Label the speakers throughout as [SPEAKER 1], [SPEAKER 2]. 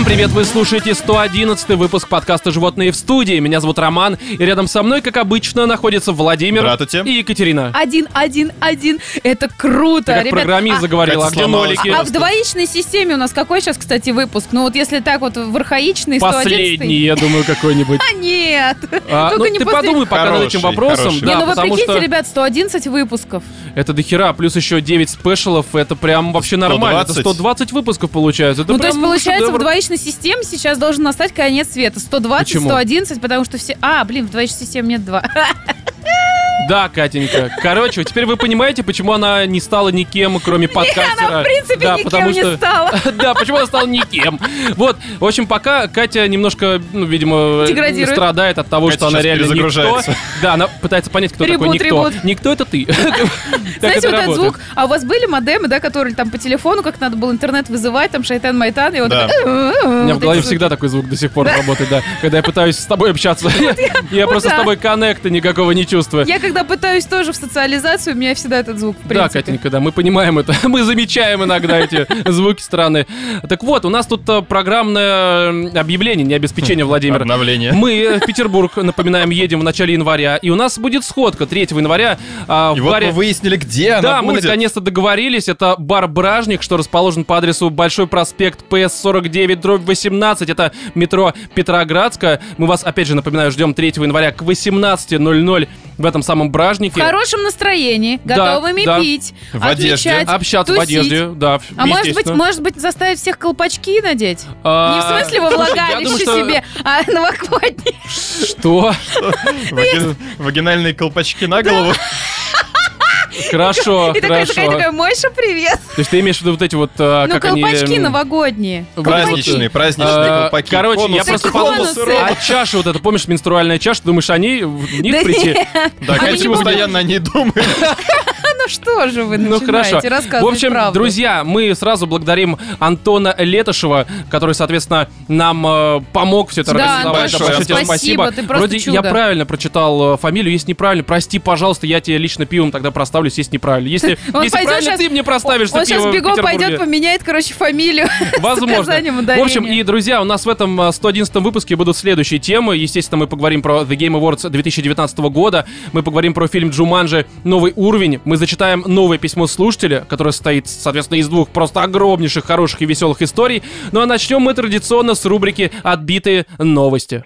[SPEAKER 1] Всем привет, вы слушаете 111-й выпуск подкаста «Животные в студии». Меня зовут Роман, и рядом со мной, как обычно, находится Владимир и Екатерина.
[SPEAKER 2] 1-1-1. Это круто,
[SPEAKER 1] ты как
[SPEAKER 2] ребят.
[SPEAKER 1] программист заговорила, а где нолики?
[SPEAKER 2] А в двоичной системе у нас какой сейчас, кстати, выпуск? Ну вот если так вот в архаичный, 111-й.
[SPEAKER 1] Последний, я думаю, какой-нибудь.
[SPEAKER 2] Нет.
[SPEAKER 1] Ну, ты подумай пока над этим вопросом.
[SPEAKER 2] Не, ну вы прикиньте, ребят, 111 выпусков.
[SPEAKER 1] Это дохера, плюс еще 9 спешалов, это прям вообще нормально. Это 120 выпусков получается.
[SPEAKER 2] Ну, то есть, получается, в двоичной системе сейчас должен настать конец света. 120,
[SPEAKER 1] Почему?
[SPEAKER 2] 111, потому что все... в двоичной системе нет 2.
[SPEAKER 1] Да, Катенька. Короче, теперь вы понимаете, почему она не стала никем, кроме подкастера.
[SPEAKER 2] Она, в принципе, никем не стала.
[SPEAKER 1] Да, почему она стала никем. Вот, в общем, пока Катя немножко, видимо, страдает от того, что она реально никто. Да, она пытается понять, кто такой никто. Никто — это ты.
[SPEAKER 2] Знаете, вот этот звук. А у вас были модемы, да, которые там по телефону, как надо было интернет вызывать, там шайтан-майтан, и вот так...
[SPEAKER 1] У меня в голове всегда такой звук до сих пор работает, да. Когда я пытаюсь с тобой общаться, я просто с тобой коннекта никакого не чувствую.
[SPEAKER 2] Я когда пытаюсь тоже в социализацию, у меня всегда этот звук, в принципе.
[SPEAKER 1] Да, Катенька, да, мы понимаем это. Мы замечаем иногда эти звуки странные. Так вот, у нас тут программное объявление, не обеспечение, Владимир.
[SPEAKER 3] Обновление.
[SPEAKER 1] Мы в Петербург, напоминаем, едем в начале января, и у нас будет сходка 3 января в
[SPEAKER 3] и
[SPEAKER 1] баре...
[SPEAKER 3] вот мы выяснили, где она
[SPEAKER 1] Да,
[SPEAKER 3] будет.
[SPEAKER 1] мы наконец-то договорились. Это бар «Бражник», что расположен по адресу Большой проспект ПС-49/18. Это метро Петроградская. Мы вас, опять же, напоминаю, ждем 3 января к 18:00 в этом самом «Бражнике».
[SPEAKER 2] В хорошем настроении, готовыми пить,
[SPEAKER 3] в одежде,
[SPEAKER 1] общаться
[SPEAKER 2] тусить.
[SPEAKER 1] в одежде, да.
[SPEAKER 2] А может быть, заставить всех колпачки надеть? Не в смысле во влагалище себе, а новогодние.
[SPEAKER 1] Что?
[SPEAKER 3] Вагинальные колпачки на голову.
[SPEAKER 1] Хорошо,
[SPEAKER 2] и такая, Мойша, привет.
[SPEAKER 1] То есть ты имеешь в виду вот эти вот...
[SPEAKER 2] колпачки новогодние.
[SPEAKER 3] Праздничные колпаки.
[SPEAKER 1] Короче, я просто подумал, а чаша вот эта, помнишь, менструальная чаша, думаешь, в них прийти?
[SPEAKER 3] Да, конечно, постоянно о ней думаю.
[SPEAKER 2] Ну что же вы начинаете рассказывать правду?
[SPEAKER 1] В общем, друзья, мы сразу благодарим Антона Летышева, который, соответственно, нам помог все это организовать.
[SPEAKER 3] Большое
[SPEAKER 1] тебе спасибо.
[SPEAKER 2] Ты просто
[SPEAKER 1] Вроде
[SPEAKER 2] чудо.
[SPEAKER 1] я правильно прочитал фамилию, если неправильно, прости, пожалуйста, я тебе лично пивом тогда проставлюсь, если неправильно. Если правильно, ты мне проставишь пиво в Петербурге.
[SPEAKER 2] Он сейчас бегом пойдет, поменяет, фамилию.
[SPEAKER 1] Возможно. В общем, и, друзья, у нас в этом 111-м выпуске будут следующие темы. Естественно, мы поговорим про The Game Awards 2019 года. Мы поговорим про фильм «Джуманджи. Новый уровень». Мы зачитаем новое письмо слушателя, которое состоит, соответственно, из 2 просто огромнейших, хороших и веселых историй. Ну а начнем мы традиционно с рубрики «Отбитые новости».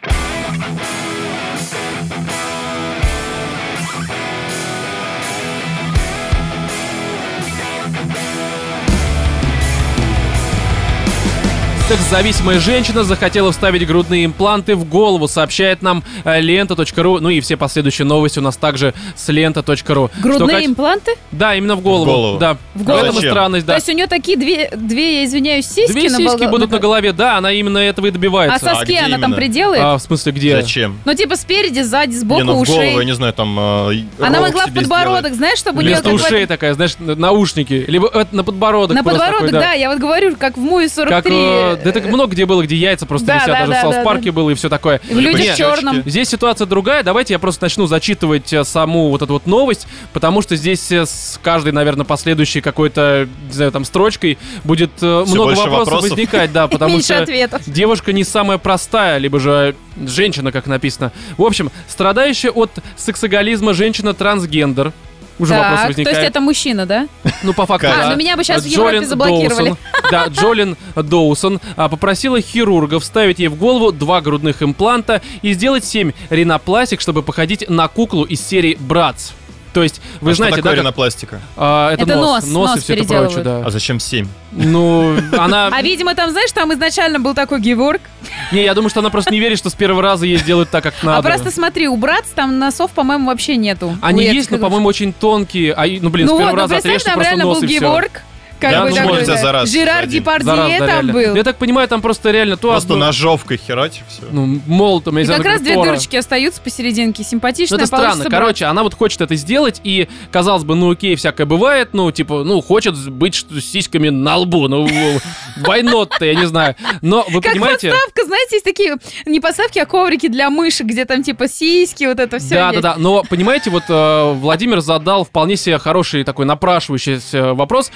[SPEAKER 1] Секс-зависимая женщина захотела вставить грудные импланты в голову, сообщает нам лента.ру. Ну и все последующие новости у нас также с лента.ру.
[SPEAKER 2] Грудные импланты?
[SPEAKER 1] Да, именно в голову. Да.
[SPEAKER 2] В голову.
[SPEAKER 1] В этом и странность, да.
[SPEAKER 2] То есть у нее такие две, я извиняюсь, сиськи?
[SPEAKER 1] 2 сиськи будут на голове, да, она именно этого и добивается.
[SPEAKER 2] А соски она там приделает?
[SPEAKER 1] В смысле, где?
[SPEAKER 3] Зачем?
[SPEAKER 2] Ну типа спереди, сзади, сбоку,
[SPEAKER 3] в
[SPEAKER 2] ушей.
[SPEAKER 3] голову, я не знаю, там
[SPEAKER 2] она могла в подбородок, знаешь, чтобы у нее...
[SPEAKER 1] Вместо ушей такая, знаешь, наушники. Либо на подбородок.
[SPEAKER 2] На подбородок, да, я вот говорю, как в Муви 43.
[SPEAKER 1] Да это много где было, где яйца просто висят, даже в Саус-парке было и все такое.
[SPEAKER 2] В «Людях в черном».
[SPEAKER 1] Здесь ситуация другая. Давайте я просто начну зачитывать саму вот эту вот новость, потому что здесь с каждой, наверное, последующей какой-то, не знаю, там, строчкой будет много вопросов возникать, да, потому что девушка не самая простая, либо же женщина, как написано. В общем, страдающая от сексоголизма женщина-трансгендер. Уже вопрос возникает.
[SPEAKER 2] То есть это мужчина, да?
[SPEAKER 1] Ну, по факту, да.
[SPEAKER 2] Ну меня бы сейчас в Европе заблокировали.
[SPEAKER 1] Да, Джолин Доусон попросила хирурга вставить ей в голову 2 грудных импланта и сделать 7 ринопластик, чтобы походить на куклу из серии «Братц». То есть, вы знаете,
[SPEAKER 3] что такое ринопластика?
[SPEAKER 1] Это нос и все это прочее, да.
[SPEAKER 3] А зачем 7?
[SPEAKER 1] Ну, она...
[SPEAKER 2] А, видимо, там, знаешь, там изначально был такой геворг.
[SPEAKER 1] Не, я думаю, что она просто не верит, что с первого раза ей сделают так, как надо.
[SPEAKER 2] А просто смотри, у «Братц» там носов, по-моему, вообще нету.
[SPEAKER 1] Они есть, но, по-моему, очень тонкие. Ну, блин, с первого раза отрежьте просто нос и все.
[SPEAKER 2] Геворг.
[SPEAKER 3] Как бы такой,
[SPEAKER 2] Жерар Депардье там был.
[SPEAKER 1] Я так понимаю, там просто реально то...
[SPEAKER 3] Просто ножовкой херать, все.
[SPEAKER 1] Ну, молотом, я не знаю,
[SPEAKER 2] как раз 2 дырочки остаются посерединке, симпатичная.
[SPEAKER 1] Ну, это странно. Короче, она вот хочет это сделать, и, казалось бы, ну окей, всякое бывает, ну, типа, ну, хочет быть с сиськами на лбу, ну, why not-то, я не знаю. Но вы понимаете...
[SPEAKER 2] Как подставка, знаете, есть такие, не подставки, а коврики для мышек, где там, типа, сиськи, вот это все.
[SPEAKER 1] Да, но, понимаете, вот Владимир задал вполне себе хороший такой напрашивающийся вопрос, а, собственно,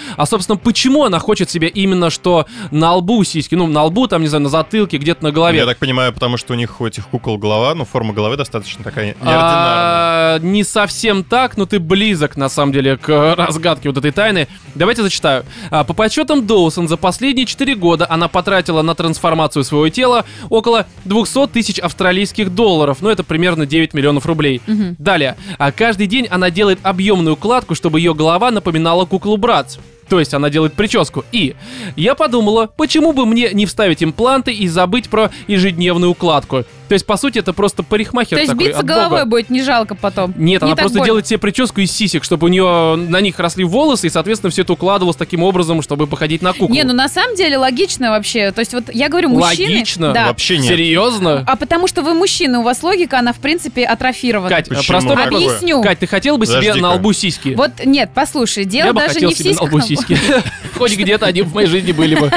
[SPEAKER 1] Собственно, почему она хочет себе именно что на лбу сиськи? Ну, на лбу, там, не знаю, на затылке, где-то на голове.
[SPEAKER 3] Я так понимаю, потому что у них у этих кукол голова, ну, форма головы достаточно такая неординарная.
[SPEAKER 1] Не совсем так, но ты близок, на самом деле, к разгадке вот этой тайны. Давайте зачитаю. По подсчетам Доусон, за последние 4 года она потратила на трансформацию своего тела около 200 тысяч австралийских долларов. Ну, это примерно 9 миллионов рублей. Далее. Каждый день она делает объемную укладку, чтобы ее голова напоминала куклу Братц. То есть она делает прическу. И я подумала, почему бы мне не вставить импланты и забыть про ежедневную укладку. То есть, по сути, это просто парикмахер такой.
[SPEAKER 2] То есть биться головой будет не жалко потом?
[SPEAKER 1] Нет, она просто делает себе прическу из сисек, чтобы у нее на них росли волосы, и, соответственно, все это укладывалось таким образом, чтобы походить на куклу.
[SPEAKER 2] Не, ну на самом деле логично вообще. То есть вот я говорю, мужчины...
[SPEAKER 1] Логично?
[SPEAKER 2] Да.
[SPEAKER 3] Вообще нет.
[SPEAKER 1] Серьезно?
[SPEAKER 2] А потому что вы мужчины, у вас логика, она в принципе атрофирована.
[SPEAKER 1] Кать, простой вопрос.
[SPEAKER 2] Объясню.
[SPEAKER 1] Кать, ты хотел бы себе на лбу сиськи?
[SPEAKER 2] Вот нет, послушай, дело даже не в сиськах.
[SPEAKER 1] Я бы хотел себе на лбу сиськи. Хоть где-то они в моей жизни были бы.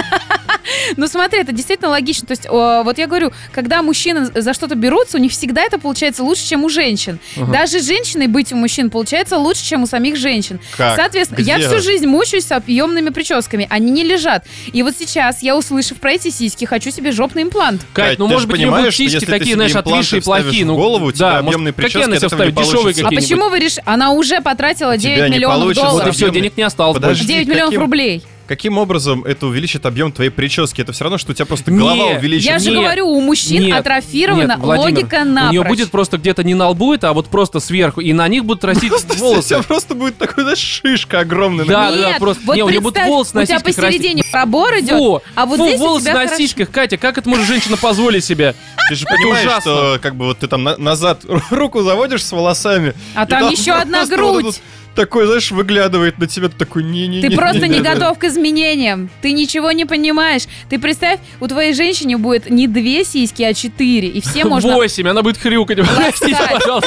[SPEAKER 2] Ну смотри, это действительно логично. То есть, вот я говорю, когда мужчины за что-то берутся, у них всегда это получается лучше, чем у женщин. Даже женщиной быть у мужчин получается лучше, чем у самих женщин.
[SPEAKER 3] Как?
[SPEAKER 2] Соответственно,
[SPEAKER 3] Где?
[SPEAKER 2] я всю жизнь мучаюсь с объемными прическами. Они не лежат. И вот сейчас я, услышав про эти сиськи, хочу себе жопный имплант.
[SPEAKER 1] Кать, ну может быть, у него будут сиськи такие, знаешь, отвисшие и плохие.
[SPEAKER 3] Ну, голову, у тебя
[SPEAKER 1] да,
[SPEAKER 3] объемные прически,
[SPEAKER 1] какие она себе вставит? Дешевые какие-нибудь.
[SPEAKER 2] А почему вы решили? Она уже потратила 9 миллионов долларов.
[SPEAKER 1] Вот и все, денег не осталось.
[SPEAKER 3] Подожди,
[SPEAKER 2] 9 миллионов рублей.
[SPEAKER 3] Каким образом это увеличит объем твоей прически? Это все равно, что у тебя просто голова увеличится.
[SPEAKER 2] Я же говорю, у мужчин атрофирована логика напрочь.
[SPEAKER 1] У нее будет просто где-то не на лбу это, а вот просто сверху, и на них будут расти волосы.
[SPEAKER 3] У тебя просто будет такой, знаешь, шишка огромная.
[SPEAKER 2] Да, просто. Вот
[SPEAKER 1] у нее будут волосы на сиськах.
[SPEAKER 2] У тебя посередине пробор идет, а вот здесь
[SPEAKER 1] волосы на сиськах, Катя, как это может женщина позволить себе?
[SPEAKER 3] Ты же понимаешь, что как бы вот ты там назад руку заводишь с волосами.
[SPEAKER 2] А там еще одна грудь.
[SPEAKER 3] Такой, знаешь, выглядывает на тебя, ты такой, не-не-не.
[SPEAKER 2] Ты просто не готов к изменениям. Ты ничего не понимаешь. Ты представь, у твоей женщины будет не 2 сиськи, а 4. И все можно...
[SPEAKER 1] 8, она будет хрюкать. Простите, пожалуйста.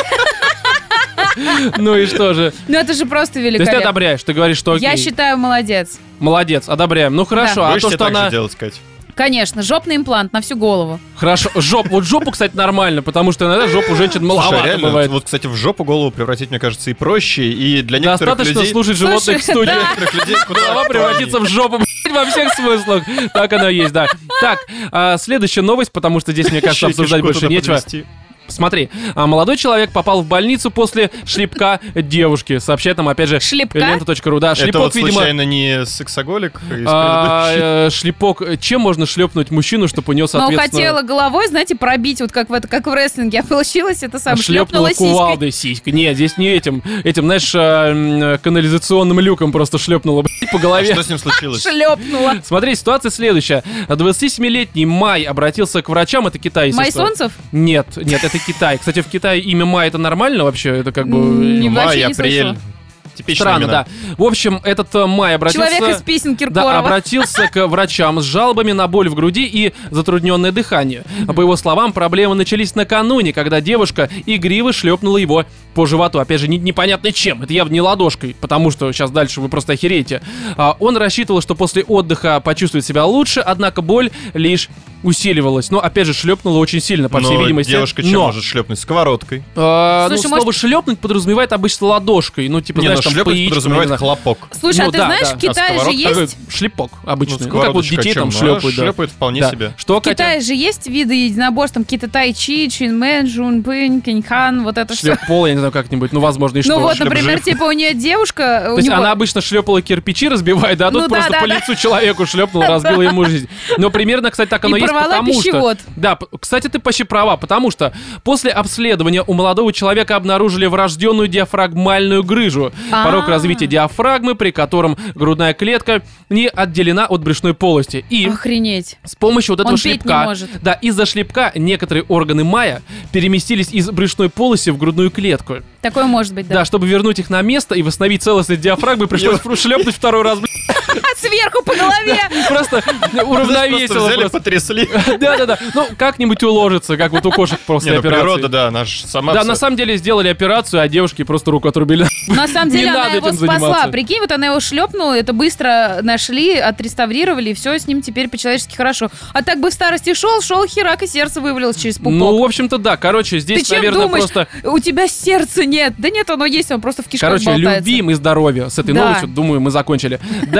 [SPEAKER 1] Ну и что же?
[SPEAKER 2] Ну это же просто великолепно.
[SPEAKER 1] То есть ты одобряешь, ты говоришь, что окей.
[SPEAKER 2] Я считаю, молодец.
[SPEAKER 1] Молодец, одобряем. Ну хорошо,
[SPEAKER 3] а
[SPEAKER 1] то, что она...
[SPEAKER 3] делать, Кать?
[SPEAKER 2] Конечно, жопный имплант на всю голову.
[SPEAKER 1] Хорошо, вот жопу, кстати, нормально, потому что иногда жопу женщин маловато бывает.
[SPEAKER 3] Вот, кстати, в жопу голову превратить, мне кажется, и проще, и для некоторых
[SPEAKER 1] достаточно
[SPEAKER 3] людей...
[SPEAKER 1] слушать животных в студии.
[SPEAKER 3] Для некоторых людей
[SPEAKER 1] голова превратится в жопу, во всех смыслах. Так оно и есть, да. Так, следующая новость, потому что здесь, мне кажется, обсуждать больше нечего. Смотри, молодой человек попал в больницу после шлепка девушки. Сообщает нам, опять же, лента.ру. Да, шлепок,
[SPEAKER 3] это вот
[SPEAKER 1] видимо,
[SPEAKER 3] случайно не сексоголик из предыдущих?
[SPEAKER 1] Шлепок. Чем можно шлепнуть мужчину, чтобы у него, соответственно...
[SPEAKER 2] Ну, хотела головой, знаете, пробить, вот как в рестлинге. А получилось это самое, шлепнула
[SPEAKER 1] кувалдой сиськой. Нет, здесь не этим, знаешь, канализационным люком просто шлепнула по голове.
[SPEAKER 3] А что с ним случилось?
[SPEAKER 2] Шлепнула.
[SPEAKER 1] Смотри, ситуация следующая. 27-летний Май обратился к врачам, это Китай, естественно.
[SPEAKER 2] Май Солнцев?
[SPEAKER 1] Нет, это Китай. Кстати, в Китае имя Май это нормально вообще? Это как бы...
[SPEAKER 3] Май, апрель.
[SPEAKER 1] Странно, имена. Да. В общем, этот Май обратился...
[SPEAKER 2] Человек из песен Киркорова.
[SPEAKER 1] Да, обратился к врачам с жалобами на боль в груди и затрудненное дыхание. По его словам, проблемы начались накануне, когда девушка игриво шлепнула его по животу. Опять же, непонятно чем. Это явно не ладошкой, потому что сейчас дальше вы просто охереете. Он рассчитывал, что после отдыха почувствует себя лучше, однако боль лишь усиливалась. Но, опять же, шлепнула очень сильно, по всей видимости.
[SPEAKER 3] Девушка чем может шлепнуть? Сковородкой.
[SPEAKER 1] Слушай, слово шлепнуть подразумевает обычно ладошкой. Ну, типа, знаешь, там
[SPEAKER 3] шлепнуть подразумевает хлопок.
[SPEAKER 2] Слушай, а ты знаешь, в Китае же есть...
[SPEAKER 1] Шлепок обычный. Ну, как вот детей там шлепают.
[SPEAKER 3] Шлепают вполне себе.
[SPEAKER 1] Что,
[SPEAKER 2] в Китае же есть виды единоборств, там какие-то тай-чи, чинмен, жунпынь, киньхан, вот это все.
[SPEAKER 1] Шлеп-пол, я не знаю, как-нибудь, ну, возможно, и что.
[SPEAKER 2] Ну вот, например, типа у нее девушка...
[SPEAKER 1] То есть она обычно шлепала кирпичи, разбивая, да, а тут просто по лицу человеку шлепнула, разбила ему жизнь. Но примерно, кстати, так оно и есть, потому что... Да, кстати, ты почти права, потому что после обследования у молодого человека обнаружили врожденную диафрагмальную грыжу. Порог развития диафрагмы, при котором грудная клетка не отделена от брюшной полости. И
[SPEAKER 2] охренеть.
[SPEAKER 1] С помощью вот этого шлепка... Да, из-за шлепка некоторые органы Мая переместились из брюшной полости в грудную клетку.
[SPEAKER 2] Такое может быть, да.
[SPEAKER 1] Да, чтобы вернуть их на место и восстановить целостность диафрагмы, пришлось шлепнуть второй раз,
[SPEAKER 2] сверху по голове.
[SPEAKER 1] Просто уравновесило.
[SPEAKER 3] Просто взяли, потрясли.
[SPEAKER 1] Да-да-да. Ну, как-нибудь уложится, как вот у кошек после операции.
[SPEAKER 3] Природа, да, она же сама...
[SPEAKER 1] Да, на самом деле сделали операцию, а девушке просто руку отрубили.
[SPEAKER 2] На самом деле она его спасла. Прикинь, вот она его шлепнула, это быстро нашли, отреставрировали, и все с ним теперь по-человечески хорошо. А так бы в старости шел, херак, и сердце вывалилось через пупок.
[SPEAKER 1] Ну, в общем-то, да. Короче, здесь, наверное, просто...
[SPEAKER 2] У тебя сердца нет. Да нет, оно есть, он просто в кишках болтается.
[SPEAKER 1] Короче, любви и здоровья. С этой новостью, думаю, мы закончили. Далее,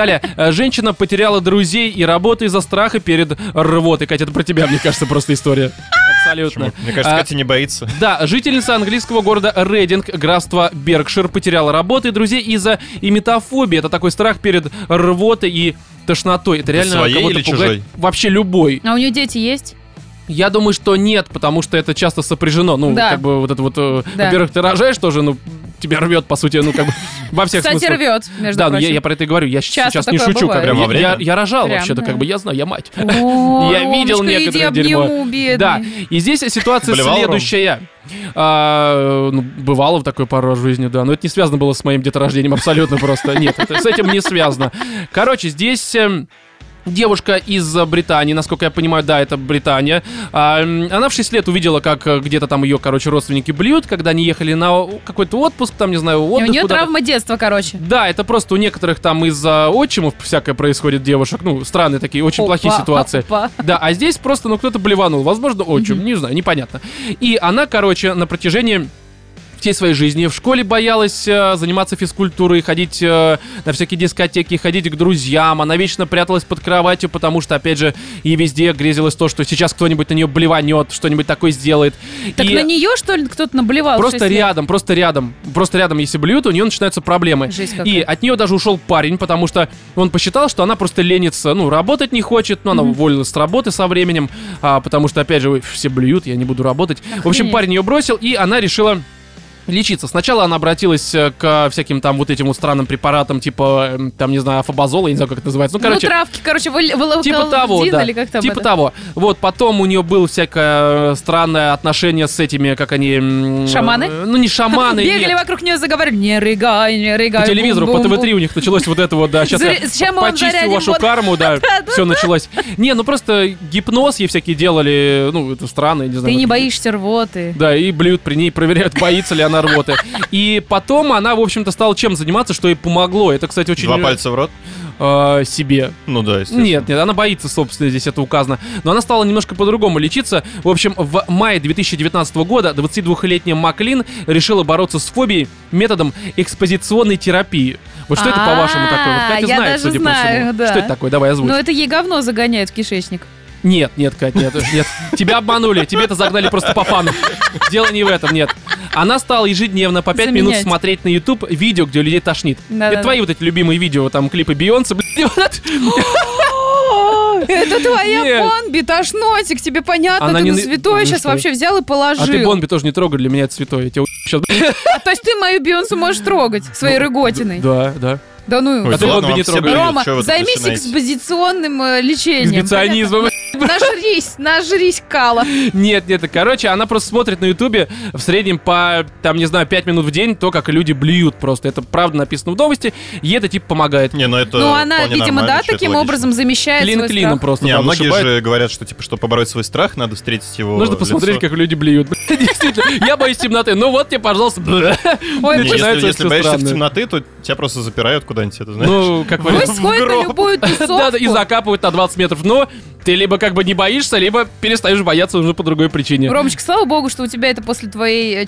[SPEAKER 1] Женщина потеряла друзей и работу из-за страха перед рвотой. Катя, это про тебя, мне кажется, просто история. Абсолютно.
[SPEAKER 3] Почему? Мне кажется, Катя не боится.
[SPEAKER 1] Да, жительница английского города Рейдинг, графства Беркшир, потеряла работу и друзей из-за эметофобии. Это такой страх перед рвотой и тошнотой. Это реально
[SPEAKER 3] своей
[SPEAKER 1] кого-то
[SPEAKER 3] или
[SPEAKER 1] пугает.
[SPEAKER 3] чужой?
[SPEAKER 1] Вообще любой.
[SPEAKER 2] А у нее дети есть?
[SPEAKER 1] Я думаю, что нет, потому что это часто сопряжено. Ну,
[SPEAKER 2] Да.
[SPEAKER 1] как бы вот это вот...
[SPEAKER 2] Да.
[SPEAKER 1] Во-первых, ты рожаешь тоже, ну, тебя рвет, по сути, ну, как бы во всех
[SPEAKER 2] Кстати,
[SPEAKER 1] смыслах.
[SPEAKER 2] рвет, между
[SPEAKER 1] Да, ну
[SPEAKER 2] прочим.
[SPEAKER 1] я про это и говорю. Я
[SPEAKER 2] Часто
[SPEAKER 1] сейчас не
[SPEAKER 2] такое
[SPEAKER 1] шучу.
[SPEAKER 2] бывает.
[SPEAKER 1] Как бы,
[SPEAKER 3] Прямо во время?
[SPEAKER 1] я рожал
[SPEAKER 2] Прям,
[SPEAKER 1] вообще-то,
[SPEAKER 2] да.
[SPEAKER 1] как бы, я знаю, я мать.
[SPEAKER 2] О,
[SPEAKER 1] Я видел
[SPEAKER 2] Ромочка,
[SPEAKER 1] некоторое
[SPEAKER 2] иди
[SPEAKER 1] дерьмо.
[SPEAKER 2] обниму, бедный.
[SPEAKER 1] Да, и здесь ситуация
[SPEAKER 3] Болевал, Ром?
[SPEAKER 1] следующая. Ну, бывало в такой пару раз в жизни, да. Но это не связано было с моим деторождением абсолютно просто. Нет, это с этим не связано. Короче, здесь... Девушка из Британии, насколько я понимаю, да, это Британия. Она в 6 лет увидела, как где-то там ее, короче, родственники блюют, когда они ехали на какой-то отпуск, там, не знаю,
[SPEAKER 2] И
[SPEAKER 1] отдых
[SPEAKER 2] у нее
[SPEAKER 1] куда-то.
[SPEAKER 2] травма детства, короче.
[SPEAKER 1] Да, это просто у некоторых там из-за отчимов всякое происходит девушек. Ну, странные такие, очень плохие ситуации.
[SPEAKER 2] Опа.
[SPEAKER 1] Да, а здесь просто, ну, кто-то блеванул. Возможно, отчим, не знаю, непонятно. И она, короче, на протяжении всей своей жизни в школе боялась заниматься физкультурой, ходить на всякие дискотеки, ходить к друзьям. Она вечно пряталась под кроватью, потому что, опять же, ей везде грезилось то, что сейчас кто-нибудь на нее блеванет, что-нибудь такое сделает.
[SPEAKER 2] Так
[SPEAKER 1] И
[SPEAKER 2] на нее, что ли, кто-то наблевал? в
[SPEAKER 1] просто
[SPEAKER 2] 6 лет?
[SPEAKER 1] рядом, просто рядом, если блюют, у нее начинаются проблемы.
[SPEAKER 2] Жесть какая.
[SPEAKER 1] И от нее даже ушел парень, потому что он посчитал, что она просто ленится, ну, работать не хочет, но она уволилась с работы со временем, потому что, опять же, ой, все блюют, я не буду работать. В общем,
[SPEAKER 2] Охренеть.
[SPEAKER 1] парень ее бросил, и она решила лечиться. Сначала она обратилась к всяким там вот этим вот странным препаратам, типа, там, не знаю, афобазол, я не знаю, как это называется. Ну, короче,
[SPEAKER 2] травки, короче,
[SPEAKER 1] типа того, да.
[SPEAKER 2] или как там
[SPEAKER 1] Типа
[SPEAKER 2] это?
[SPEAKER 1] того. Вот, потом у нее было всякое странное отношение с этими, как они...
[SPEAKER 2] Шаманы?
[SPEAKER 1] Ну, не шаманы.
[SPEAKER 2] Бегали
[SPEAKER 1] нет.
[SPEAKER 2] вокруг нее, заговаривали, не рыгай, не рыгай.
[SPEAKER 1] По телевизору, по
[SPEAKER 2] бум-бум-бум.
[SPEAKER 1] ТВ-3 у них началось вот это вот, да. Сейчас
[SPEAKER 2] Зачем
[SPEAKER 1] я
[SPEAKER 2] мы вам
[SPEAKER 1] почистю
[SPEAKER 2] зарядим
[SPEAKER 1] вашу
[SPEAKER 2] вот-
[SPEAKER 1] карму, да, все началось. Не, ну просто гипноз ей всякие делали, ну, это странно, я не знаю.
[SPEAKER 2] Ты не
[SPEAKER 1] вот.
[SPEAKER 2] боишься рвоты.
[SPEAKER 1] Да, и блюют при ней, проверяют, боится ли она рвоты. И потом она, в общем-то, стала чем заниматься, что ей помогло. Это, кстати, очень...
[SPEAKER 3] 2 пальца в рот?
[SPEAKER 1] Себе.
[SPEAKER 3] Ну да, естественно.
[SPEAKER 1] Нет, она боится, собственно, здесь это указано. Но она стала немножко по-другому лечиться. В общем, в мае 2019 года 22-летняя Маклин решила бороться с фобией методом экспозиционной терапии. Вот что это, по-вашему, такое? Вот Катя
[SPEAKER 2] я
[SPEAKER 1] знает,
[SPEAKER 2] даже
[SPEAKER 1] судя по
[SPEAKER 2] знаю,
[SPEAKER 1] всему.
[SPEAKER 2] да.
[SPEAKER 1] Что это такое? Давай озвучь.
[SPEAKER 2] Ну это ей говно загоняет в кишечник.
[SPEAKER 1] Нет, Кать, нет. Тебя обманули, тебе это загнали просто по фану. Дело не в этом, нет. Она стала ежедневно по 5 минут
[SPEAKER 2] Заменять.
[SPEAKER 1] смотреть на YouTube видео, где людей тошнит.
[SPEAKER 2] Да-да-да.
[SPEAKER 1] Это твои вот эти любимые видео, там клипы Бейонсе, блядь, вот.
[SPEAKER 2] Это твоя
[SPEAKER 1] Нет.
[SPEAKER 2] Бонби, тошнотик, тебе понятно,
[SPEAKER 1] Она
[SPEAKER 2] ты
[SPEAKER 1] не
[SPEAKER 2] на
[SPEAKER 1] на-
[SPEAKER 2] святое
[SPEAKER 1] ну
[SPEAKER 2] сейчас
[SPEAKER 1] что?
[SPEAKER 2] вообще взял и положил.
[SPEAKER 1] А ты Бонби тоже не трогай, для меня это святое. Я тебя сейчас...
[SPEAKER 2] То есть ты мою Бейонсу можешь трогать своей рыготиной?
[SPEAKER 1] Да, да.
[SPEAKER 2] Да ну,
[SPEAKER 3] Ой,
[SPEAKER 1] А ты
[SPEAKER 3] ладно,
[SPEAKER 1] Бонби
[SPEAKER 3] вам
[SPEAKER 1] не
[SPEAKER 3] все
[SPEAKER 1] трогай.
[SPEAKER 3] блюют,
[SPEAKER 2] Рома,
[SPEAKER 3] чё вы тут
[SPEAKER 2] займись
[SPEAKER 3] начинаете?
[SPEAKER 2] экспозиционным лечением.
[SPEAKER 1] Эксбиционизмом.
[SPEAKER 2] Нажрись кала.
[SPEAKER 1] Нет, короче, она просто смотрит на Ютубе в среднем по, там, не знаю, 5 минут в день то, как люди блюют просто. Это правда написано в новости, и это типа помогает.
[SPEAKER 3] Не, ну это
[SPEAKER 2] Ну она,
[SPEAKER 3] вполне
[SPEAKER 2] видимо,
[SPEAKER 3] нормально,
[SPEAKER 2] да,
[SPEAKER 3] чё это
[SPEAKER 2] таким
[SPEAKER 3] логично.
[SPEAKER 2] образом замещает
[SPEAKER 1] Клин
[SPEAKER 2] свой
[SPEAKER 1] клином
[SPEAKER 2] страх.
[SPEAKER 1] просто.
[SPEAKER 3] Не,
[SPEAKER 1] да,
[SPEAKER 3] а многие
[SPEAKER 1] вышибает.
[SPEAKER 3] же говорят, что типа, чтобы побороть свой страх, надо встретить его
[SPEAKER 1] Нужно
[SPEAKER 3] в
[SPEAKER 1] посмотреть,
[SPEAKER 3] лицо.
[SPEAKER 1] как люди блюют. Действительно, я боюсь темноты. Ну вот тебе, пожалуйста.
[SPEAKER 2] Ой,
[SPEAKER 3] Не,
[SPEAKER 1] Начинается
[SPEAKER 3] если
[SPEAKER 1] всё
[SPEAKER 3] боишься в
[SPEAKER 1] странное.
[SPEAKER 3] темноты, то тебя просто запирают куда-нибудь, это знаешь?
[SPEAKER 1] Ну, как
[SPEAKER 2] Пусть
[SPEAKER 1] вариант.
[SPEAKER 2] сходит на
[SPEAKER 3] гроб.
[SPEAKER 2] любую тусовку.
[SPEAKER 1] Да, и закапывают на 20 метров. Но ты либо как бы не боишься, либо перестаешь бояться уже по другой причине.
[SPEAKER 2] Ромочка, слава богу, что у тебя это после твоей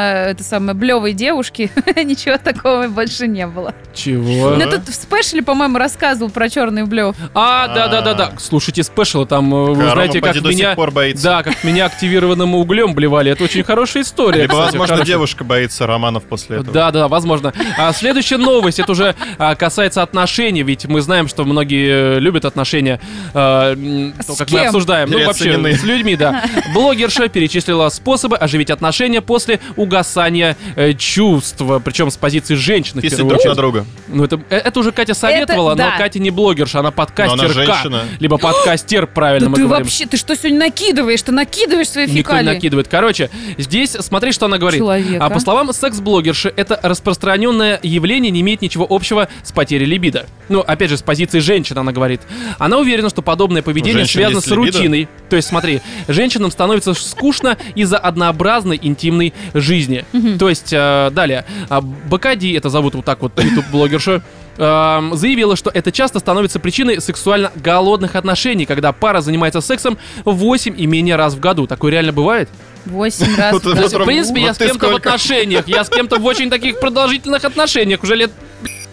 [SPEAKER 2] блевой девушки ничего такого больше не было.
[SPEAKER 1] Чего?
[SPEAKER 2] Ну, тут в спешле, по-моему, рассказывал про черный блев.
[SPEAKER 1] Да. Слушайте, спешл, там, вы
[SPEAKER 3] Рома
[SPEAKER 1] знаете, как
[SPEAKER 3] поди до
[SPEAKER 1] меня...
[SPEAKER 3] сих пор боится.
[SPEAKER 1] Да, как меня активированным углем блевали. Это очень хорошая история.
[SPEAKER 3] Либо,
[SPEAKER 1] кстати,
[SPEAKER 3] возможно,
[SPEAKER 1] хорошая.
[SPEAKER 3] девушка боится романов после этого.
[SPEAKER 1] Да, возможно. Следующая новость, это уже касается отношений, ведь мы знаем, что многие любят отношения, то, как мы
[SPEAKER 2] кем?
[SPEAKER 1] обсуждаем, ну вообще
[SPEAKER 3] Переоценены.
[SPEAKER 1] с людьми, да. Блогерша перечислила способы оживить отношения после угасания чувств, причем с позиции женщины в
[SPEAKER 3] Писать
[SPEAKER 1] первую
[SPEAKER 3] друг на
[SPEAKER 1] очередь.
[SPEAKER 3] друга.
[SPEAKER 1] Ну это уже Катя советовала,
[SPEAKER 2] Это
[SPEAKER 1] но
[SPEAKER 2] да.
[SPEAKER 1] Катя не блогерша, она подкастерка,
[SPEAKER 3] женщина.
[SPEAKER 1] либо подкастер, правильно
[SPEAKER 2] Да
[SPEAKER 1] мы
[SPEAKER 2] ты
[SPEAKER 1] говорим.
[SPEAKER 2] вообще, ты что сегодня накидываешь? Ты накидываешь свои
[SPEAKER 1] Никто не
[SPEAKER 2] фекалии.
[SPEAKER 1] накидывает. Короче, здесь смотри, что она говорит.
[SPEAKER 2] Человека.
[SPEAKER 1] По словам секс-блогерши, это распространенное явление не имеет ничего общего с потерей либидо. Ну, опять же, с позиции женщины она говорит. Она уверена, что подобное поведение
[SPEAKER 3] женщин
[SPEAKER 1] связано
[SPEAKER 3] есть
[SPEAKER 1] с
[SPEAKER 3] либидо?
[SPEAKER 1] рутиной. То есть, смотри, женщинам становится скучно из-за однообразной интимной жизни. То есть, далее, Бакади, это зовут вот так вот YouTube-блогерша, заявила, что это часто становится причиной сексуально голодных отношений, когда пара занимается сексом 8 и менее раз в году. Такое реально бывает?
[SPEAKER 2] 8 раз.
[SPEAKER 3] Вот
[SPEAKER 2] в
[SPEAKER 3] это
[SPEAKER 2] году.
[SPEAKER 1] В принципе, я
[SPEAKER 3] вот
[SPEAKER 1] с
[SPEAKER 3] ты
[SPEAKER 1] кем-то в
[SPEAKER 3] сколько?
[SPEAKER 1] отношениях. Я с кем-то в очень таких продолжительных отношениях уже лет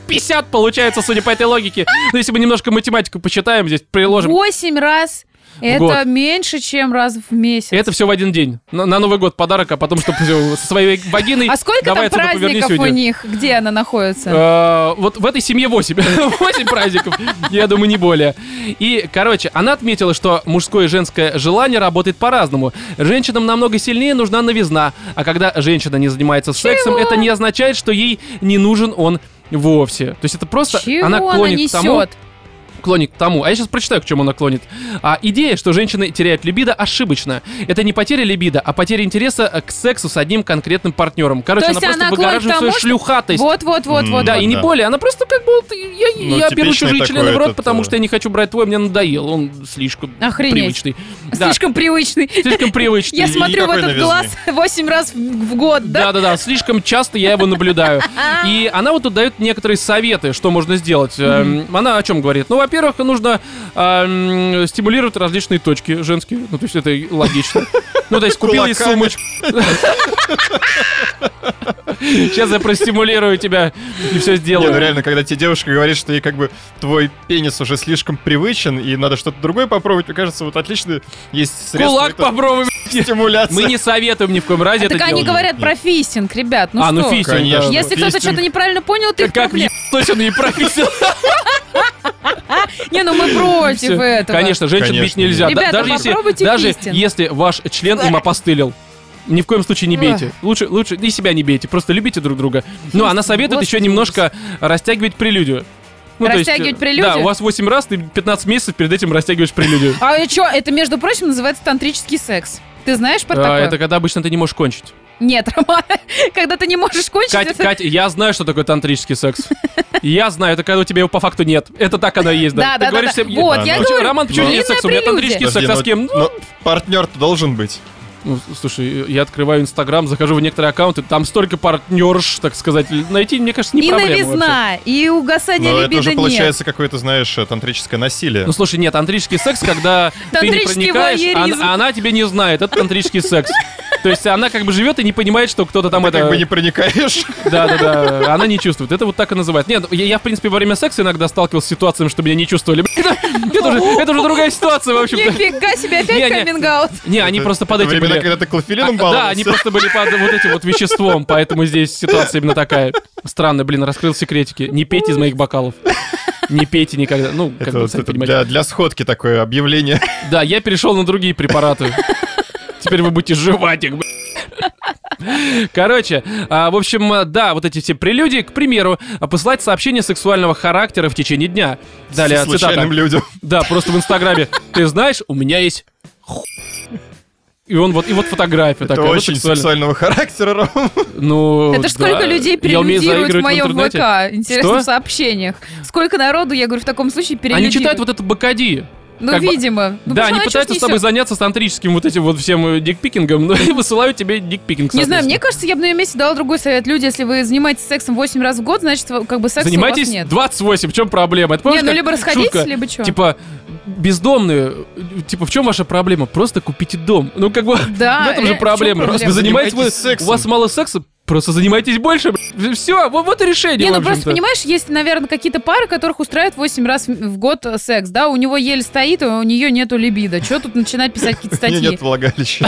[SPEAKER 1] 50 получается, судя по этой логике. Ну, если мы немножко математику почитаем, здесь приложим.
[SPEAKER 2] 8 раз. Это меньше, чем раз в месяц.
[SPEAKER 1] Это все в один день. На Новый год подарок, а потом, чтобы со своей вагиной...
[SPEAKER 2] А сколько там праздников у них? Где она находится?
[SPEAKER 1] Вот в этой семье 8. 8 праздников. Я думаю, не более. И, короче, она отметила, что мужское и женское желание работает по-разному. Женщинам намного сильнее нужна новизна. А когда женщина не занимается сексом, это не означает, что ей не нужен он вовсе. То есть это просто... Она клонит к тому. А я сейчас прочитаю, к чему она клонит. Идея, что женщины теряют либидо, ошибочна. Это не потеря либидо, а потеря интереса к сексу с одним конкретным партнером. Короче, она просто выгораживает свою шлюхатость.
[SPEAKER 2] Вот.
[SPEAKER 1] Да, и не более. Она просто как бы... Я беру чужие члены в рот, потому что я не хочу брать твой, мне надоел. Он слишком привычный.
[SPEAKER 2] Слишком привычный.
[SPEAKER 1] Слишком привычный.
[SPEAKER 2] Я смотрю в этот глаз 8 раз в год, да?
[SPEAKER 1] Да. Слишком часто я его наблюдаю. И она вот тут дает некоторые советы, что можно сделать. Она о чем говорит? Ну, во-первых, нужно стимулировать различные точки женские. Ну, то есть это логично. Ну, то есть купила ей сумочку. Сейчас я простимулирую тебя и все сделаю.
[SPEAKER 3] Не, ну реально, когда тебе девушка говорит, что ей как бы твой пенис уже слишком привычен и надо что-то другое попробовать, мне кажется, вот отлично есть средства.
[SPEAKER 1] Кулак попробуй.
[SPEAKER 3] Стимуляция.
[SPEAKER 1] Мы не советуем ни в коем разе это делать.
[SPEAKER 2] Так они говорят про фистинг, ребят. Ну что?
[SPEAKER 1] Ну фистинг,
[SPEAKER 3] конечно.
[SPEAKER 2] Если кто-то что-то неправильно понял, ты
[SPEAKER 1] как точно не профессионал.
[SPEAKER 2] Не, ну мы против этого.
[SPEAKER 1] Конечно, женщин бить нельзя.
[SPEAKER 2] Ребята,
[SPEAKER 1] даже если ваш член им опостылил. Ни в коем случае не бейте. Лучше и себя не бейте. Просто любите друг друга. Ну, она советует еще немножко растягивать прелюдию.
[SPEAKER 2] Растягивать прелюдию?
[SPEAKER 1] Да, у вас 8 раз, ты 15 месяцев перед этим растягиваешь прелюдию.
[SPEAKER 2] А что, это, между прочим, называется тантрический секс. Ты знаешь про такое?
[SPEAKER 1] Это когда обычно ты не можешь кончить.
[SPEAKER 2] Нет, Роман, когда ты не можешь кончить...
[SPEAKER 1] Кать, я знаю, что такое тантрический секс. Я знаю, это когда у тебя его по факту нет. Это так оно и есть, да?
[SPEAKER 2] Да. Вот, я говорю,
[SPEAKER 1] Роман, почему нет секса? У меня тантрический секс, а с кем?
[SPEAKER 3] Ну, партнер-то должен быть.
[SPEAKER 1] Ну, слушай, я открываю Инстаграм, захожу в некоторые аккаунты, там столько партнерш, так сказать, найти, мне кажется, не проблема.
[SPEAKER 2] И новизна, и угасание либидо нет.
[SPEAKER 3] Но это уже получается какое-то, знаешь, тантрическое насилие.
[SPEAKER 1] Ну, слушай, нет, тантрический секс, когда ты не проникаешь, а она тебя не знает, это тантрический секс. То есть она как бы живет и не понимает, что кто-то там это...
[SPEAKER 3] как бы не проникаешь.
[SPEAKER 1] Да, она не чувствует. Это вот так и называют. Нет, я в принципе, во время секса иногда сталкивался с ситуациями, что меня не чувствовали. Это уже другая ситуация, в общем-то.
[SPEAKER 2] Нифига себе, опять каминг-аут.
[SPEAKER 1] Не, они просто под этим были...
[SPEAKER 3] когда ты клофелином баловался.
[SPEAKER 1] Да, они просто были под вот этим вот веществом, поэтому здесь ситуация именно такая. Странно, раскрыл секретики. Не пейте из моих бокалов. Не пейте никогда. Ну, как бы, сами понимаете.
[SPEAKER 3] Для сходки такое объявление.
[SPEAKER 1] Да, я перешел на другие препараты. Теперь вы будете жевать их, Короче, в общем, да, вот эти все прелюдии, к примеру, посылать сообщения сексуального характера в течение дня. Далее,
[SPEAKER 3] случайным людям.
[SPEAKER 1] Да, просто в Инстаграме. Ты знаешь, у меня есть И вот фотография
[SPEAKER 3] это
[SPEAKER 1] такая.
[SPEAKER 3] очень сексуального характера, Ром.
[SPEAKER 1] Ну,
[SPEAKER 2] это ж сколько людей прелюдируют в моем ВК, интересно, в сообщениях. Сколько народу, я говорю, в таком случае перелюдируют.
[SPEAKER 1] Они читают вот это БКД.
[SPEAKER 2] Ну, видимо.
[SPEAKER 1] Да, они пытаются с тобой заняться тантрическим вот этим вот всем дикпикингом, но и высылают тебе дикпикинг.
[SPEAKER 2] Не знаю, мне кажется, я бы на ее месте дала другой совет. Люди, если вы занимаетесь сексом 8 раз в год, значит, как бы секса у вас нет.
[SPEAKER 1] Занимайтесь 28, в чем проблема? Это,
[SPEAKER 2] не, ну либо расходитесь, либо что.
[SPEAKER 1] Типа, бездомные, типа, в чем ваша проблема? Просто купите дом. Ну, как бы,
[SPEAKER 2] да,
[SPEAKER 1] в этом же проблема. Вы занимаетесь сексом. У вас мало секса, просто занимайтесь больше. Все, вот и решение.
[SPEAKER 2] Не, ну просто понимаешь, есть, наверное, какие-то пары, которых устраивает 8 раз в год секс, да, у него еле стоит, а у нее нету либидо. Чего тут начинать писать какие-то статьи?
[SPEAKER 3] Нет влагалища.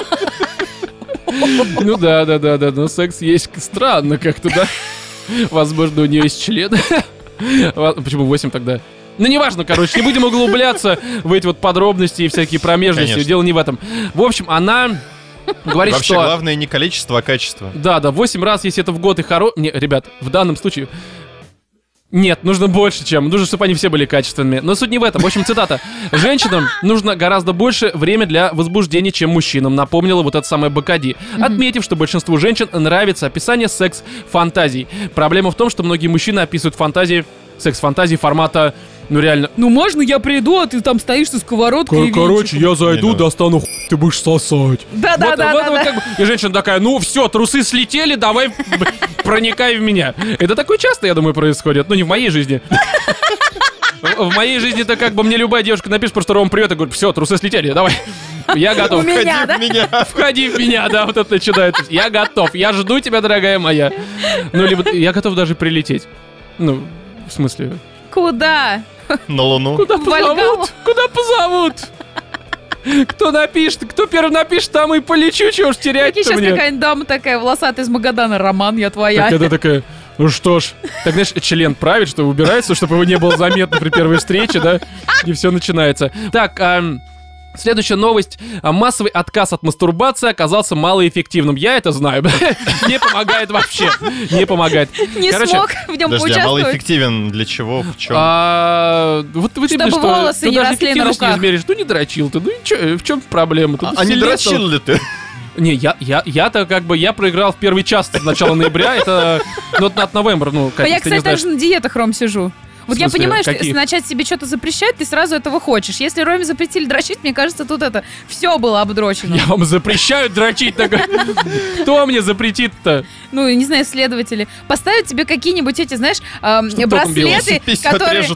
[SPEAKER 1] Ну да, но секс есть странно как-то, да. Возможно, у нее есть член. Почему 8 тогда? Ну, неважно, короче, не будем углубляться в эти вот подробности и всякие промежности. Конечно. Дело не в этом. В общем, она говорит,
[SPEAKER 3] вообще,
[SPEAKER 1] что...
[SPEAKER 3] главное не количество, а качество.
[SPEAKER 1] Да, 8 раз, если это в год и Не, ребят, в данном случае... Нет, нужно больше, чем... Нужно, чтобы они все были качественными. Но суть не в этом. В общем, цитата. «Женщинам нужно гораздо больше время для возбуждения, чем мужчинам», напомнила вот эта самая БКД, отметив, что большинству женщин нравится описание секс-фантазий. Проблема в том, что многие мужчины описывают фантазии, секс-фантазии формата... Ну реально. Ну можно я приду, а ты там стоишь со сковородкой и
[SPEAKER 4] короче, я зайду, достану хуй, ты будешь сосать.
[SPEAKER 2] Да.
[SPEAKER 1] И женщина такая, ну все, трусы слетели, давай проникай в меня. Это такое часто, я думаю, происходит. Ну не в моей жизни. В моей жизни это как бы мне любая девушка напишет, просто Ром, привет, и говорит, все, трусы слетели, давай. Я готов. Входи в меня, да, вот это начинается. Я готов, я жду тебя, дорогая моя. Ну либо я готов даже прилететь. Ну, В смысле?
[SPEAKER 2] Куда?
[SPEAKER 3] На Луну.
[SPEAKER 1] Куда позовут? Куда позовут? Кто напишет, кто первый напишет, там и полечу, чего ж терять-то
[SPEAKER 2] Сейчас
[SPEAKER 1] мне.
[SPEAKER 2] какая-нибудь дама такая волосатая из Магадана. Роман, я твоя.
[SPEAKER 1] Так это такая, ну что ж, так, знаешь, член правит, что убирается, чтобы его не было заметно при первой встрече, да, и все начинается. Так, следующая новость. Массовый отказ от мастурбации оказался малоэффективным. Я это знаю. Не помогает вообще. Не помогает.
[SPEAKER 2] Не смог в нем
[SPEAKER 3] Подожди, а
[SPEAKER 2] поучаствовать.
[SPEAKER 3] малоэффективен для чего? В чем?
[SPEAKER 1] Вот вы
[SPEAKER 2] Чтобы волосы не росли на руках.
[SPEAKER 1] не измеришь. Ну не дрочил ты. Ну и чё, в чем проблема?
[SPEAKER 3] А не дрочил ли ты?
[SPEAKER 1] Не, я-то как бы, я проиграл в первый час с начала ноября. Это, ну, от новembra, ну, как
[SPEAKER 2] Я,
[SPEAKER 1] ты не
[SPEAKER 2] кстати,
[SPEAKER 1] знаешь.
[SPEAKER 2] также на диетах, Ром, сижу. Вот я
[SPEAKER 1] смысле,
[SPEAKER 2] понимаю, что
[SPEAKER 1] каких?
[SPEAKER 2] если начать себе что-то запрещать, ты сразу этого хочешь. Если Роме запретили дрочить, мне кажется, тут это все было обдрочено.
[SPEAKER 1] Я вам запрещаю дрочить. Кто мне запретит-то?
[SPEAKER 2] Ну, не знаю, следователи. Поставят тебе какие-нибудь эти, знаешь,
[SPEAKER 1] током
[SPEAKER 2] браслеты,
[SPEAKER 3] Пись
[SPEAKER 2] которые...
[SPEAKER 3] отрежут.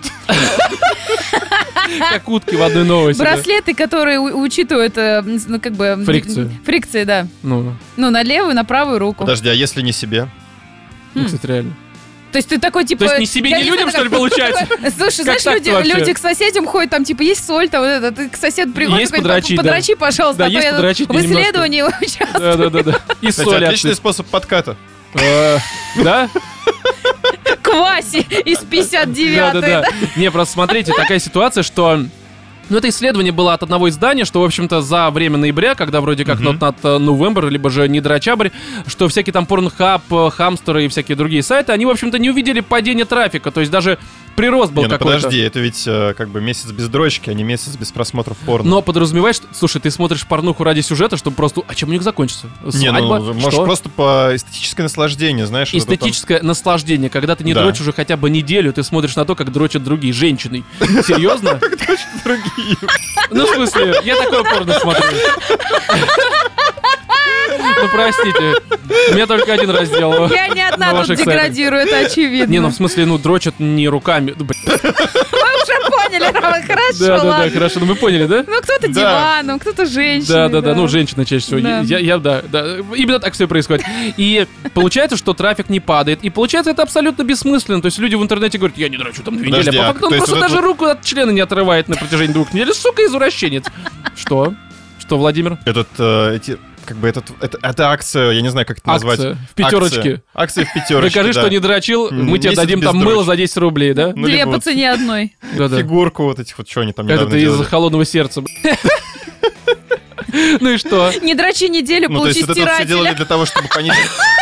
[SPEAKER 1] Как утки в одной новости. да.
[SPEAKER 2] Браслеты, которые учитывают, ну, как бы...
[SPEAKER 1] Фрикцию.
[SPEAKER 2] Фрикции, да.
[SPEAKER 1] Ну,
[SPEAKER 2] Ну, на левую, на правую руку.
[SPEAKER 3] Подожди, а если не себе?
[SPEAKER 1] кстати, реально.
[SPEAKER 2] То есть ты такой, типа...
[SPEAKER 1] То есть ни себе,
[SPEAKER 2] я
[SPEAKER 1] ни
[SPEAKER 2] не
[SPEAKER 1] людям,
[SPEAKER 2] знаю,
[SPEAKER 1] что ли, получается?
[SPEAKER 2] Слушай,
[SPEAKER 1] Как
[SPEAKER 2] знаешь,
[SPEAKER 1] так-то вообще?
[SPEAKER 2] люди к соседям ходят, там, типа, есть соль, там, вот это, ты к соседу приходишь,
[SPEAKER 1] Есть
[SPEAKER 2] такой,
[SPEAKER 1] подрочить, да.
[SPEAKER 2] подрочи, пожалуйста,
[SPEAKER 1] Да,
[SPEAKER 2] а то
[SPEAKER 1] есть
[SPEAKER 2] я тут
[SPEAKER 1] подрочить
[SPEAKER 2] в
[SPEAKER 1] немножко.
[SPEAKER 2] исследовании участвую.
[SPEAKER 1] Да. И
[SPEAKER 3] Кстати,
[SPEAKER 1] соль
[SPEAKER 3] отличный
[SPEAKER 1] отсыпь.
[SPEAKER 3] способ подката.
[SPEAKER 1] Да?
[SPEAKER 2] Кваси из 59-й.
[SPEAKER 1] Да. Не, просто смотрите, такая ситуация, что... Ну, это исследование было от одного издания, что, в общем-то, за время ноября, когда вроде как not November, либо же не дрочабрь, что всякие там Pornhub, Хамстеры и всякие другие сайты, они, в общем-то, не увидели падение трафика, то есть даже прирост был
[SPEAKER 3] Не, ну
[SPEAKER 1] какой-то.
[SPEAKER 3] подожди, это ведь как бы месяц без дрочки, а не месяц без просмотров порно.
[SPEAKER 1] Но подразумеваешь, что, слушай, ты смотришь порнуху ради сюжета, чтобы просто... А чем у них закончится?
[SPEAKER 3] Не,
[SPEAKER 1] Свадьба?
[SPEAKER 3] ну, может,
[SPEAKER 1] Что?
[SPEAKER 3] просто по эстетическое наслаждение, знаешь. вот это там.
[SPEAKER 1] Эстетическое наслаждение, когда ты не
[SPEAKER 3] Да.
[SPEAKER 1] дрочишь уже хотя бы неделю, ты смотришь на то, как дрочат другие женщины. Серьезно?
[SPEAKER 3] Другие.
[SPEAKER 1] Ну, в смысле, я такое порно смотрю. Ну, простите. У меня только один раздел.
[SPEAKER 2] Я не одна
[SPEAKER 1] На
[SPEAKER 2] тут
[SPEAKER 1] ваших сайтах.
[SPEAKER 2] деградирую, это очевидно.
[SPEAKER 1] Не, ну в смысле, ну дрочат не руками. Ну, блин.
[SPEAKER 2] Мы уже поняли, Рома, хорошо,
[SPEAKER 1] Да,
[SPEAKER 2] ладно.
[SPEAKER 1] хорошо, ну вы поняли, да?
[SPEAKER 2] Ну, кто-то
[SPEAKER 3] Да.
[SPEAKER 2] диваном, кто-то женщиной.
[SPEAKER 1] Да, ну женщина чаще всего.
[SPEAKER 2] Да.
[SPEAKER 1] Да. Именно так все происходит. И получается, что трафик не падает. И получается, это абсолютно бессмысленно. То есть люди в интернете говорят, я не дрочу там 2 недели.
[SPEAKER 3] Подожди,
[SPEAKER 1] А по
[SPEAKER 3] а
[SPEAKER 1] факту он
[SPEAKER 3] то есть
[SPEAKER 1] просто
[SPEAKER 3] вот это
[SPEAKER 1] даже руку от члена не отрывает на протяжении 2 недель. Сука, извращенец. Что? Что, Владимир?
[SPEAKER 3] Это акция, я не знаю, как это назвать.
[SPEAKER 1] Акция в пятерочке.
[SPEAKER 3] Акция в пятерочке.
[SPEAKER 1] Докажи,
[SPEAKER 3] да.
[SPEAKER 1] что не дрочил, мы тебе
[SPEAKER 3] Месяц
[SPEAKER 1] дадим
[SPEAKER 3] без
[SPEAKER 1] там мыло
[SPEAKER 3] дрочки.
[SPEAKER 1] за 10 рублей, да?
[SPEAKER 3] Ну,
[SPEAKER 2] Две
[SPEAKER 3] либо
[SPEAKER 2] по
[SPEAKER 3] вот
[SPEAKER 2] цене одной.
[SPEAKER 1] Да.
[SPEAKER 3] фигурку вот этих вот, что они там
[SPEAKER 1] Это
[SPEAKER 3] недавно
[SPEAKER 1] ты
[SPEAKER 3] делали.
[SPEAKER 1] из холодного сердца. Ну и что?
[SPEAKER 2] Не дрочи неделю,
[SPEAKER 3] Ну, то есть
[SPEAKER 2] получи
[SPEAKER 3] это все делали
[SPEAKER 2] стирателя.
[SPEAKER 3] для того, чтобы понизить...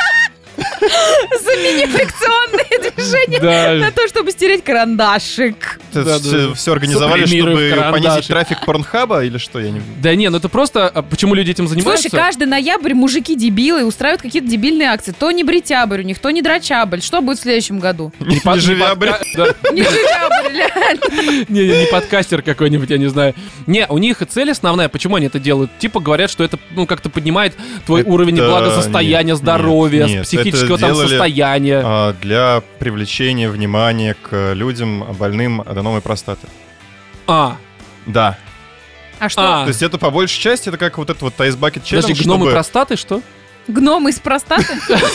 [SPEAKER 2] Замени фрикционные движения
[SPEAKER 1] Да.
[SPEAKER 2] на то, чтобы стереть карандашик.
[SPEAKER 1] Да.
[SPEAKER 3] Все организовали,
[SPEAKER 1] Сублимируй в
[SPEAKER 3] чтобы
[SPEAKER 1] карандашик.
[SPEAKER 3] понизить трафик Порнхаба или что? Я не...
[SPEAKER 1] Да не, ну это просто... Почему люди этим занимаются?
[SPEAKER 2] Слушай, каждый ноябрь мужики-дебилы устраивают какие-то дебильные акции. То не бритябрь у них, то не дрочабль. Что будет в следующем году?
[SPEAKER 3] Не
[SPEAKER 1] Под-
[SPEAKER 3] живябрь.
[SPEAKER 1] да.
[SPEAKER 2] Не дрочабль, реально.
[SPEAKER 1] Не подкастер какой-нибудь, я не знаю. Не, у них цель основная, почему они это делают? Типа говорят, что это, ну, как-то поднимает твой
[SPEAKER 3] Это
[SPEAKER 1] уровень благосостояния,
[SPEAKER 3] нет,
[SPEAKER 1] здоровья,
[SPEAKER 3] нет,
[SPEAKER 1] психического
[SPEAKER 3] это
[SPEAKER 1] там
[SPEAKER 3] делали,
[SPEAKER 1] состояния.
[SPEAKER 3] Для привлечения внимания к людям, больным аденомой простаты. Да.
[SPEAKER 2] А что?
[SPEAKER 3] То есть это по большей части, это как вот этот вот Ice Bucket Challenge,
[SPEAKER 1] Подожди, гномы
[SPEAKER 3] чтобы-
[SPEAKER 1] простаты, что?
[SPEAKER 2] Гном из простаты?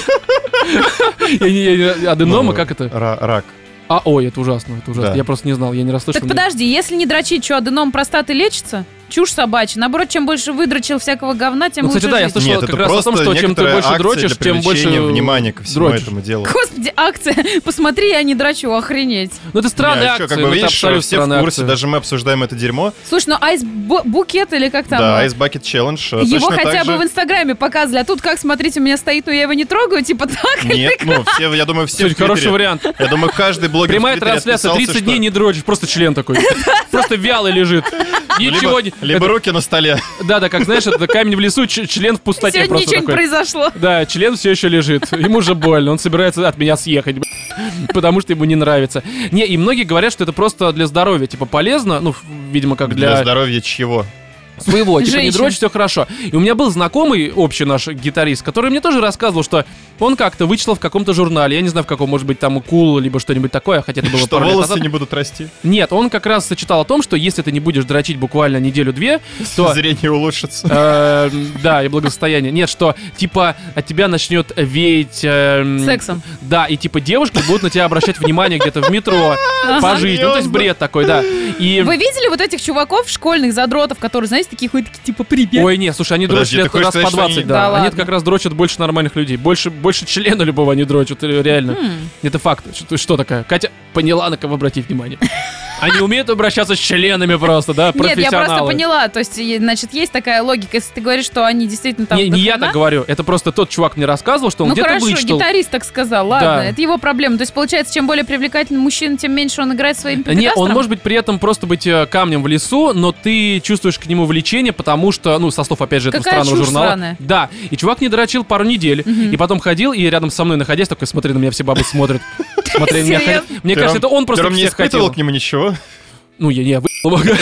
[SPEAKER 1] Аденома,
[SPEAKER 3] Ну,
[SPEAKER 1] как это?
[SPEAKER 3] Рак.
[SPEAKER 1] Ой, это ужасно, это ужасно.
[SPEAKER 3] Да.
[SPEAKER 1] Я просто не знал, я не расслышал.
[SPEAKER 2] Так подожди, если не дрочить, что, аденом простаты лечится? Чушь собачья. Наоборот, чем больше выдрочил всякого говна, тем
[SPEAKER 1] Ну, кстати,
[SPEAKER 2] лучше
[SPEAKER 1] да, я
[SPEAKER 2] жить.
[SPEAKER 1] слышал
[SPEAKER 3] Нет,
[SPEAKER 1] как
[SPEAKER 3] это
[SPEAKER 1] раз о том,
[SPEAKER 3] просто
[SPEAKER 1] что чем ты
[SPEAKER 3] некоторая
[SPEAKER 1] больше
[SPEAKER 3] акция
[SPEAKER 1] дрочишь,
[SPEAKER 3] для
[SPEAKER 1] тем больше
[SPEAKER 3] привлечения внимания ко всему
[SPEAKER 1] дрочишь.
[SPEAKER 3] этому делу.
[SPEAKER 2] Господи, акция. Посмотри, я не дрочу, охренеть.
[SPEAKER 1] Ну, это странная
[SPEAKER 3] Не, а
[SPEAKER 1] акция.
[SPEAKER 3] чё, как
[SPEAKER 1] ну,
[SPEAKER 3] бы
[SPEAKER 1] это
[SPEAKER 3] видишь,
[SPEAKER 1] абсолютно
[SPEAKER 3] все в
[SPEAKER 1] странная
[SPEAKER 3] курсе,
[SPEAKER 1] акция.
[SPEAKER 3] даже мы обсуждаем это дерьмо.
[SPEAKER 2] Слушай, ну айс-букет или как там?
[SPEAKER 3] Да, Ice Bucket Challenge.
[SPEAKER 2] Его
[SPEAKER 3] точно
[SPEAKER 2] хотя
[SPEAKER 3] так
[SPEAKER 2] бы
[SPEAKER 3] же.
[SPEAKER 2] в Инстаграме показывали, а тут как, смотрите, у меня стоит, но я его не трогаю, типа так.
[SPEAKER 3] Нет, ну, все, я думаю, все в
[SPEAKER 1] Кстати, хороший
[SPEAKER 3] Твиттере-
[SPEAKER 1] вариант.
[SPEAKER 3] Я думаю, каждый блогер
[SPEAKER 1] Прямая
[SPEAKER 3] в Твиттере
[SPEAKER 1] трансляция,
[SPEAKER 3] отписался,
[SPEAKER 1] 30 дней
[SPEAKER 3] что-
[SPEAKER 1] не дрочишь, просто член такой. Просто вялый лежит. Ничего не...
[SPEAKER 3] Либо руки на столе.
[SPEAKER 1] Да, как знаешь, это камень в лесу, член в пустоте
[SPEAKER 2] Сегодня
[SPEAKER 1] просто
[SPEAKER 2] ничего не
[SPEAKER 1] такой.
[SPEAKER 2] произошло.
[SPEAKER 1] Да, член все еще лежит. Ему же больно. Он собирается от меня съехать, потому что ему не нравится. Не, и многие говорят, что это просто для здоровья, типа полезно, ну, видимо, как
[SPEAKER 3] Для
[SPEAKER 1] для...
[SPEAKER 3] здоровья чьего?
[SPEAKER 1] Своего, типа, не
[SPEAKER 2] Женщин.
[SPEAKER 1] дрочь, все хорошо. И у меня был знакомый, общий наш гитарист, который мне тоже рассказывал, что он как-то вычитал в каком-то журнале, я не знаю в каком, может быть, там Cool, либо что-нибудь такое, хотя это было
[SPEAKER 3] Что
[SPEAKER 1] пару лет
[SPEAKER 3] волосы
[SPEAKER 1] назад.
[SPEAKER 3] не будут расти.
[SPEAKER 1] Нет, он как раз читал о том, что если ты не будешь дрочить буквально неделю-две, то...
[SPEAKER 3] Зрение улучшится.
[SPEAKER 1] Да, и благосостояние. Нет, что, типа, от тебя начнет веять...
[SPEAKER 2] Сексом.
[SPEAKER 1] Да, и, типа, девушки будут на тебя обращать внимание где-то в метро, по жизни. Ну, то есть бред такой, да. И...
[SPEAKER 2] Вы видели вот этих чуваков, школьных задротов, которые, знаете, такие ходят, такие, типа, привет?
[SPEAKER 1] Ой, не, слушай, они
[SPEAKER 3] Подожди,
[SPEAKER 1] дрочат
[SPEAKER 3] ты хочешь
[SPEAKER 1] раз по
[SPEAKER 3] сказать, что
[SPEAKER 1] 20,
[SPEAKER 3] они-
[SPEAKER 1] да.
[SPEAKER 2] Да
[SPEAKER 1] Они
[SPEAKER 2] ладно.
[SPEAKER 1] как раз дрочат больше нормальных людей. Больше члена любого они дрочат, реально. Это факт. Что такая? Катя поняла, на кого обратить внимание. Они умеют обращаться с членами просто, да,
[SPEAKER 2] Нет, я
[SPEAKER 1] профессионалы.
[SPEAKER 2] просто поняла, то есть, значит, есть такая логика, если ты говоришь, что они действительно там...
[SPEAKER 1] Не я
[SPEAKER 2] дохрена.
[SPEAKER 1] так говорю, это просто тот чувак мне рассказывал, что он
[SPEAKER 2] Ну
[SPEAKER 1] где-то
[SPEAKER 2] хорошо,
[SPEAKER 1] вычитал.
[SPEAKER 2] гитарист так сказал, ладно,
[SPEAKER 1] Да.
[SPEAKER 2] это его проблема. То есть, получается, чем более привлекательный мужчина, тем меньше он играет своим
[SPEAKER 1] Не,
[SPEAKER 2] педастром?
[SPEAKER 1] он может быть при этом просто быть камнем в лесу, но ты чувствуешь к нему влечение, потому что, ну, со слов, опять же, этого
[SPEAKER 2] Какая
[SPEAKER 1] странного
[SPEAKER 2] чушь
[SPEAKER 1] журнала.
[SPEAKER 2] сраная.
[SPEAKER 1] Да, и чувак не дрочил пару недель, и потом ходил, и рядом со мной находясь, такой, смотри, на меня все бабы смотрят. Смотри, на меня
[SPEAKER 2] Серьезно?
[SPEAKER 1] хотят. Мне кажется, это он просто
[SPEAKER 3] Ты не
[SPEAKER 1] всех
[SPEAKER 3] испытывал
[SPEAKER 1] хотел.
[SPEAKER 3] к нему ничего?
[SPEAKER 1] Ну, я выебал его.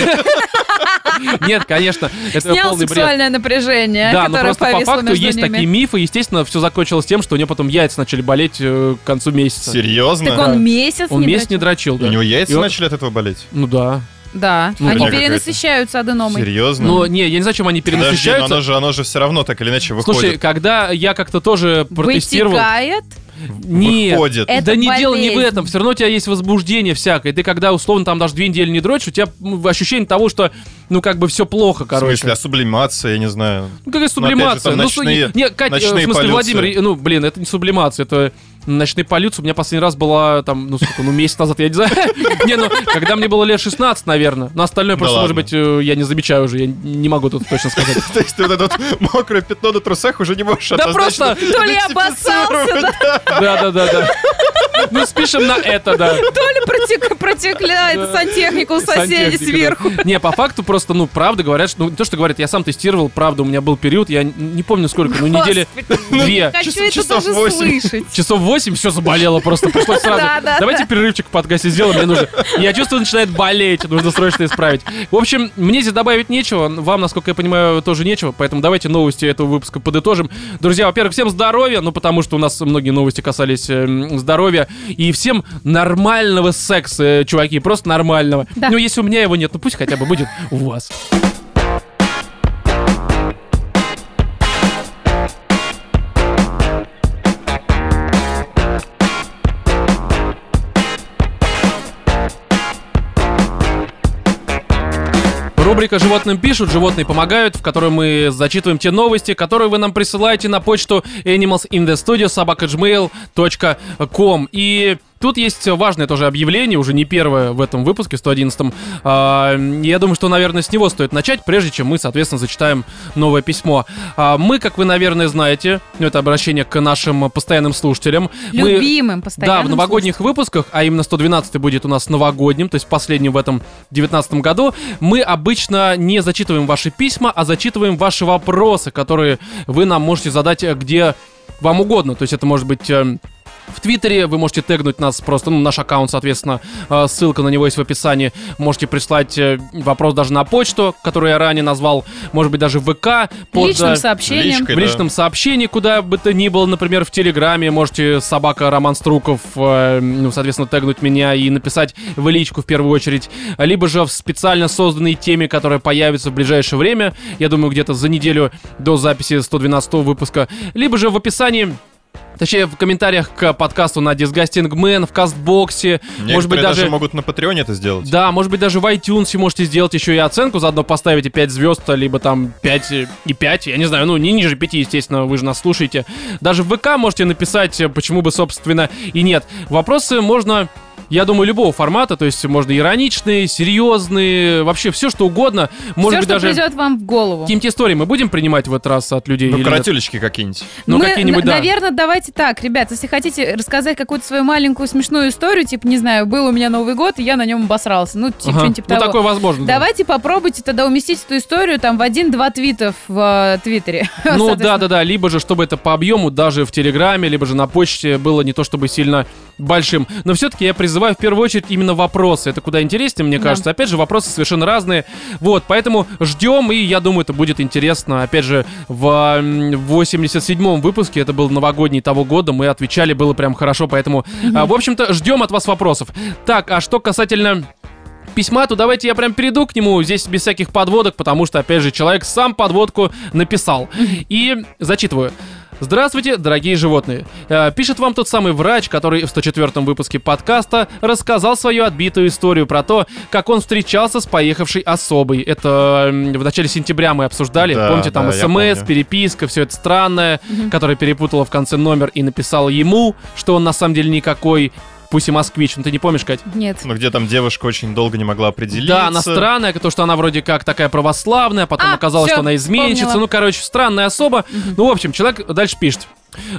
[SPEAKER 1] Нет, конечно, это
[SPEAKER 2] Снял
[SPEAKER 1] полный бред.
[SPEAKER 2] сексуальное напряжение,
[SPEAKER 1] Да, но
[SPEAKER 2] которое
[SPEAKER 1] просто по
[SPEAKER 2] повисло
[SPEAKER 1] факту
[SPEAKER 2] между
[SPEAKER 1] есть
[SPEAKER 2] ними.
[SPEAKER 1] такие мифы. Естественно, все закончилось тем, что у него потом яйца начали болеть к концу месяца.
[SPEAKER 3] Серьезно?
[SPEAKER 2] Так он месяц
[SPEAKER 1] Он
[SPEAKER 2] не
[SPEAKER 1] месяц не
[SPEAKER 2] дрочил?
[SPEAKER 1] дрочил, да.
[SPEAKER 3] У него яйца
[SPEAKER 1] И он-
[SPEAKER 3] начали от этого болеть?
[SPEAKER 1] Ну да.
[SPEAKER 2] Да,
[SPEAKER 1] Ну,
[SPEAKER 2] они
[SPEAKER 1] да.
[SPEAKER 2] перенасыщаются аденомой.
[SPEAKER 3] Серьезно?
[SPEAKER 1] Но не, я не знаю, чем они
[SPEAKER 3] Подожди, но
[SPEAKER 1] перенасыщаются.
[SPEAKER 3] оно же все равно так или иначе выходит.
[SPEAKER 1] Слушай, когда я как-то тоже протестировал...
[SPEAKER 2] Вытекает.
[SPEAKER 1] Нет,
[SPEAKER 3] Выходит.
[SPEAKER 2] Это
[SPEAKER 1] да не дело не в
[SPEAKER 2] болезнь.
[SPEAKER 1] этом, все равно у тебя есть возбуждение всякое. Ты когда условно там даже 2 недели не дрочишь, у тебя ощущение того, что ну как бы все плохо,
[SPEAKER 3] В
[SPEAKER 1] короче.
[SPEAKER 3] смысле, а сублимация, я не знаю.
[SPEAKER 1] Ну какая
[SPEAKER 3] Ну, опять же,
[SPEAKER 1] сублимация?
[SPEAKER 3] там
[SPEAKER 1] Ну,
[SPEAKER 3] ночные-
[SPEAKER 1] не, Кать,
[SPEAKER 3] ночные
[SPEAKER 1] в смысле,
[SPEAKER 3] полюции.
[SPEAKER 1] Владимир, ну блин, это не сублимация, это ночные полюции. У меня последний раз была там, ну сколько, ну месяц назад, я не знаю. Не, ну когда мне было лет 16, наверное. Но остальное
[SPEAKER 3] Да
[SPEAKER 1] просто, может
[SPEAKER 3] ладно.
[SPEAKER 1] быть, я не замечаю уже, я не могу тут точно сказать.
[SPEAKER 3] То есть ты вот это вот мокрое пятно на трусах уже не можешь
[SPEAKER 1] Да
[SPEAKER 3] однозначно
[SPEAKER 1] просто-
[SPEAKER 2] То ли обоссался, да,
[SPEAKER 1] Да. Ну спишем на это, да.
[SPEAKER 2] то ли протекли это сантехнику у соседей
[SPEAKER 1] Сантехника,
[SPEAKER 2] сверху.
[SPEAKER 1] да. Не, по факту просто, ну, правда говорят, что, ну, не то, что говорят, я сам тестировал, правда, у меня был период, я не помню сколько, ну, недели
[SPEAKER 2] Господи,
[SPEAKER 1] 2.
[SPEAKER 2] Хочу это
[SPEAKER 3] часов
[SPEAKER 2] тоже
[SPEAKER 3] 8.
[SPEAKER 2] слышать.
[SPEAKER 1] Часов 8, все заболело просто, пришлось сразу.
[SPEAKER 2] Да.
[SPEAKER 1] Давайте перерывчик в подкасте сделаем, мне нужно. Я чувствую, начинает болеть, нужно срочно исправить. В общем, мне здесь добавить нечего, вам, насколько я понимаю, тоже нечего, поэтому давайте новости этого выпуска подытожим. Друзья, во-первых, всем здоровья, ну, потому что у нас многие новости касались здоровья, и всем нормального секса, чуваки, просто нормального.
[SPEAKER 2] Да.
[SPEAKER 1] Ну, если у меня его нет, ну, пусть хотя бы будет у вас. Рубрика «Животным пишут, животные помогают», в которой мы зачитываем те новости, которые вы нам присылаете на почту animalsinthestudio@gmail.com. И тут есть важное тоже объявление, уже не первое в этом выпуске, 111-м. Я думаю, что, наверное, с него стоит начать, прежде чем мы, соответственно, зачитаем новое письмо. Мы, как вы, наверное, знаете, это обращение к нашим постоянным слушателям. Мы-
[SPEAKER 2] Любимым постоянным.
[SPEAKER 1] Да, в новогодних выпусках, а именно 112-й будет у нас новогодним, то есть последним в этом 19 году, мы обычно не зачитываем ваши письма, а зачитываем ваши вопросы, которые вы нам можете задать где вам угодно. То есть это может быть... В Твиттере вы можете тегнуть нас просто, ну, наш аккаунт, соответственно, ссылка на него есть в описании. Можете прислать вопрос даже на почту, которую я ранее назвал, может быть, даже в ВК.
[SPEAKER 2] Личным сообщением.
[SPEAKER 3] личкой.
[SPEAKER 1] В личном сообщении, куда бы то ни было, например, в Телеграме, можете собака Роман Струков, ну, соответственно, тегнуть меня и написать в личку в первую очередь. Либо же в специально созданной теме, которая появится в ближайшее время, я думаю, где-то за неделю до записи 112-го выпуска. Либо же в описании... Точнее, в комментариях к подкасту на Disgusting Man, в Кастбоксе, может быть,
[SPEAKER 3] Некоторые даже
[SPEAKER 1] даже...
[SPEAKER 3] могут на Патреоне это сделать.
[SPEAKER 1] Да, может быть, даже в iTunes можете сделать еще и оценку, заодно поставите 5 звезд, либо там 5 и 5, я не знаю, ну, не ниже 5, естественно, вы же нас слушаете. Даже в ВК можете написать, почему бы, собственно, и нет. Вопросы можно... Я думаю, любого формата, то есть можно ироничные, серьезные, вообще все что угодно. Может
[SPEAKER 2] Все,
[SPEAKER 1] быть,
[SPEAKER 2] что
[SPEAKER 1] даже
[SPEAKER 2] придет вам в голову.
[SPEAKER 1] какие-нибудь истории мы будем принимать в этот раз от людей?
[SPEAKER 3] Ну,
[SPEAKER 1] или нет?
[SPEAKER 3] каратюлечки какие-нибудь.
[SPEAKER 1] Ну, какие-нибудь, да.
[SPEAKER 2] Наверное, давайте так, ребят, если хотите рассказать какую-то свою маленькую смешную историю, типа, не знаю, был у меня Новый год, и я на нем обосрался, ну, типа,
[SPEAKER 1] Ага.
[SPEAKER 2] что-нибудь типа
[SPEAKER 1] Ну,
[SPEAKER 2] того.
[SPEAKER 1] такое возможно. да.
[SPEAKER 2] Давайте попробуйте тогда уместить эту историю там в 1-2 твита в Твиттере.
[SPEAKER 1] Ну
[SPEAKER 2] Соответственно.
[SPEAKER 1] да, либо же, чтобы это по объему даже в Телеграме, либо же на почте было не то чтобы сильно большим. Но все-таки я призываю вызываю в первую очередь именно вопросы. Это куда интереснее, мне кажется. Опять же, вопросы совершенно разные. Вот, поэтому ждем, и я думаю, это будет интересно. Опять же, в 87-м выпуске, это был новогодний того года, мы отвечали, было прям хорошо, поэтому, в общем-то, ждем от вас вопросов. Так, а что касательно письма, то давайте я прям перейду к нему здесь без всяких подводок, потому что, опять же, человек сам подводку написал. И зачитываю. Здравствуйте, дорогие животные. Пишет вам тот самый врач, который в 104-м выпуске подкаста рассказал свою отбитую историю про то, как он встречался с поехавшей особой. Это в начале сентября мы обсуждали. Да, помните, там СМС, переписка, все это странное, которая перепутала в конце номер и написала ему, что он на самом деле никакой. Пусть и москвич, ну ты не помнишь, Кать?
[SPEAKER 2] Нет.
[SPEAKER 3] Ну где там девушка очень долго не могла определиться.
[SPEAKER 1] Да, она странная, то, что она вроде как такая православная, потом оказалось, что она изменщица. Вспомнила. Ну, короче, странная особа. Ну, в общем, человек дальше пишет.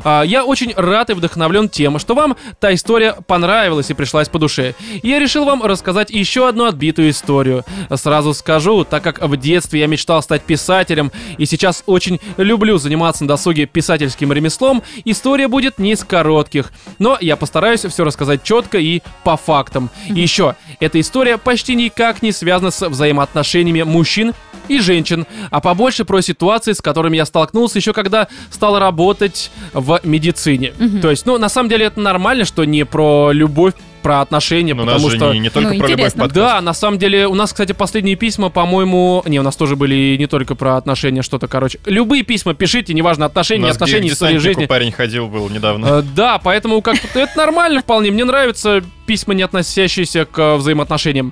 [SPEAKER 1] Я очень рад и вдохновлен тем, что вам та история понравилась и пришлась по душе. И я решил вам рассказать еще одну отбитую историю. Сразу скажу, так как в детстве я мечтал стать писателем и сейчас очень люблю заниматься на досуге писательским ремеслом, история будет не из коротких, но я постараюсь все рассказать четко и по фактам. И еще, эта история почти никак не связана с взаимоотношениями мужчин и женщин, а побольше про ситуации, с которыми я столкнулся еще когда стал работать в медицине. То есть, ну, на самом деле это нормально, что не про любовь, про отношения, но потому что...
[SPEAKER 3] не только про любовь подкаст.
[SPEAKER 1] Да, на самом деле, у нас, кстати, последние письма, по-моему... Не, у нас тоже были не только про отношения, что-то, короче. Любые письма пишите, неважно, отношения, не отношения, истории жизни.
[SPEAKER 3] Парень ходил, был недавно.
[SPEAKER 1] Да, поэтому как-то это нормально вполне. Мне нравятся письма, не относящиеся к взаимоотношениям.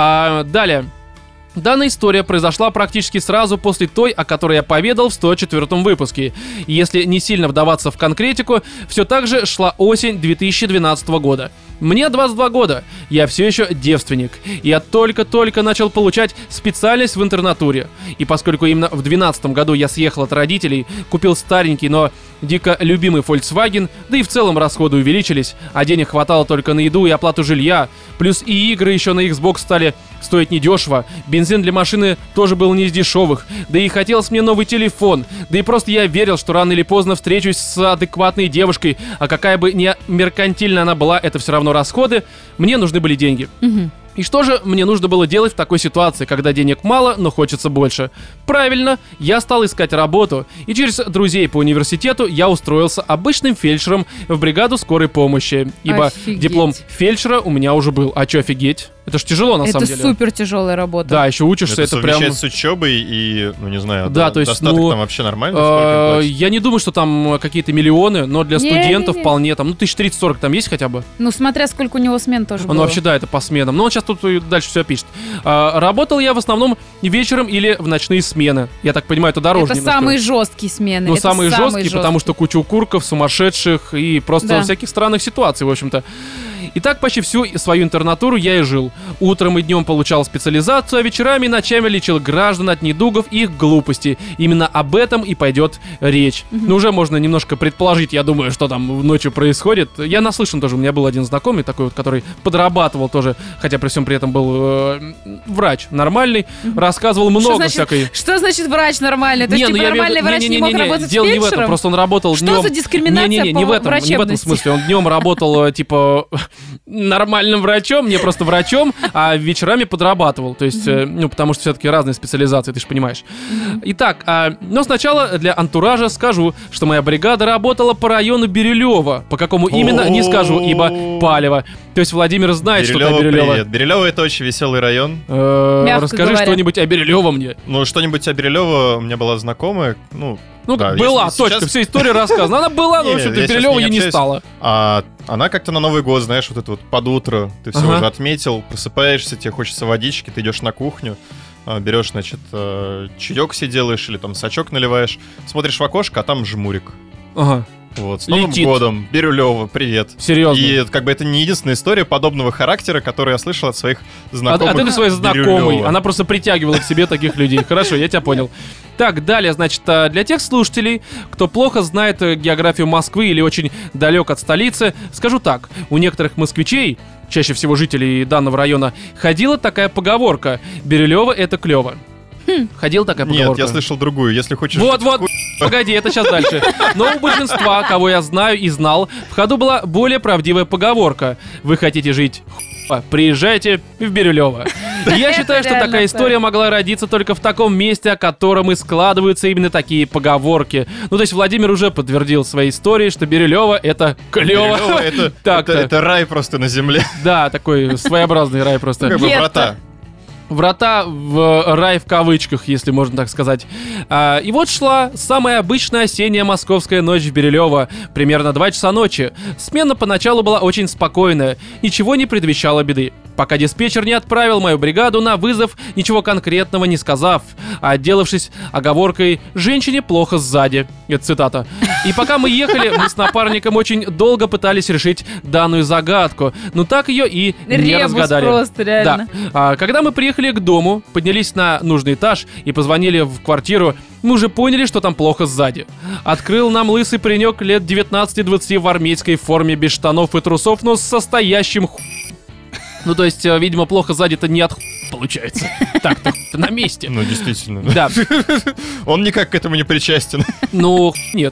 [SPEAKER 1] Далее. Данная история произошла практически сразу после той, о которой я поведал в 104-м выпуске. И если не сильно вдаваться в конкретику, все так же шла осень 2012 года. Мне 22 года, я все еще девственник. Я только-только начал получать специальность в интернатуре. И поскольку именно в 2012 году я съехал от родителей, купил старенький, но дико любимый Volkswagen, да и в целом расходы увеличились, а денег хватало только на еду и оплату жилья, плюс и игры еще на Xbox стали стоить недешево, бензин для машины тоже был не из дешевых, да и хотелось мне новый телефон, да и просто я верил, что рано или поздно встречусь с адекватной девушкой, а какая бы ни меркантильная она была, это все равно расходы, мне нужны были деньги. И что же мне нужно было делать в такой ситуации, когда денег мало, но хочется больше? Правильно, я стал искать работу, и через друзей по университету я устроился обычным фельдшером в бригаду скорой помощи, ибо диплом фельдшера у меня уже был. А чё офигеть? Это ж тяжело, на самом деле.
[SPEAKER 2] Это супер тяжелая работа.
[SPEAKER 1] Да, еще учишься, это прям...
[SPEAKER 3] совмещать с учебой и, ну не знаю,
[SPEAKER 1] да, то есть,
[SPEAKER 3] достаток там вообще нормально?
[SPEAKER 1] Я не думаю, что там какие-то миллионы, но для студентов вполне там, ну 1030-40 там есть хотя бы?
[SPEAKER 2] Ну смотря сколько у него смен тоже было.
[SPEAKER 1] Ну вообще да, это по сменам. Но он сейчас тут дальше все пишет. Работал я в основном вечером или в ночные смены. Я так понимаю, это дороже
[SPEAKER 2] Это
[SPEAKER 1] немножко.
[SPEAKER 2] Самые жесткие смены.
[SPEAKER 1] Ну самые жесткие, потому что куча укурков, сумасшедших и просто всяких странных ситуаций, в общем-то. И так почти всю свою интернатуру я и жил. Утром и днем получал специализацию, а вечерами и ночами лечил граждан от недугов и их глупости. Именно об этом и пойдет речь. Ну, уже можно немножко предположить, я думаю, что там ночью происходит. Я наслышан тоже, у меня был один знакомый такой вот, который подрабатывал тоже, хотя при всем при этом был врач нормальный, рассказывал много всякой...
[SPEAKER 2] Что значит врач нормальный? То есть, типа, нормальный врач не мог работать с фельдшером?
[SPEAKER 1] Дело не в этом, просто он работал днем...
[SPEAKER 2] Что за дискриминация по врачебности?
[SPEAKER 1] Не в этом смысле, он днем работал, типа... нормальным врачом, не просто врачом, а вечерами подрабатывал. То есть, ну, потому что все-таки разные специализации, ты же понимаешь. Итак, но сначала для антуража скажу, что моя бригада работала по району Бирюлево. По какому именно, не скажу, ибо палево. То есть Владимир знает, что такое Бирюлево.
[SPEAKER 3] Привет. Бирюлево — это очень веселый район.
[SPEAKER 1] Расскажи что-нибудь о Бирюлево мне.
[SPEAKER 3] Ну, что-нибудь о Бирюлево. У меня была знакомая, ну,
[SPEAKER 1] да, была, точка, сейчас... вся история рассказана. Она была, но, в общем-то, Бирюлево ей не стало.
[SPEAKER 3] А она как-то на Новый год, знаешь, вот это вот под утро, ты все уже отметил, просыпаешься, тебе хочется водички, ты идешь на кухню, берешь, значит, чаек себе делаешь или там сачок наливаешь, смотришь в окошко, а там жмурик.
[SPEAKER 1] Ага.
[SPEAKER 3] Вот, с Новым годом, Бирюлево, привет.
[SPEAKER 1] Серьезно?
[SPEAKER 3] И как бы это не единственная история подобного характера, которую я слышал от своих знакомых.
[SPEAKER 1] От своей знакомой. Она просто притягивала к себе таких людей. Хорошо, я тебя понял. Так, далее, значит, для тех слушателей, кто плохо знает географию Москвы или очень далек от столицы, скажу так. У некоторых москвичей, чаще всего жителей данного района, ходила такая поговорка: Бирюлево — это клево. Ходила такая поговорка?
[SPEAKER 3] Нет, я слышал другую. Если хочешь...
[SPEAKER 1] Вот, погоди, это сейчас дальше. Но у большинства, кого я знаю и знал, в ходу была более правдивая поговорка. Вы хотите жить приезжайте в Бирюлево. Я считаю, что такая история могла родиться только в таком месте, о котором и складываются именно такие поговорки. Ну, то есть Владимир уже подтвердил своей историей, что Бирюлево — это клево.
[SPEAKER 3] Это рай просто на земле.
[SPEAKER 1] Да, такой своеобразный рай просто.
[SPEAKER 3] Как бы врата.
[SPEAKER 1] Врата в рай в кавычках, если можно так сказать. И вот шла самая обычная осенняя московская ночь в Бирюлево, примерно 2 часа ночи. Смена поначалу была очень спокойная, ничего не предвещало беды. Пока диспетчер не отправил мою бригаду на вызов, ничего конкретного не сказав, а отделавшись оговоркой «женщине плохо сзади». Это цитата. И пока мы ехали, мы с напарником очень долго пытались решить данную загадку, но так ее и не разгадали.
[SPEAKER 2] Просто, реально.
[SPEAKER 1] Да. Когда мы приехали к дому, поднялись на нужный этаж и позвонили в квартиру, мы уже поняли, что там плохо сзади. Открыл нам лысый паренек лет 19-20 в армейской форме, без штанов и трусов, но с состоящим Ну, то есть, видимо, плохо сзади-то не от получается. Так-то на месте.
[SPEAKER 3] Ну, действительно.
[SPEAKER 1] Да.
[SPEAKER 3] Он никак к этому не причастен.
[SPEAKER 1] Ну, нет.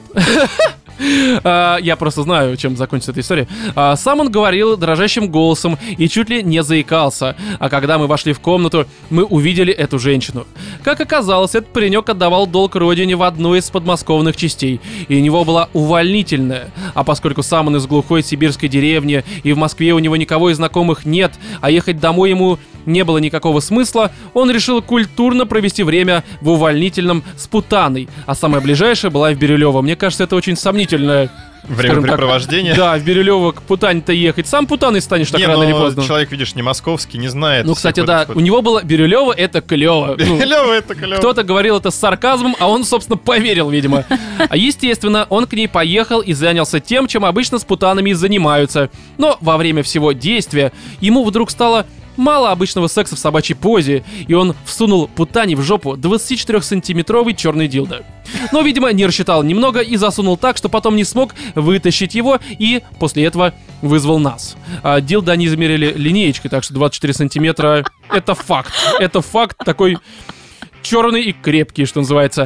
[SPEAKER 1] Я просто знаю, чем закончится эта история. Сам он говорил дрожащим голосом и чуть ли не заикался. А когда мы вошли в комнату, мы увидели эту женщину. Как оказалось, этот паренек отдавал долг родине в одной из подмосковных частей, и у него была увольнительная. А поскольку сам он из глухой сибирской деревни, и в Москве у него никого из знакомых нет, а ехать домой ему не было никакого смысла, он решил культурно провести время в увольнительном с Путаной, а самая ближайшая была в Бирюлево. Мне кажется, это очень сомнительное
[SPEAKER 3] времяпрепровождение.
[SPEAKER 1] Да, в Бирюлево к Путане-то ехать. Сам Путаной станешь так рано или поздно.
[SPEAKER 3] Человек, видишь, не московский, не знает.
[SPEAKER 1] Ну, кстати, да, у него было Бирюлево — это клево.
[SPEAKER 3] Бирюлево — это клево.
[SPEAKER 1] Кто-то говорил это с сарказмом, а он, собственно, поверил, видимо. А естественно, он к ней поехал и занялся тем, чем обычно с путанами и занимаются. Но во время всего действия ему вдруг стало мало обычного секса в собачьей позе, и он всунул Путане в жопу 24-сантиметровый черный дилдо. Но, видимо, не рассчитал немного и засунул так, что потом не смог вытащить его, и после этого вызвал нас. Дилдо они измерили линеечкой, так что 24 сантиметра — это факт. Это факт такой черный и крепкий, что называется.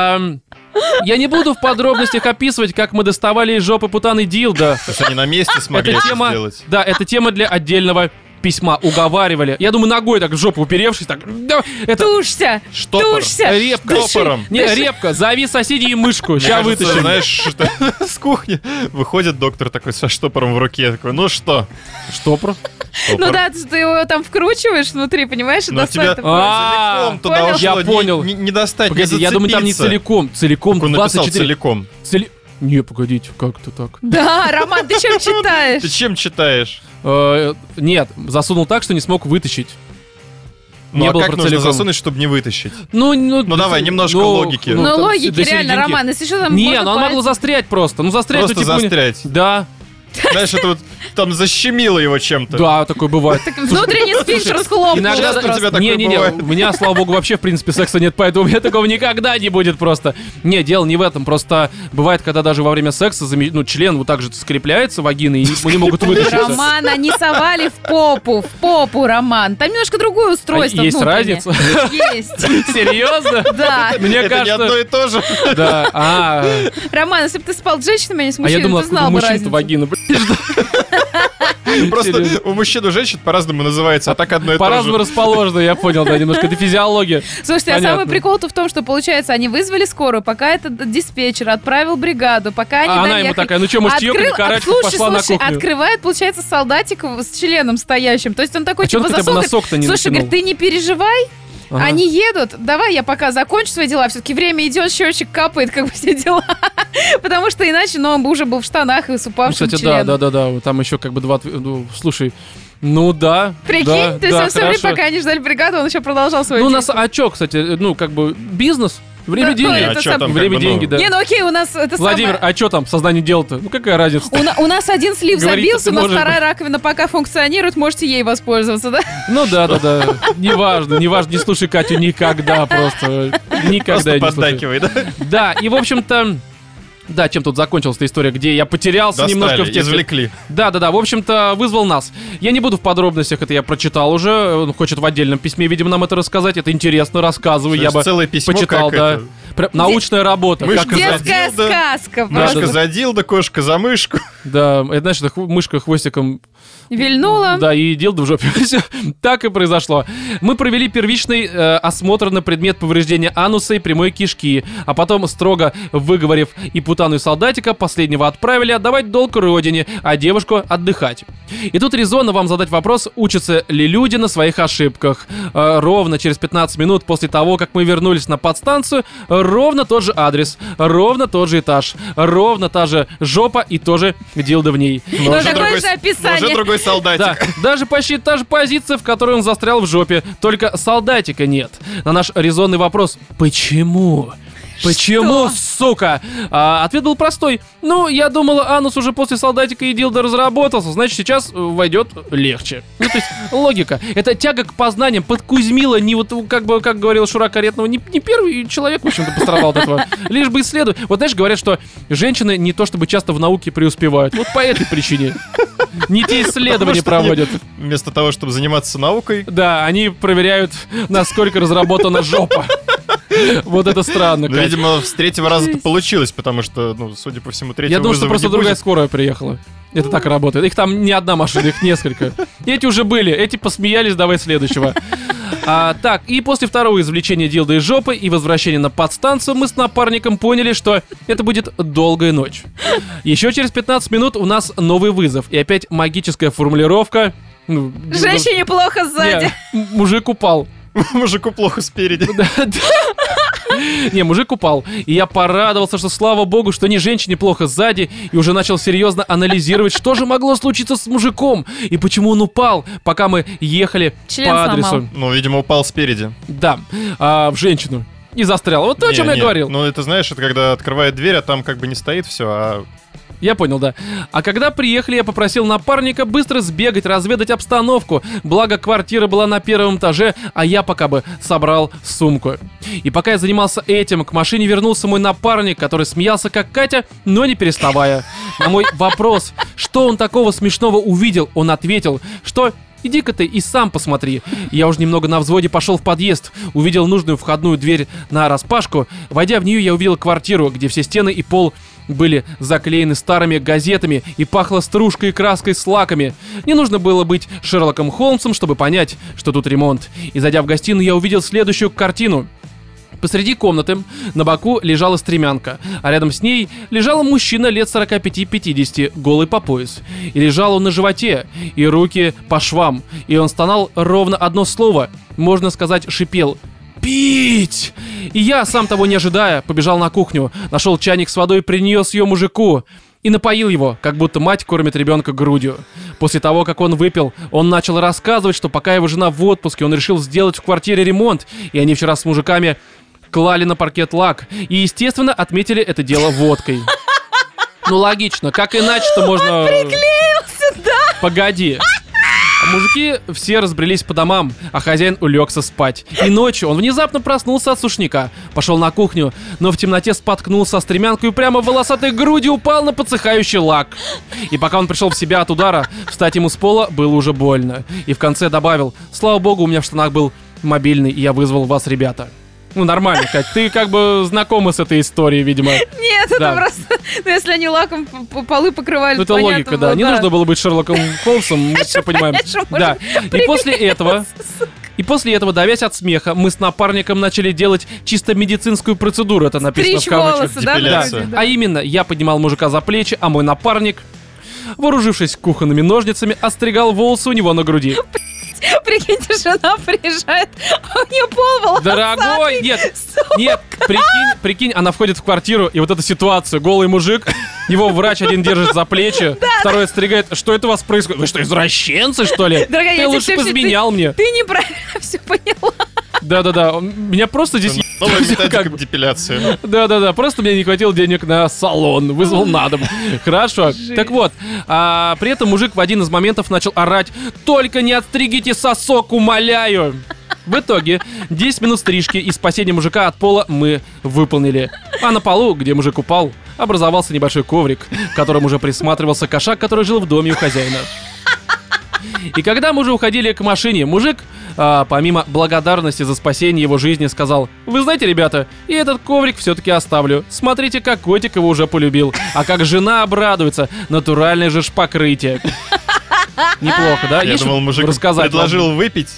[SPEAKER 1] Я не буду в подробностях описывать, как мы доставали из жопы Путаны дилдо.
[SPEAKER 3] То есть они на месте смогли это сделать.
[SPEAKER 1] Да, это тема для отдельного письма. Уговаривали. Я думаю, ногой так в жопу уперевшись, так...
[SPEAKER 2] Тушься! Тушься!
[SPEAKER 1] Репка. Не, репка. Зови соседей и мышку. Сейчас вытащим.
[SPEAKER 3] Знаешь, что с кухни выходит доктор такой со штопором в руке. Такой, ну что?
[SPEAKER 1] Штопор?
[SPEAKER 2] Ну да, ты его там вкручиваешь внутри, понимаешь?
[SPEAKER 3] Но тебя целиком туда ушло.
[SPEAKER 1] Я понял.
[SPEAKER 3] Не достать,
[SPEAKER 1] погоди, я думаю, там не целиком. Целиком 24...
[SPEAKER 3] целиком.
[SPEAKER 1] Не, погодите, как-то так.
[SPEAKER 2] Да, Роман, ты чем читаешь?
[SPEAKER 3] Ты чем читаешь?
[SPEAKER 1] Нет, засунул так, что не смог вытащить.
[SPEAKER 3] Ну, а как нужно засунуть, чтобы не вытащить?
[SPEAKER 1] Ну
[SPEAKER 3] давай, немножко логики.
[SPEAKER 2] Ну, логики, реально, Роман, если что там...
[SPEAKER 1] Не, ну она могла застрять просто. Ну, застрять.
[SPEAKER 3] Просто застрять?
[SPEAKER 1] Да.
[SPEAKER 3] Знаешь, это вот там защемило его чем-то.
[SPEAKER 1] Да, такое бывает.
[SPEAKER 2] Внутренний сфинктер схлопнул.
[SPEAKER 1] Иногда
[SPEAKER 3] у тебя такое бывает.
[SPEAKER 1] У меня, слава богу, вообще, в принципе, секса нет, поэтому у меня такого никогда не будет просто. Не, дело не в этом, просто бывает, когда даже во время секса, член вот так же скрепляется вагиной, и не могут вытащиться.
[SPEAKER 2] Роман, они совали в попу, Роман. Там немножко другое устройство.
[SPEAKER 1] Есть разница?
[SPEAKER 2] Есть.
[SPEAKER 1] Серьезно?
[SPEAKER 2] Да.
[SPEAKER 1] Мне
[SPEAKER 3] это
[SPEAKER 1] кажется...
[SPEAKER 3] не одно и то же.
[SPEAKER 1] Да,
[SPEAKER 2] Роман, если бы ты спал с женщинами, а не с мужчиной,
[SPEAKER 1] я думал,
[SPEAKER 2] ты знал бы разницу.
[SPEAKER 1] вагина,
[SPEAKER 3] Просто у мужчин и у женщин по-разному называется, а так одно и то же.
[SPEAKER 1] По-разному расположено, я понял, да, немножко. Это физиология.
[SPEAKER 2] Слушайте, а самый прикол-то в том, что, получается, они вызвали скорую, пока этот диспетчер отправил бригаду, пока они
[SPEAKER 1] она ему такая, ну что, может, ёкать, карачка, пошла на кухню.
[SPEAKER 2] Открывает, получается, солдатик с членом стоящим. То есть он такой, типа, засунул. Слушай, говорит, ты не переживай, они едут, давай я пока закончу свои дела, все-таки время идет, счетчик капает, как бы все дела. Потому что иначе, он бы уже был в штанах и с упавшим членом.
[SPEAKER 1] Да, там еще как бы два... слушай, ну да.
[SPEAKER 2] Прикинь,
[SPEAKER 1] да,
[SPEAKER 2] то есть он все время, пока они ждали бригаду, он еще продолжал свою деятельность.
[SPEAKER 1] А чё, кстати, как бы бизнес... Время деньги. Время деньги, да.
[SPEAKER 2] Не, ну окей, у нас это
[SPEAKER 1] Владимир, а что там создание дела-то? Ну какая разница?
[SPEAKER 2] У нас один слив забился, у нас вторая раковина пока функционирует, можете ей воспользоваться, да?
[SPEAKER 1] Ну да. Неважно, не слушай Катю никогда просто. Никогда
[SPEAKER 3] не слушай. Просто поддакивай, да?
[SPEAKER 1] Да, и в общем-то... Да, чем тут закончилась эта история, где я потерялся немножко в тексте.
[SPEAKER 3] Извлекли.
[SPEAKER 1] Да, в общем-то, вызвал нас. Я не буду в подробностях, это я прочитал уже. Он хочет в отдельном письме, видимо, нам это рассказать. Это интересно, рассказывай, я бы
[SPEAKER 3] целое письмо
[SPEAKER 1] почитал, да. Научная работа.
[SPEAKER 2] Детская сказка.
[SPEAKER 3] Мышка за дилдо, кошка за мышку.
[SPEAKER 1] Да, это, знаешь, мышка хвостиком
[SPEAKER 2] вильнула.
[SPEAKER 1] Да, и дилдо в жопе. Так и произошло. Мы провели первичный осмотр на предмет повреждения ануса и прямой кишки, а потом, строго выговорив и путану, и солдатика, последнего отправили отдавать долг родине, а девушку отдыхать. И тут резонно вам задать вопрос, учатся ли люди на своих ошибках. Ровно через 15 минут после того, как мы вернулись на подстанцию, ровно тот же адрес, ровно тот же этаж, ровно та же жопа и тоже дилдо в ней.
[SPEAKER 2] Но такое же описание.
[SPEAKER 3] Уже другой солдатик.
[SPEAKER 1] Да, даже почти та же позиция, в которой он застрял в жопе, только солдатика нет. На наш резонный вопрос «Почему?» Почему, сука? Ответ был простой. Ну, я думала, анус уже после солдатика и дилдо разработался, значит, сейчас войдет легче. Ну, то есть, логика. Это тяга к познаниям подкузмила не вот, как говорил Шура Каретного, не первый человек, в общем-то, пострадал от этого. Лишь бы исследовать. Вот, знаешь, говорят, что женщины не то чтобы часто в науке преуспевают. Вот по этой причине. Не те исследования проводят.
[SPEAKER 3] Вместо того, чтобы заниматься наукой.
[SPEAKER 1] Да, они проверяют, насколько разработана жопа. Вот это странно.
[SPEAKER 3] Ну, видимо, с третьего раза это получилось, потому что, ну, судя по всему, третьего
[SPEAKER 1] Я думаю, что просто другая
[SPEAKER 3] будет.
[SPEAKER 1] Скорая приехала. Это так работает. Их там не одна машина, их несколько. Эти уже были, эти посмеялись, давай следующего. Так, и после второго извлечения дилда из жопы и возвращения на подстанцию мы с напарником поняли, что это будет долгая ночь. Еще через 15 минут у нас новый вызов. И опять магическая формулировка.
[SPEAKER 2] Женщине плохо сзади.
[SPEAKER 1] Мужик упал.
[SPEAKER 3] Мужику плохо спереди.
[SPEAKER 1] Не, мужик упал. И я порадовался, что слава богу, что не женщине плохо сзади, и уже начал серьезно анализировать, что же могло случиться с мужиком, и почему он упал, пока мы ехали по адресу.
[SPEAKER 2] Сломал.
[SPEAKER 3] Ну, видимо, упал спереди.
[SPEAKER 1] Да, в женщину. И застрял. Вот то, о чем я говорил.
[SPEAKER 3] Ну, это, знаешь, это когда открывает дверь, а там как бы не стоит все, а...
[SPEAKER 1] Я понял, да. А когда приехали, я попросил напарника быстро сбегать, разведать обстановку. Благо, квартира была на первом этаже, а я пока бы собрал сумку. И пока я занимался этим, к машине вернулся мой напарник, который смеялся как Катя, но не переставая. На мой вопрос, что он такого смешного увидел, он ответил, что... Иди-ка ты и сам посмотри. Я уже немного на взводе пошел в подъезд, увидел нужную входную дверь нараспашку. Войдя в нее, я увидел квартиру, где все стены и пол были заклеены старыми газетами и пахло стружкой и краской с лаками. Не нужно было быть Шерлоком Холмсом, чтобы понять, что тут ремонт. И зайдя в гостиную, я увидел следующую картину. Посреди комнаты на боку лежала стремянка, а рядом с ней лежал мужчина лет 45-50, голый по пояс. И лежал он на животе, и руки по швам, и он стонал ровно одно слово, можно сказать, шипел: «Пить!» И я, сам того не ожидая, побежал на кухню, нашел чайник с водой, принес ее мужику и напоил его, как будто мать кормит ребенка грудью. После того, как он выпил, он начал рассказывать, что пока его жена в отпуске, он решил сделать в квартире ремонт, и они вчера с мужиками клали на паркет лак и, естественно, отметили это дело водкой. Ну, логично, как иначе-то можно...
[SPEAKER 2] Он приклеился, да?
[SPEAKER 1] Погоди. Мужики все разбрелись по домам, а хозяин улегся спать. И ночью он внезапно проснулся от сушняка, пошел на кухню, но в темноте споткнулся о стремянку и прямо в волосатой груди упал на подсыхающий лак. И пока он пришел в себя от удара, встать ему с пола было уже больно. И в конце добавил: слава богу, у меня в штанах был мобильный, и я вызвал вас, ребята. Ну, нормально, Кать, ты как бы знакома с этой историей, видимо.
[SPEAKER 2] Нет, это просто... Ну, если они лаком полы покрывали,
[SPEAKER 1] ну, это логика, да. Не нужно было быть Шерлоком Холмсом, мы все понимаем. Да. И после этого, давясь от смеха, мы с напарником начали делать чисто медицинскую процедуру, это написано в кавычках.
[SPEAKER 3] Депиляция.
[SPEAKER 1] А именно, я поднимал мужика за плечи, а мой напарник, вооружившись кухонными ножницами, остригал волосы у него на груди.
[SPEAKER 2] Прикиньте, жена приезжает, а у нее пол волосатый.
[SPEAKER 1] Дорогой, нет, прикинь, она входит в квартиру, и вот эта ситуация, голый мужик, его врач один держит за плечи, второй отстригает. Что это у вас происходит? Вы что, извращенцы, что ли?
[SPEAKER 2] Дорогая,
[SPEAKER 1] ты лучше позменял мне.
[SPEAKER 2] Ты неправильно все поняла.
[SPEAKER 1] Да-да-да, меня просто здесь...
[SPEAKER 3] Новая методика депиляции.
[SPEAKER 1] Да-да-да, просто мне не хватило денег на салон, вызвал на дом. Хорошо, так вот, при этом мужик в один из моментов начал орать: «Только не отстригите сосок, умоляю!» В итоге 10 минут стрижки и спасения мужика от пола мы выполнили. А на полу, где мужик упал, образовался небольшой коврик, к которому уже присматривался кошак, который жил в доме у хозяина. И когда мы уже уходили к машине, мужик, помимо благодарности за спасение его жизни, сказал: «Вы знаете, ребята, и этот коврик все-таки оставлю. Смотрите, как котик его уже полюбил. А как жена обрадуется. Натуральное же ж покрытие». Неплохо, да?
[SPEAKER 3] Я думал, мужик предложил выпить.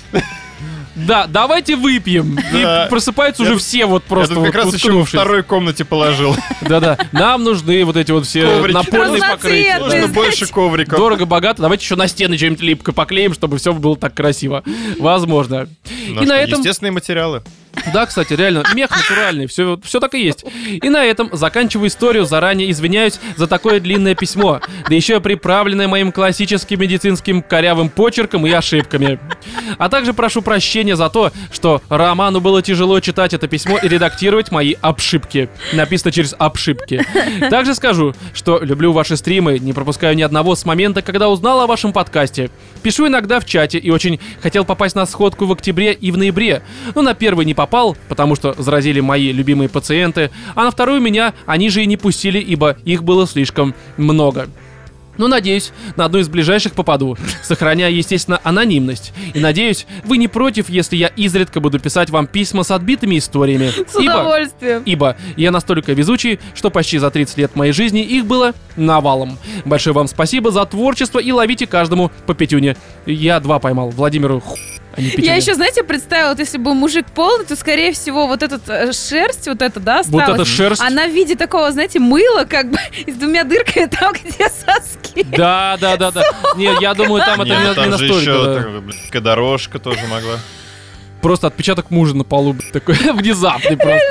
[SPEAKER 1] Да, давайте выпьем. Да. И просыпаются уже все вот просто.
[SPEAKER 3] Я тут как раз еще во второй комнате положил.
[SPEAKER 1] Да-да, нам нужны вот эти вот все напольные покрытия.
[SPEAKER 3] Нужно больше ковриков.
[SPEAKER 1] Дорого-богато. Давайте еще на стены что-нибудь липкой поклеим, чтобы все было так красиво. Возможно.
[SPEAKER 3] И на этом... Естественные материалы.
[SPEAKER 1] Да, кстати, реально, мех натуральный, все так и есть. И на этом заканчиваю историю, заранее извиняюсь за такое длинное письмо, да еще приправленное моим классическим медицинским корявым почерком и ошибками. А также прошу прощения за то, что Роману было тяжело читать это письмо и редактировать мои обшибки. Написано через обшибки. Также скажу, что люблю ваши стримы, не пропускаю ни одного с момента, когда узнал о вашем подкасте. Пишу иногда в чате и очень хотел попасть на сходку в октябре и в ноябре, но на первый не попал, потому что заразили мои любимые пациенты, а на вторую меня они же и не пустили, ибо их было слишком много. Но надеюсь, на одну из ближайших попаду, сохраняя, естественно, анонимность. И надеюсь, вы не против, если я изредка буду писать вам письма с отбитыми историями.
[SPEAKER 2] С удовольствием.
[SPEAKER 1] Ибо я настолько везучий, что почти за 30 лет моей жизни их было навалом. Большое вам спасибо за творчество и ловите каждому по пятюне. Я 2 поймал, Владимиру
[SPEAKER 2] Я еще, знаете, представила, вот если бы мужик полный, то, скорее всего, вот эта шерсть, вот эта, да, осталась.
[SPEAKER 1] Вот эта шерсть.
[SPEAKER 2] Она в виде такого, знаете, мыла, как бы, и с 2 дырками там, где соски.
[SPEAKER 1] Да. Не, я думаю, там это не настолько.
[SPEAKER 3] Там же еще дорожка тоже могла.
[SPEAKER 1] Просто отпечаток мужа на полу такой внезапный просто.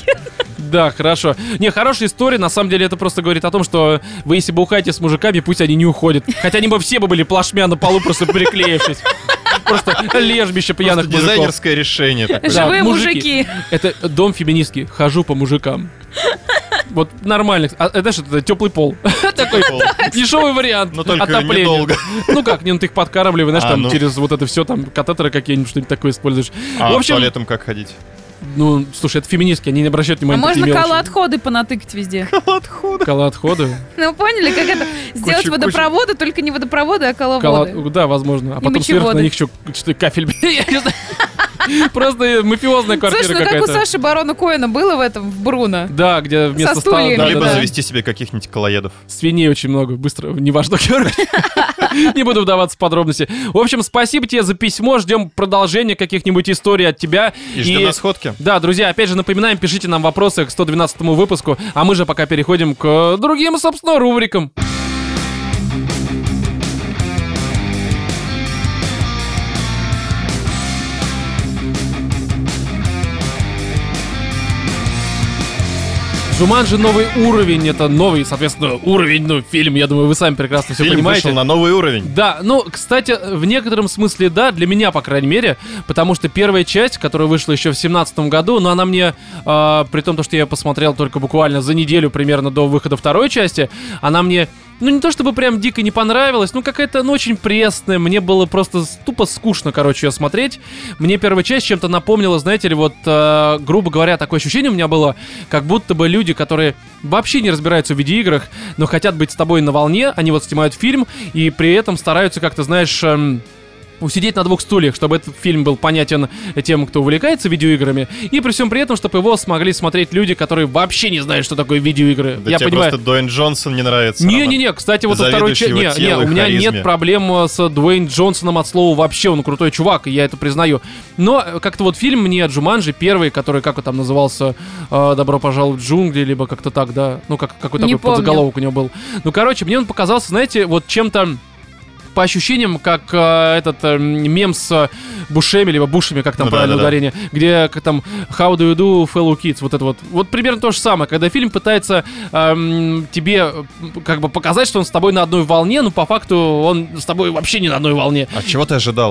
[SPEAKER 1] Да, хорошо. Не, хорошая история. На самом деле это просто говорит о том, что вы если бухаете с мужиками, пусть они не уходят. Хотя они бы все были плашмя на полу, просто приклеившись. Просто лежбище пьяных мужиков.
[SPEAKER 3] Дизайнерское решение такое.
[SPEAKER 2] Живые мужики.
[SPEAKER 1] Это дом феминистки. Хожу по мужикам. Вот нормально. Это что, это теплый пол. Такой дешевый вариант.
[SPEAKER 3] Но только недолго.
[SPEAKER 1] Ну как, ты их подкармливаешь, знаешь, там через вот это все, там катетеры какие-нибудь, что-нибудь такое используешь.
[SPEAKER 3] А в туалетом как ходить?
[SPEAKER 1] Ну, слушай, это феминистки, они не обращают внимания.
[SPEAKER 2] А можно колоотходы понатыкать везде.
[SPEAKER 1] Колоотходы?
[SPEAKER 2] Ну, поняли, как это? Сделать водопроводы, только не водопроводы, а коловоды.
[SPEAKER 1] Да, возможно. А потом сверху на них еще что-то кафель. Просто мафиозная квартира какая-то.
[SPEAKER 2] Слушай, ну как у Саши Барона Коэна было в этом, в Бруно.
[SPEAKER 1] Да, где вместо стола.
[SPEAKER 3] Либо завести себе каких-нибудь колоедов.
[SPEAKER 1] Свиней очень много, быстро, неважно. Не буду вдаваться в подробности. В общем, спасибо тебе за письмо, ждем продолжения каких-нибудь историй от тебя.
[SPEAKER 3] И ждем на сходке.
[SPEAKER 1] Да, друзья, опять же напоминаем, пишите нам вопросы к 112-му выпуску, а мы же пока переходим к другим, собственно, рубрикам. «Джуманджи» новый уровень, это новый, соответственно, уровень, фильм, я думаю, вы сами прекрасно все понимаете.
[SPEAKER 3] Фильм вышел на новый уровень.
[SPEAKER 1] Да, кстати, в некотором смысле, да, для меня, по крайней мере, потому что первая часть, которая вышла еще в 2017 году, но она мне, при том, что я посмотрел только буквально за неделю примерно до выхода второй части, она мне... не то чтобы прям дико не понравилась, какая-то, очень пресная. Мне было просто тупо скучно, ее смотреть. Мне первая часть чем-то напомнила, знаете ли, грубо говоря, такое ощущение у меня было, как будто бы люди, которые вообще не разбираются в видеоиграх, но хотят быть с тобой на волне, они снимают фильм и при этом стараются как-то, знаешь... усидеть на 2 стульях, чтобы этот фильм был понятен тем, кто увлекается видеоиграми, и при всем при этом, чтобы его смогли смотреть люди, которые вообще не знают, что такое видеоигры.
[SPEAKER 3] Да, я тебе понимаю. Просто Дуэйн Джонсон не нравится.
[SPEAKER 1] Не-не-не, кстати, во второй части... у меня нет проблем с Дуэйн Джонсоном от слова вообще, он крутой чувак, и я это признаю. Но как-то фильм мне «Джуманджи» первый, который, как он там назывался, «Добро пожаловать в джунгли», либо как-то так, да, какой такой подзаголовок у него был. Мне он показался, знаете, чем-то по ощущениям, как этот мем с Бушеми, либо Бушами, как там правильное ударение, где там How do you do, fellow kids, вот примерно то же самое, когда фильм пытается тебе показать, что он с тобой на одной волне, но по факту он с тобой вообще не на одной волне.
[SPEAKER 3] А чего ты ожидал?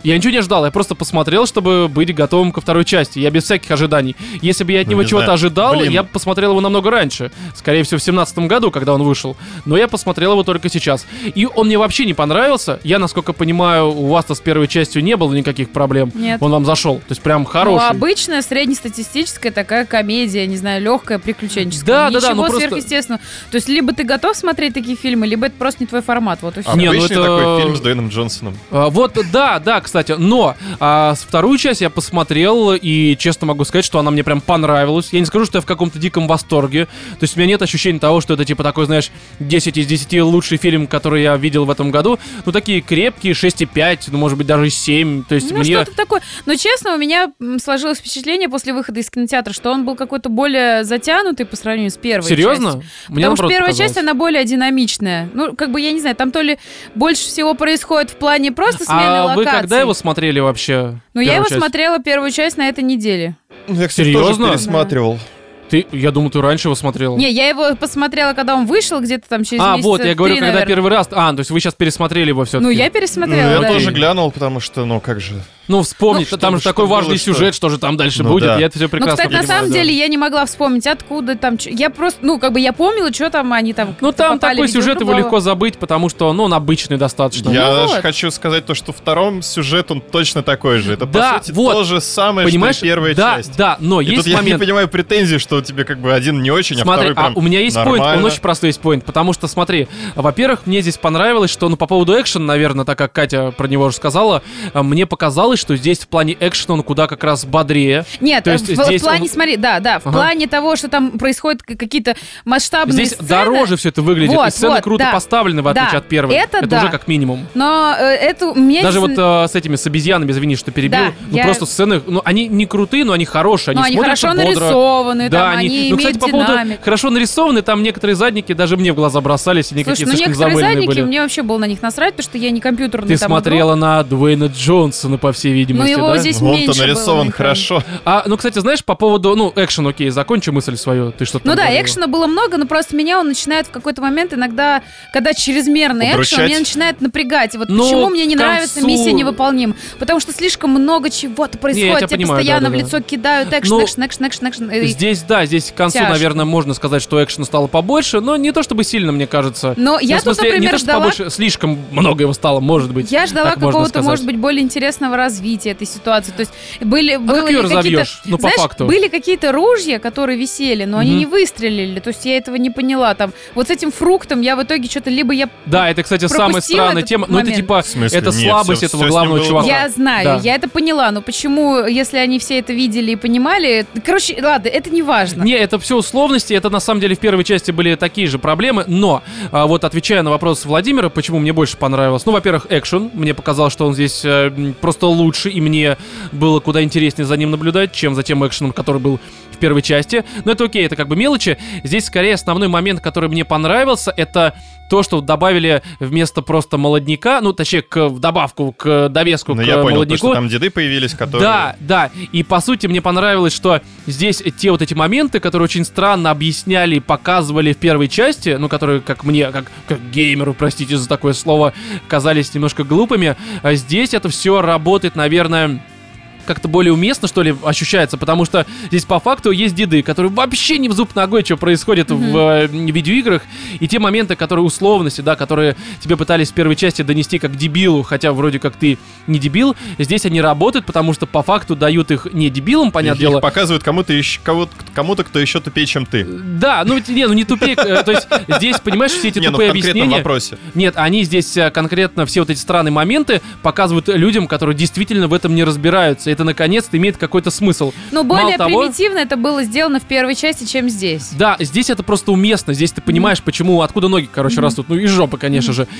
[SPEAKER 1] Я ничего не ждал, я просто посмотрел, чтобы быть готовым ко второй части. Я без всяких ожиданий. Если бы я от него чего-то ожидал, я бы посмотрел его намного раньше. Скорее всего, в 2017 году, когда он вышел. Но я посмотрел его только сейчас. И он мне вообще не понравился. Я, насколько понимаю, у вас-то с первой частью не было никаких проблем.
[SPEAKER 2] Нет.
[SPEAKER 1] Он вам зашел. То есть прям хороший.
[SPEAKER 2] Ну, обычная, среднестатистическая такая комедия, не знаю, легкая, приключенческая. Ничего сверхъестественного. То есть либо ты готов смотреть такие фильмы, либо это просто не твой формат. Вот и все.
[SPEAKER 3] Обычный такой фильм с Дуэйном Джонсоном.
[SPEAKER 1] Вот, да, кстати. Но вторую часть я посмотрел, и честно могу сказать, что она мне прям понравилась. Я не скажу, что я в каком-то диком восторге. То есть у меня нет ощущения того, что это типа такой, знаешь, 10 из 10 лучший фильм, который я видел в этом году. Ну, такие крепкие, 6,5, ну, может быть, даже 7. То есть
[SPEAKER 2] ну,
[SPEAKER 1] мне...
[SPEAKER 2] что-то такое. Но, честно, у меня сложилось впечатление после выхода из кинотеатра, что он был какой-то более затянутый по сравнению с первой
[SPEAKER 1] Серьезно?
[SPEAKER 2] частью. Потому что первая часть, она более динамичная. Ну, как бы, я не знаю, там то ли больше всего происходит в плане просто смены локаций.
[SPEAKER 1] А вы когда его смотрели вообще?
[SPEAKER 2] Ну, я его смотрела первую часть на этой неделе.
[SPEAKER 3] Я, кстати, серьезно? Тоже пересматривал.
[SPEAKER 1] Я думал, ты раньше его смотрела.
[SPEAKER 2] Не, я его посмотрела, когда он вышел, где-то там через месяца 3,
[SPEAKER 1] вот, я говорю, когда
[SPEAKER 2] наверное.
[SPEAKER 1] Первый раз. То есть вы сейчас пересмотрели его все-таки.
[SPEAKER 2] Ну, я пересмотрела,
[SPEAKER 3] я тоже глянул, потому что, как же...
[SPEAKER 1] Ну, вспомнить, там же такой важный сюжет, что же там дальше будет, я это все прекрасно
[SPEAKER 2] понимаю. Кстати, на самом деле, я не могла вспомнить, откуда там... Я просто, я помнила, что там они там...
[SPEAKER 1] Ну, там такой сюжет, его легко забыть, потому что, он обычный достаточно.
[SPEAKER 3] Я даже хочу сказать то, что втором сюжет, он точно такой же. Это, по сути, то же самое, что и первая часть.
[SPEAKER 1] Да, но есть момент...
[SPEAKER 3] Я не понимаю претензий, что тебе как бы один не очень,
[SPEAKER 1] смотри,
[SPEAKER 3] а второй прям
[SPEAKER 1] у меня есть
[SPEAKER 3] нормально.
[SPEAKER 1] поинт, он очень простой есть поинт, потому что, смотри, во-первых, мне здесь понравилось, что, по поводу экшена, наверное, так как Катя про него уже сказала, мне показалось, что здесь в плане экшена он куда как раз бодрее.
[SPEAKER 2] Нет,
[SPEAKER 1] то есть
[SPEAKER 2] в плане, смотри, в плане того, что там происходят какие-то масштабные
[SPEAKER 1] здесь
[SPEAKER 2] сцены.
[SPEAKER 1] Дороже все это выглядит, и сцены круто поставлены, в отличие от первой. Это уже как минимум.
[SPEAKER 2] Но это мне...
[SPEAKER 1] Даже вот с обезьянами, извини, что перебил, просто сцены, они не крутые, но они хорошие, они смотрятся бодро.
[SPEAKER 2] Хорошо нарисованы, там, они имеют
[SPEAKER 1] кстати, по поводу хорошо нарисованы, там некоторые задники даже мне в глаза бросались, и никакие слишком замыленные были.
[SPEAKER 2] Мне вообще было на них насрать, потому что я не компьютерный.
[SPEAKER 1] Ты смотрела на Дуэйна Джонсона, по всей видимости,
[SPEAKER 2] его здесь меньше
[SPEAKER 3] он-то нарисован хорошо.
[SPEAKER 1] Кстати, знаешь, по поводу, экшен, окей, закончи мысль свою, ты что-то
[SPEAKER 2] экшена было много, но просто меня он начинает в какой-то момент иногда, когда чрезмерный экшен, меня начинает напрягать. Вот почему мне не нравится «Миссия невыполнима». Потому что слишком много чего-то происходит, тебе постоянно в лицо кидают экшен.
[SPEAKER 1] Здесь к концу, наверное, можно сказать, что экшена стало побольше, но не то чтобы сильно, мне кажется.
[SPEAKER 2] Но я тут, например,
[SPEAKER 1] не то, что побольше, слишком много его стало, может быть.
[SPEAKER 2] Я ждала какого-то, может быть, более интересного развития этой ситуации. То есть были
[SPEAKER 1] как ее разовьешь? По факту.
[SPEAKER 2] Были какие-то ружья, которые висели, но они не выстрелили. То есть я этого не поняла. Там вот с этим фруктом я в итоге что-то либо я
[SPEAKER 1] Да, это, кстати, самая странная тема. Ну, это типа, это слабость этого главного чувака.
[SPEAKER 2] Я знаю, я это поняла. Но почему, если они все это видели и понимали... Короче, ладно, это не важно.
[SPEAKER 1] Не, это все условности. Это, на самом деле, в первой части были такие же проблемы. Но, вот отвечая на вопрос Владимира, почему мне больше понравилось. Во-первых, экшен. Мне показалось, что он здесь просто лучше, и мне было куда интереснее за ним наблюдать, чем за тем экшеном, который был в первой части. Но это окей, это как бы мелочи. Здесь скорее основной момент, который мне понравился, это то, что добавили вместо просто молодняка, точнее, в добавку, к довеску к
[SPEAKER 3] я понял,
[SPEAKER 1] молодняку.
[SPEAKER 3] То, что там деды появились, которые...
[SPEAKER 1] Да. И, по сути, мне понравилось, что здесь те вот эти моменты, которые очень странно объясняли и показывали в первой части, которые, как мне, как геймеру, простите за такое слово, казались немножко глупыми, а здесь это все работает, наверное... как-то более уместно, что ли, ощущается, потому что здесь по факту есть деды, которые вообще не в зуб ногой, что происходит в видеоиграх, и те моменты, которые условности, которые тебе пытались в первой части донести как дебилу, хотя вроде как ты не дебил, здесь они работают, потому что по факту дают их не дебилам, понятное дело.
[SPEAKER 3] Их показывают кому-то, кто еще тупее, чем ты.
[SPEAKER 1] Да, не тупее, то есть здесь, понимаешь, все эти тупые объяснения...
[SPEAKER 3] вопросе.
[SPEAKER 1] Нет, они здесь конкретно все вот эти странные моменты показывают людям, которые действительно в этом не разбираются. Это наконец-то имеет какой-то смысл.
[SPEAKER 2] Но более примитивно это было сделано в первой части, чем здесь.
[SPEAKER 1] Да, здесь это просто уместно. Здесь ты понимаешь, откуда ноги, растут. Из жопы, конечно же.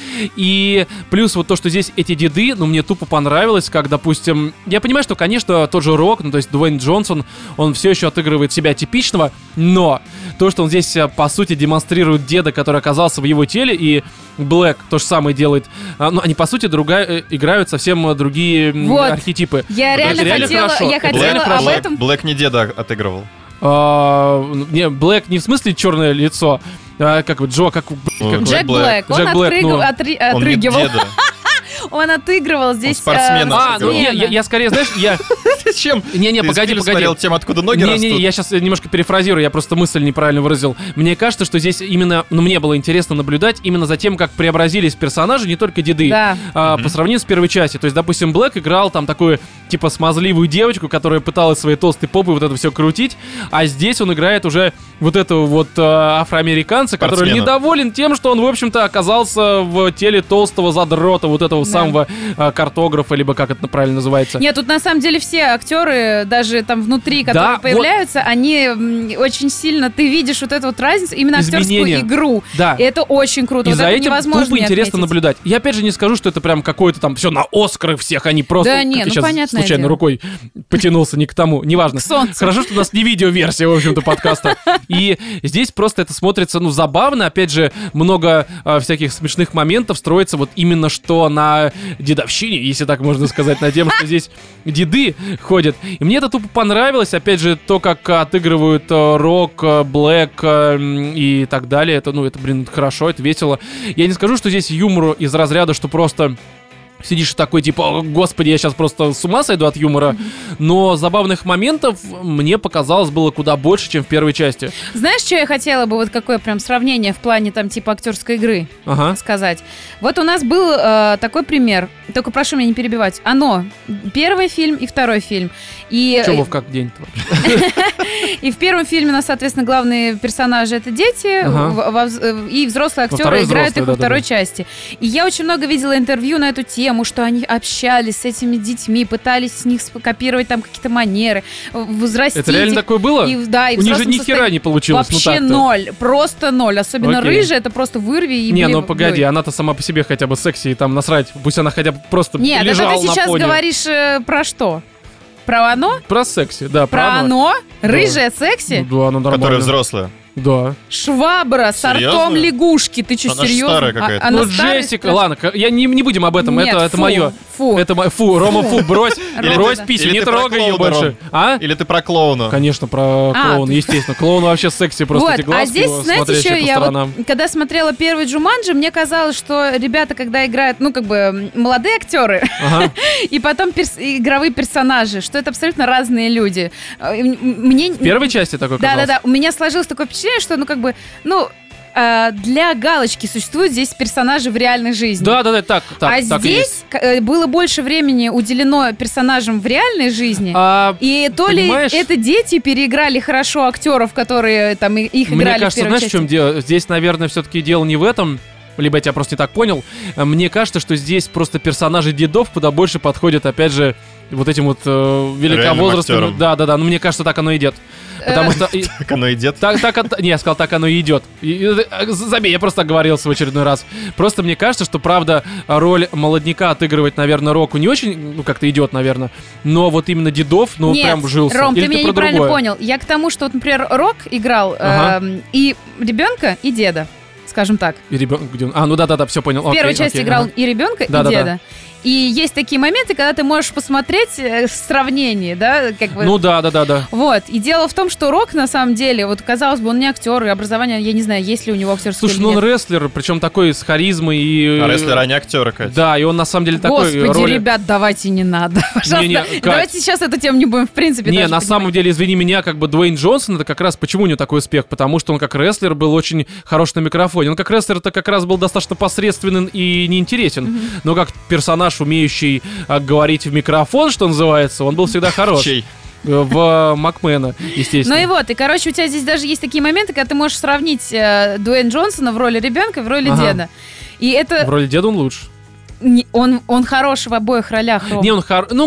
[SPEAKER 1] И плюс вот то, что здесь эти деды, мне тупо понравилось, как, допустим... Я понимаю, что, конечно, тот же Рок, то есть Дуэйн Джонсон, он все еще отыгрывает себя типичного, но то, что он здесь, по сути, демонстрирует деда, который оказался в его теле, и Блэк то же самое делает. Они, по сути, играют совсем другие архетипы.
[SPEAKER 2] Я реально хотела об этом...
[SPEAKER 3] Блэк не деда отыгрывал.
[SPEAKER 1] Не, Блэк не в смысле черное лицо, как Джо,
[SPEAKER 2] Джек Блэк, он отрыгивал. Он отыгрывал здесь...
[SPEAKER 3] Спортсмена.
[SPEAKER 1] Я скорее, знаешь, я...
[SPEAKER 3] Зачем?
[SPEAKER 1] Не, погоди.
[SPEAKER 3] Смотрел тем, откуда ноги растут?
[SPEAKER 1] Не, я сейчас немножко перефразирую, я просто мысль неправильно выразил. Мне кажется, что здесь именно, мне было интересно наблюдать именно за тем, как преобразились персонажи, не только деды, по сравнению с первой частью. То есть, допустим, Блэк играл там такую, типа, смазливую девочку, которая пыталась своей толстой попой вот это все крутить, а здесь он играет уже вот этого вот афроамериканца, который недоволен тем, что он, в общем-то, оказался в теле толстого задрота, вот этого самого картографа, либо как это правильно называется.
[SPEAKER 2] Нет, тут на самом деле все актеры, даже там внутри, которые появляются, они очень сильно, ты видишь вот эту вот разницу, именно актерскую игру.
[SPEAKER 1] Да.
[SPEAKER 2] И это очень круто.
[SPEAKER 1] И за этим тупо интересно наблюдать. Я опять же не скажу, что это прям какое-то там все на Оскары всех, они просто...
[SPEAKER 2] Да нет,
[SPEAKER 1] сейчас случайно рукой потянулся, не к тому, неважно. Хорошо, что у нас не видеоверсия, в общем-то, подкаста. И здесь просто это смотрится, забавно. Опять же, много всяких смешных моментов строится вот именно что на дедовщине, если так можно сказать, на тем, что здесь деды ходят. И мне это тупо понравилось. Опять же, то, как отыгрывают Рок, Блэк и так далее. Это, хорошо, это весело. Я не скажу, что здесь юмор из разряда, что просто... Сидишь такой, типа, господи, я сейчас просто с ума сойду от юмора. Но забавных моментов, мне показалось, было куда больше, чем в первой части.
[SPEAKER 2] Знаешь, что я хотела бы, вот какое прям сравнение в плане, там, типа, актерской игры сказать? Вот у нас был такой пример, только прошу меня не перебивать. «Оно», первый фильм и второй фильм.
[SPEAKER 1] Чё, Вов, как день-то вообще?
[SPEAKER 2] И в первом фильме у нас, соответственно, главные персонажи — это дети, и взрослые актеры играют их во второй части. И я очень много видела интервью на эту тему, что они общались с этими детьми, пытались с них скопировать там какие-то манеры, возрастить.
[SPEAKER 1] Это реально такое было?
[SPEAKER 2] И
[SPEAKER 1] у них же ни хера не получилось.
[SPEAKER 2] Вообще ноль, просто ноль. Особенно рыжая, это просто вырви и...
[SPEAKER 1] Не, погоди, она-то сама по себе хотя бы секси, и там насрать. Пусть она хотя бы просто лежала на фоне.
[SPEAKER 2] Нет, это ты сейчас говоришь про что? Про «Оно»?
[SPEAKER 1] Про секси, да.
[SPEAKER 2] Про «Оно»? Рыжая секси?
[SPEAKER 1] Да, она нормальная.
[SPEAKER 3] Которая взрослая.
[SPEAKER 1] Да.
[SPEAKER 2] Швабра с ртом лягушки. Ты что, серьезно?
[SPEAKER 3] Она старая какая-то.
[SPEAKER 1] Джессика, ладно, не будем об этом.
[SPEAKER 2] Нет,
[SPEAKER 1] это мое.
[SPEAKER 2] Фу.
[SPEAKER 1] Рома, брось. Брось писю, не трогай ее больше.
[SPEAKER 3] Или ты про клоуна?
[SPEAKER 1] Конечно, про клоуна, естественно. Клоун вообще секси, просто эти глазки.
[SPEAKER 2] А здесь, знаете, еще я когда смотрела первый «Джуманджи», мне казалось, что ребята, когда играют, молодые актеры, и потом игровые персонажи, что это абсолютно разные люди.
[SPEAKER 1] В первой части такой казалось?
[SPEAKER 2] Да. У меня сложилось такое впечатление, что, для галочки существуют здесь персонажи в реальной жизни.
[SPEAKER 1] Да, так.
[SPEAKER 2] А здесь было больше времени уделено персонажам в реальной жизни. И то ли это дети переиграли хорошо актеров, которые там их играли в первой части.
[SPEAKER 1] Мне кажется, знаешь, в чем дело? Здесь, наверное, все-таки дело не в этом. Либо я тебя просто не так понял. Мне кажется, что здесь просто персонажи дедов куда больше подходят, опять же, вот этим вот великовозрастным. Да. Но мне кажется, так оно идет. Потому что...
[SPEAKER 3] Так оно идет?
[SPEAKER 1] Не, я сказал, так оно и идет. Забей, я просто оговорился в очередной раз. Просто мне кажется, что, правда, роль молодняка отыгрывать, наверное, Року не очень, как-то идет, наверное. Но вот именно дедов, прям вжился.
[SPEAKER 2] Ром, ты меня неправильно понял. Я к тому, что, вот, например, Рок играл и ребенка, и деда. Скажем так.
[SPEAKER 1] И ребенок, где он? Да, все понял.
[SPEAKER 2] В первой части играл и ребенка, и деда. И есть такие моменты, когда ты можешь посмотреть сравнение, да, как бы.
[SPEAKER 1] Да.
[SPEAKER 2] Вот. И дело в том, что Рок, на самом деле, вот, казалось бы, он не актер, и образование, я не знаю, есть ли у него актерское.
[SPEAKER 1] Слушай, он рестлер, причем такой с харизмой и...
[SPEAKER 3] А рестлеры, они актеры, Катя.
[SPEAKER 1] Да, и он на самом деле такой...
[SPEAKER 2] Господи, ребят, давайте не надо, пожалуйста. Давайте сейчас эту тему не будем, в принципе,
[SPEAKER 1] не, на самом деле, извини меня, как бы Дуэйн Джонсон, это как раз почему у него такой успех? Потому что он как рестлер был очень хорош на микрофоне. Он как рестлер-то как раз был достаточно посредственен и неинтересен. Но как персонаж, умеющий говорить в микрофон, что называется, он был всегда хорош.
[SPEAKER 3] Чей?
[SPEAKER 1] В Макмена, естественно.
[SPEAKER 2] Ну и вот, и, короче, у тебя здесь даже есть такие моменты, когда ты можешь сравнить Дуэйна Джонсона в роли ребенка и в роли деда. И это...
[SPEAKER 1] В роли деда он лучше.
[SPEAKER 2] Он хорош в обоих ролях, Ром.
[SPEAKER 1] Не, он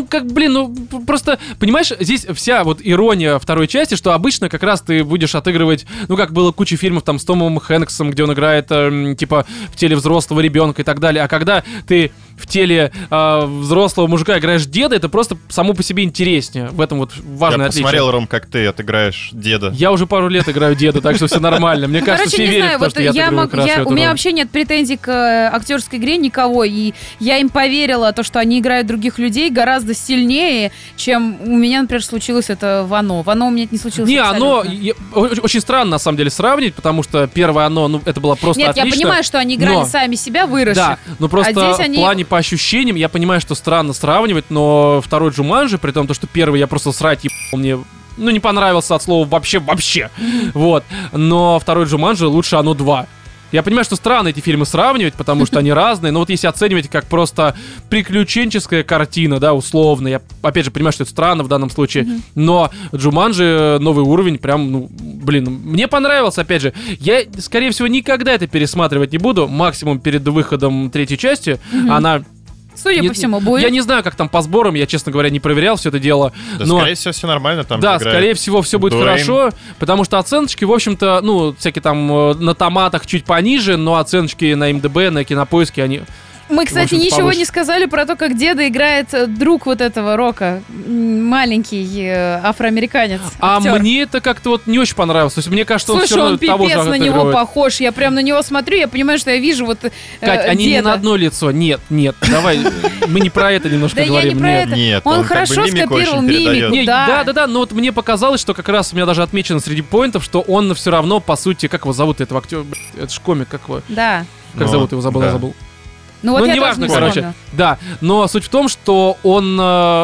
[SPEAKER 1] просто, понимаешь, здесь вся вот ирония второй части, что обычно как раз ты будешь отыгрывать, как было куча фильмов там с Томом Хэнксом, где он играет, типа, в теле взрослого ребенка и так далее, а когда ты в теле взрослого мужика играешь деда, это просто само по себе интереснее. В этом вот важное отличие.
[SPEAKER 3] Я посмотрел, Ром, как ты отыграешь деда.
[SPEAKER 1] Я уже пару лет играю деда, так что все нормально. Мне кажется, все верят в то, что я отыгрываю хорошо.
[SPEAKER 2] У меня вообще нет претензий к актерской игре никого, и я им поверила, то, что они играют других людей гораздо сильнее, чем у меня, например, случилось это в «Оно». В «Оно» у меня это не случилось абсолютно.
[SPEAKER 1] Очень странно, на самом деле, сравнить, потому что первое «Оно», это было просто отлично.
[SPEAKER 2] Нет, я понимаю, что они играли сами себя, выросших.
[SPEAKER 1] Да, но просто в плане по ощущениям, я понимаю, что странно сравнивать, но второй Джуманджи, при том, что первый я просто срать ебал, мне... Ну, не понравился от слова вообще. Вот. Но второй Джуманджи лучше Оно 2. Я понимаю, что странно эти фильмы сравнивать, потому что они разные, но вот если оценивать как просто приключенческая картина, да, условно, я, опять же, понимаю, что это странно в данном случае, но Джуманджи новый уровень, прям, ну, блин, мне понравился, опять же. Я, скорее всего, никогда это пересматривать не буду, максимум перед выходом третьей части, она...
[SPEAKER 2] Судя по всему, будет.
[SPEAKER 1] Я не знаю, как там по сборам, я, честно говоря, не проверял все это дело.
[SPEAKER 3] Да, но... скорее всего, все нормально там.
[SPEAKER 1] Да, скорее всего, все будет хорошо, потому что оценочки, в общем-то, ну, всякие там на томатах чуть пониже, но оценочки на МДБ, на Кинопоиске, они...
[SPEAKER 2] Мы, кстати, ничего не сказали про то, как деда играет друг вот этого Рока, маленький афроамериканец.
[SPEAKER 1] Актер. А мне это как-то вот не очень понравилось. То есть мне кажется, он все равно
[SPEAKER 2] он
[SPEAKER 1] того же
[SPEAKER 2] пипец на него похож. Я прям на него смотрю, я понимаю, что я вижу вот
[SPEAKER 1] Кать, они не на одно лицо. Нет, давай, мы не про это немножко говорим.
[SPEAKER 2] Да я не про это.
[SPEAKER 3] Нет,
[SPEAKER 2] он хорошо скопировал мимику, да.
[SPEAKER 1] Да, но вот мне показалось, что как раз у меня даже отмечено среди поинтов, что он все равно, по сути, как его зовут, этого актера? Это ж комик, как его?
[SPEAKER 2] Да.
[SPEAKER 1] Как зовут его, забыл.
[SPEAKER 2] Ну вот
[SPEAKER 1] неважно, короче. Да, но суть в том, что он,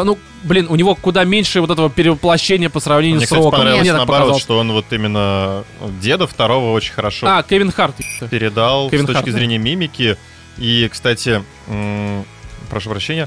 [SPEAKER 1] у него куда меньше вот этого перевоплощения по сравнению с Роком.
[SPEAKER 3] Мне понравилось, наоборот, что он вот именно деда второго очень хорошо
[SPEAKER 1] Кевин Харт
[SPEAKER 3] передал с точки зрения мимики. И, кстати, прошу прощения,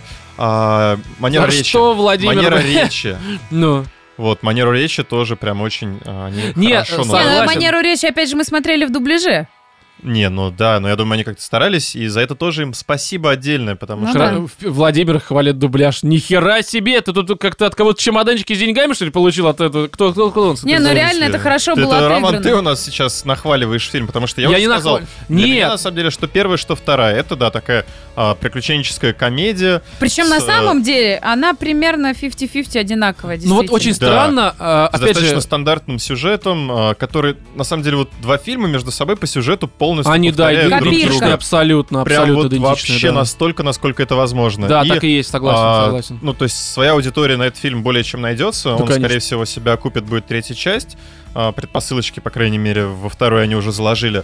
[SPEAKER 3] манера речи.
[SPEAKER 1] Что, Владимир?
[SPEAKER 3] Манера речи.
[SPEAKER 1] Ну...
[SPEAKER 3] Вот, манеру речи тоже прям очень хорошо.
[SPEAKER 2] Манеру речи, опять же, мы смотрели в дубляже.
[SPEAKER 3] Не, ну да, но я думаю, они как-то старались, и за это тоже им спасибо отдельное, потому что...
[SPEAKER 1] Владимир хвалит дубляж. Нихера себе! Ты тут как-то от кого-то чемоданчики с деньгами, что ли, получил от этого? Кто он?
[SPEAKER 2] Не, ну реально, это хорошо было отыграно.
[SPEAKER 3] Роман, ты у нас сейчас нахваливаешь фильм, потому что я уже сказал... Для меня, на самом деле, что первая, что вторая. Это, да, такая приключенческая комедия.
[SPEAKER 2] Причем на самом деле она примерно 50-50 одинаковая,
[SPEAKER 1] ну вот очень странно,
[SPEAKER 3] опять же... С достаточно стандартным сюжетом, который, на самом деле, вот два фильма между собой по сюжету полностью повторяют друг друга.
[SPEAKER 1] Абсолютно
[SPEAKER 3] прям вот
[SPEAKER 1] идентичные.
[SPEAKER 3] Вообще настолько, насколько это возможно.
[SPEAKER 1] Да, так и есть, согласен.
[SPEAKER 3] Ну, то есть своя аудитория на этот фильм более чем найдется. Он, конечно, скорее всего, себя окупит, будет третья часть. Предпосылочки, по крайней мере, во второй они уже заложили.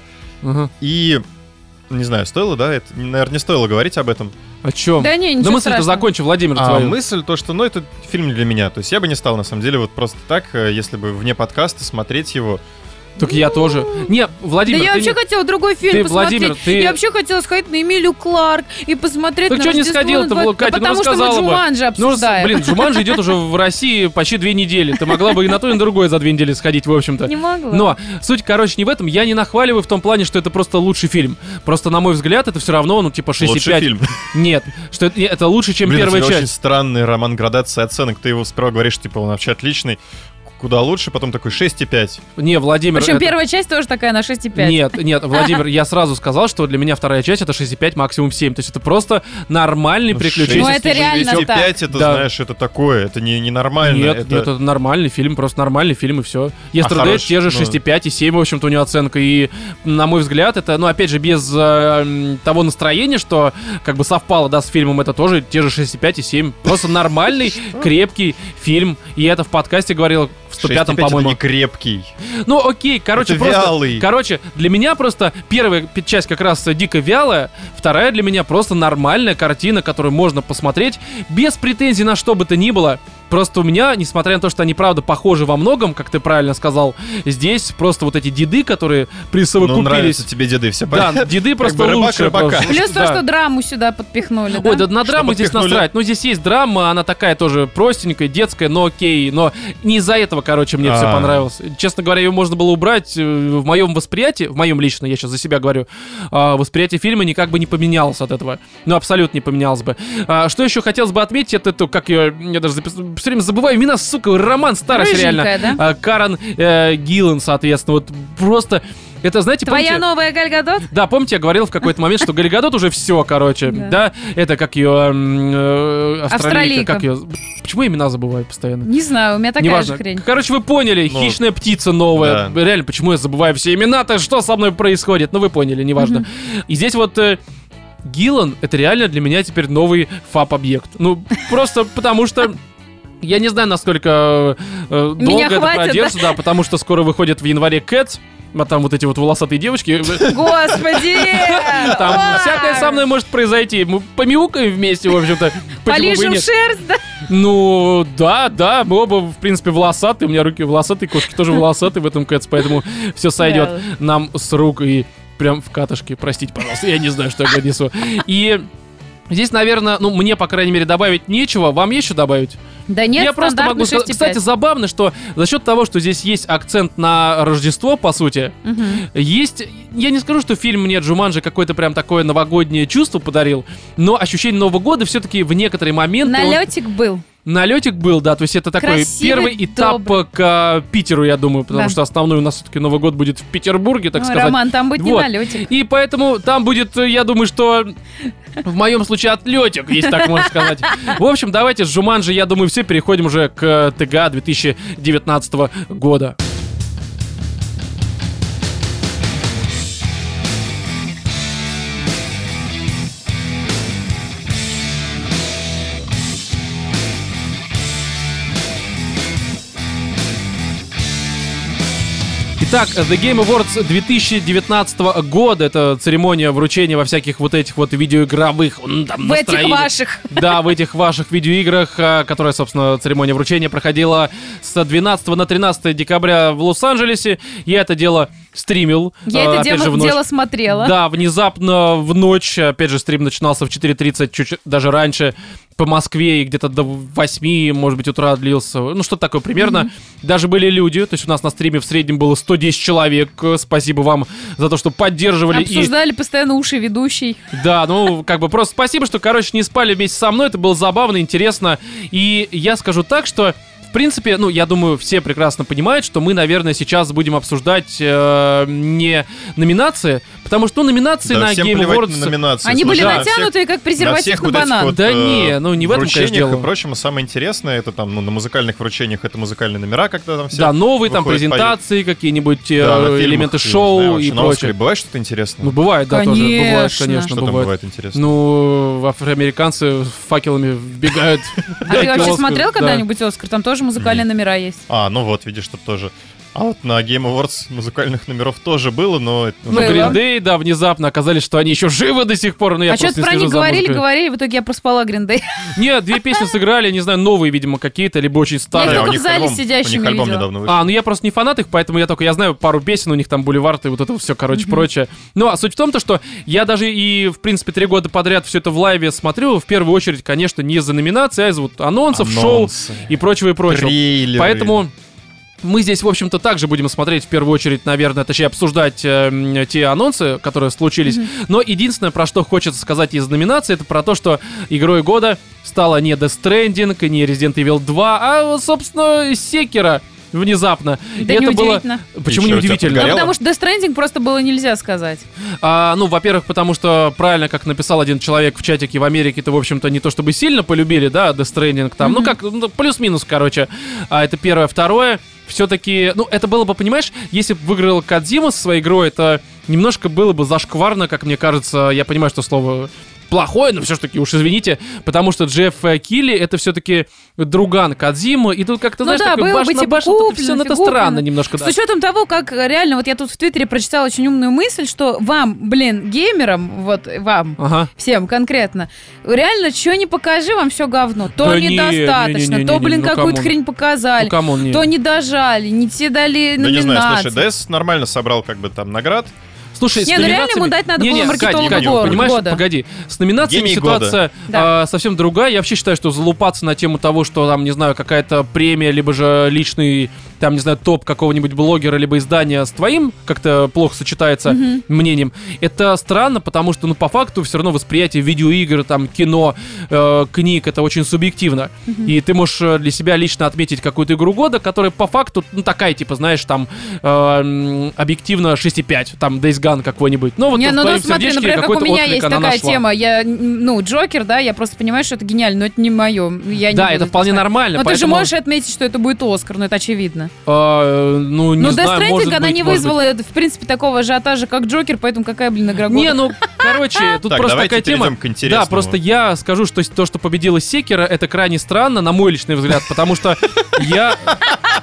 [SPEAKER 3] И, не знаю, стоило, да? Это, наверное, не стоило говорить об этом.
[SPEAKER 1] О чем?
[SPEAKER 2] Да не, ничего
[SPEAKER 1] мысль-то закончи, Владимир, твою.
[SPEAKER 3] Мысль то, что, это фильм не для меня. То есть я бы не стал, на самом деле, вот просто так, если бы вне подкаста смотреть его.
[SPEAKER 1] Так я тоже. Не, Владимир,
[SPEAKER 2] да я вообще хотела другой фильм посмотреть.
[SPEAKER 1] Владимир,
[SPEAKER 2] Я вообще хотела сходить на Эмилию Кларк и посмотреть
[SPEAKER 1] так
[SPEAKER 2] на
[SPEAKER 1] что не сходила-то, Катя,
[SPEAKER 2] потому что мы Джуманджи обсуждаем.
[SPEAKER 1] Блин, Джуманджи идет уже в России почти 2 недели. Ты могла бы и на то, и на другое за 2 недели сходить, в общем-то.
[SPEAKER 2] Не могла.
[SPEAKER 1] Но суть, не в этом. Я не нахваливаю в том плане, что это просто лучший фильм. Просто, на мой взгляд, это все равно, 6,5.
[SPEAKER 3] Лучший фильм.
[SPEAKER 1] Нет, что это лучше, чем первая часть.
[SPEAKER 3] Очень странный роман градации оценок. Ты его сперва говоришь, он вообще отличный. Куда лучше, потом такой 6,5.
[SPEAKER 1] Не, Владимир...
[SPEAKER 2] Причем первая часть тоже такая на 6,5.
[SPEAKER 1] Нет, Владимир, я сразу сказал, что для меня вторая часть это 6,5, максимум 7. То есть это просто нормальный приключенческий.
[SPEAKER 2] Ну это реально
[SPEAKER 3] 6,5 это, знаешь, это такое, это не нормально.
[SPEAKER 1] Нет, это нормальный фильм, просто нормальный фильм и все. Yesterday те же 6,5 и 7, в общем-то, у него оценка. И, на мой взгляд, это, опять же, без того настроения, что как бы совпало, с фильмом, это тоже те же 6,5 и 7. Просто нормальный, крепкий фильм. И это в подкасте говорил в 105-м, по-моему.
[SPEAKER 3] Не крепкий.
[SPEAKER 1] Ну, окей,
[SPEAKER 3] это вялый.
[SPEAKER 1] Для меня просто первая часть как раз дико вялая, вторая для меня просто нормальная картина, которую можно посмотреть без претензий на что бы то ни было. Просто у меня, несмотря на то, что они, правда, похожи во многом, как ты правильно сказал, здесь просто вот эти деды, которые присовокупились...
[SPEAKER 3] нравятся тебе деды, все понятно.
[SPEAKER 1] Да, деды просто лучше.
[SPEAKER 2] Плюс то, что драму сюда подпихнули, да?
[SPEAKER 1] Ой, да на драму здесь насрать. Здесь есть драма, она такая тоже простенькая, детская, но окей. Но не из-за этого, мне все понравилось. Честно говоря, ее можно было убрать. В моем восприятии, в моем лично, я сейчас за себя говорю, восприятие фильма никак бы не поменялось от этого. Абсолютно не поменялось бы. Что еще хотелось бы отметить, это как я даже записал... Все время забываю имена, сука, роман старость реально.
[SPEAKER 2] Да?
[SPEAKER 1] Карен Гиллан, соответственно. Вот просто... Это, знаете,
[SPEAKER 2] твоя новая Галь Гадот?
[SPEAKER 1] Да, помните, я говорил в какой-то момент, что Галь Гадот уже все, да? Это как ее австралийка. Как ее... Почему я имена забываю постоянно?
[SPEAKER 2] Не знаю, у меня такая же хрень.
[SPEAKER 1] Короче, вы поняли, хищная птица новая. Да. Реально, почему я забываю все имена-то? Что со мной происходит? Вы поняли, неважно. И здесь вот... Гиллан, это реально для меня теперь новый фап-объект. Просто потому что... Я не знаю, насколько долго это продержится, потому что скоро выходит в январе Cats. а там вот эти вот волосатые девочки.
[SPEAKER 2] Господи!
[SPEAKER 1] Там всякое со мной может произойти. Мы помяукаем вместе, в общем-то.
[SPEAKER 2] Полижем шерсть, да?
[SPEAKER 1] Ну, да, мы оба, в принципе, волосатые. У меня руки волосатые, кошки тоже волосатые в этом кэц, поэтому все сойдет нам с рук и прям в катышке. Простите, пожалуйста, я не знаю, что я несу. И здесь, наверное, ну, мне, по крайней мере, добавить нечего. Вам есть что добавить?
[SPEAKER 2] Да нет,
[SPEAKER 1] я просто могу сказать. Кстати, забавно, что за счет того, что здесь есть акцент на Рождество, по сути, есть... Я не скажу, что фильм мне Джуманджи какое-то прям такое новогоднее чувство подарил, но ощущение Нового года все-таки в некоторые моменты...
[SPEAKER 2] Налетик был.
[SPEAKER 1] Налетик был, да, то есть это такой красивый, первый этап к Питеру, я думаю, потому что основной у нас все-таки Новый год будет в Петербурге, так сказать.
[SPEAKER 2] Роман, там будет не налетик.
[SPEAKER 1] И поэтому там будет, я думаю, что в моем случае отлетик, если так можно сказать. В общем, давайте с Джуманджи, я думаю, все переходим уже к ТГА 2019 года. Итак, The Game Awards 2019 года. Это церемония вручения во всяких вот этих вот видеоигровых... Там,
[SPEAKER 2] в этих ваших.
[SPEAKER 1] Да, в этих ваших видеоиграх, которая, собственно, церемония вручения проходила с 12 на 13 декабря в Лос-Анджелесе. Я это дело стримил.
[SPEAKER 2] Я это дело смотрела.
[SPEAKER 1] Да, внезапно в ночь. Опять же, стрим начинался в 4:30, чуть даже раньше по Москве, и где-то до 8, может быть, утра длился. Ну, что-то такое примерно. Даже были люди. То есть у нас на стриме в среднем было 110 человек. Спасибо вам за то, что поддерживали.
[SPEAKER 2] Обсуждали постоянно уши ведущий.
[SPEAKER 1] Да, ну, как бы просто спасибо, что, короче, не спали вместе со мной. Это было забавно, интересно. И я скажу так, что... В принципе, ну, я думаю, все прекрасно понимают, что мы, наверное, сейчас будем обсуждать не номинации, потому что, ну, номинации на Game Awards...
[SPEAKER 3] На номинации.
[SPEAKER 2] Они были натянутые, как презерватив на банан.
[SPEAKER 3] Вот,
[SPEAKER 1] да не, ну, не в этом, конечно, дело.
[SPEAKER 3] И прочем, самое интересное, это там, ну, на музыкальных вручениях, это музыкальные номера, когда там все...
[SPEAKER 1] Да, новые там презентации, какие-нибудь элементы шоу и прочее.
[SPEAKER 3] Бывает что-то интересное?
[SPEAKER 1] Ну, бывает, да, тоже. Бывает, конечно,
[SPEAKER 3] что там бывает интересно?
[SPEAKER 1] Ну, афроамериканцы с факелами вбегают.
[SPEAKER 2] А ты вообще смотрел когда-нибудь «Оскар»? Там тоже музыкальные номера есть.
[SPEAKER 3] Ну вот, видишь, что тоже. А вот на Game Awards музыкальных номеров тоже было, но...
[SPEAKER 1] Ну, Green Day, да, внезапно оказались, что они еще живы до сих пор, но я просто не слежу за музыкой.
[SPEAKER 2] говорили, в итоге я проспала Green Day.
[SPEAKER 1] Нет, 2 песни сыграли, не знаю, новые, видимо, какие-то, либо очень старые.
[SPEAKER 2] Я их только в зале сидящими видела.
[SPEAKER 1] Ну я просто не фанат их, поэтому я знаю пару песен, у них там Бульвард и вот это все, короче, прочее. Ну, а суть в том, что я даже и, в принципе, 3 года подряд все это в лайве смотрю, в первую очередь, конечно, не из-за номинации, а из вот анонсов, шоу и прочего и прочего.
[SPEAKER 3] Трейлеры.
[SPEAKER 1] Поэтому... Мы здесь, в общем-то, также будем смотреть в первую очередь, наверное, точнее, обсуждать те анонсы, которые случились. Но единственное, про что хочется сказать из номинаций, это про то, что игрой года стала не Death Stranding, не Resident Evil 2, а, собственно, Sekiro. Внезапно.
[SPEAKER 2] Да, и это было...
[SPEAKER 1] Почему неудивительно?
[SPEAKER 2] Ну, потому что Death Stranding просто было нельзя сказать.
[SPEAKER 1] Ну, во-первых, потому что, правильно, как написал один человек в чатике в Америке-то, в общем-то, не то чтобы сильно полюбили, да, Death Stranding там, ну, как, плюс-минус, короче. Это первое. Второе, все-таки, ну, это было бы, понимаешь, если бы выиграл Кодзима со своей игрой, это немножко было бы зашкварно, как мне кажется. Я понимаю, что слово... плохое, но все-таки уж извините, потому что Джефф Килли это все-таки друган Кодзимы, и тут как-то, знаешь, такой баш на баш, все это странно немножко.
[SPEAKER 2] С учетом того, как реально, вот я тут в Твиттере прочитала очень умную мысль, что вам, геймерам, вот вам, всем конкретно, реально, что не покажи, вам все говно. То недостаточно, то, какую-то хрень показали, то не дожали, не те дали номинации.
[SPEAKER 3] Да не знаю, слушай, DS нормально собрал как бы там наград.
[SPEAKER 1] Слушай,
[SPEAKER 2] не, ну реально ему дать надо было маркетолога
[SPEAKER 1] понимаешь,
[SPEAKER 2] года.
[SPEAKER 1] Погоди, с номинациями ситуация совсем другая. Я вообще считаю, что залупаться на тему того, что там, не знаю, какая-то премия, либо же личный, там, не знаю, топ какого-нибудь блогера, либо издания с твоим как-то плохо сочетается мнением, это странно, потому что, ну, по факту все равно восприятие видеоигр, там, кино, книг, это очень субъективно. И ты можешь для себя лично отметить какую-то игру года, которая по факту, ну, такая, типа, знаешь, там, объективно 6,5, там, Days Gone какой-нибудь. Ну, вот в твоем
[SPEAKER 2] смотри, например, как у меня есть такая тема. Я, Джокер, да, я просто понимаю, что это гениально, но это не мое.
[SPEAKER 1] Да, это вполне нормально.
[SPEAKER 2] Но ты же можешь отметить, что это будет Оскар, но это очевидно.
[SPEAKER 1] Ну, не знаю,
[SPEAKER 2] Death Stranding, она не вызвала, в принципе, такого ажиотажа, как Джокер, поэтому какая, игра года?
[SPEAKER 1] Не, ну, короче, тут просто такая тема. Да, просто я скажу, что то, что победила Sekiro, это крайне странно, на мой личный взгляд, потому что я...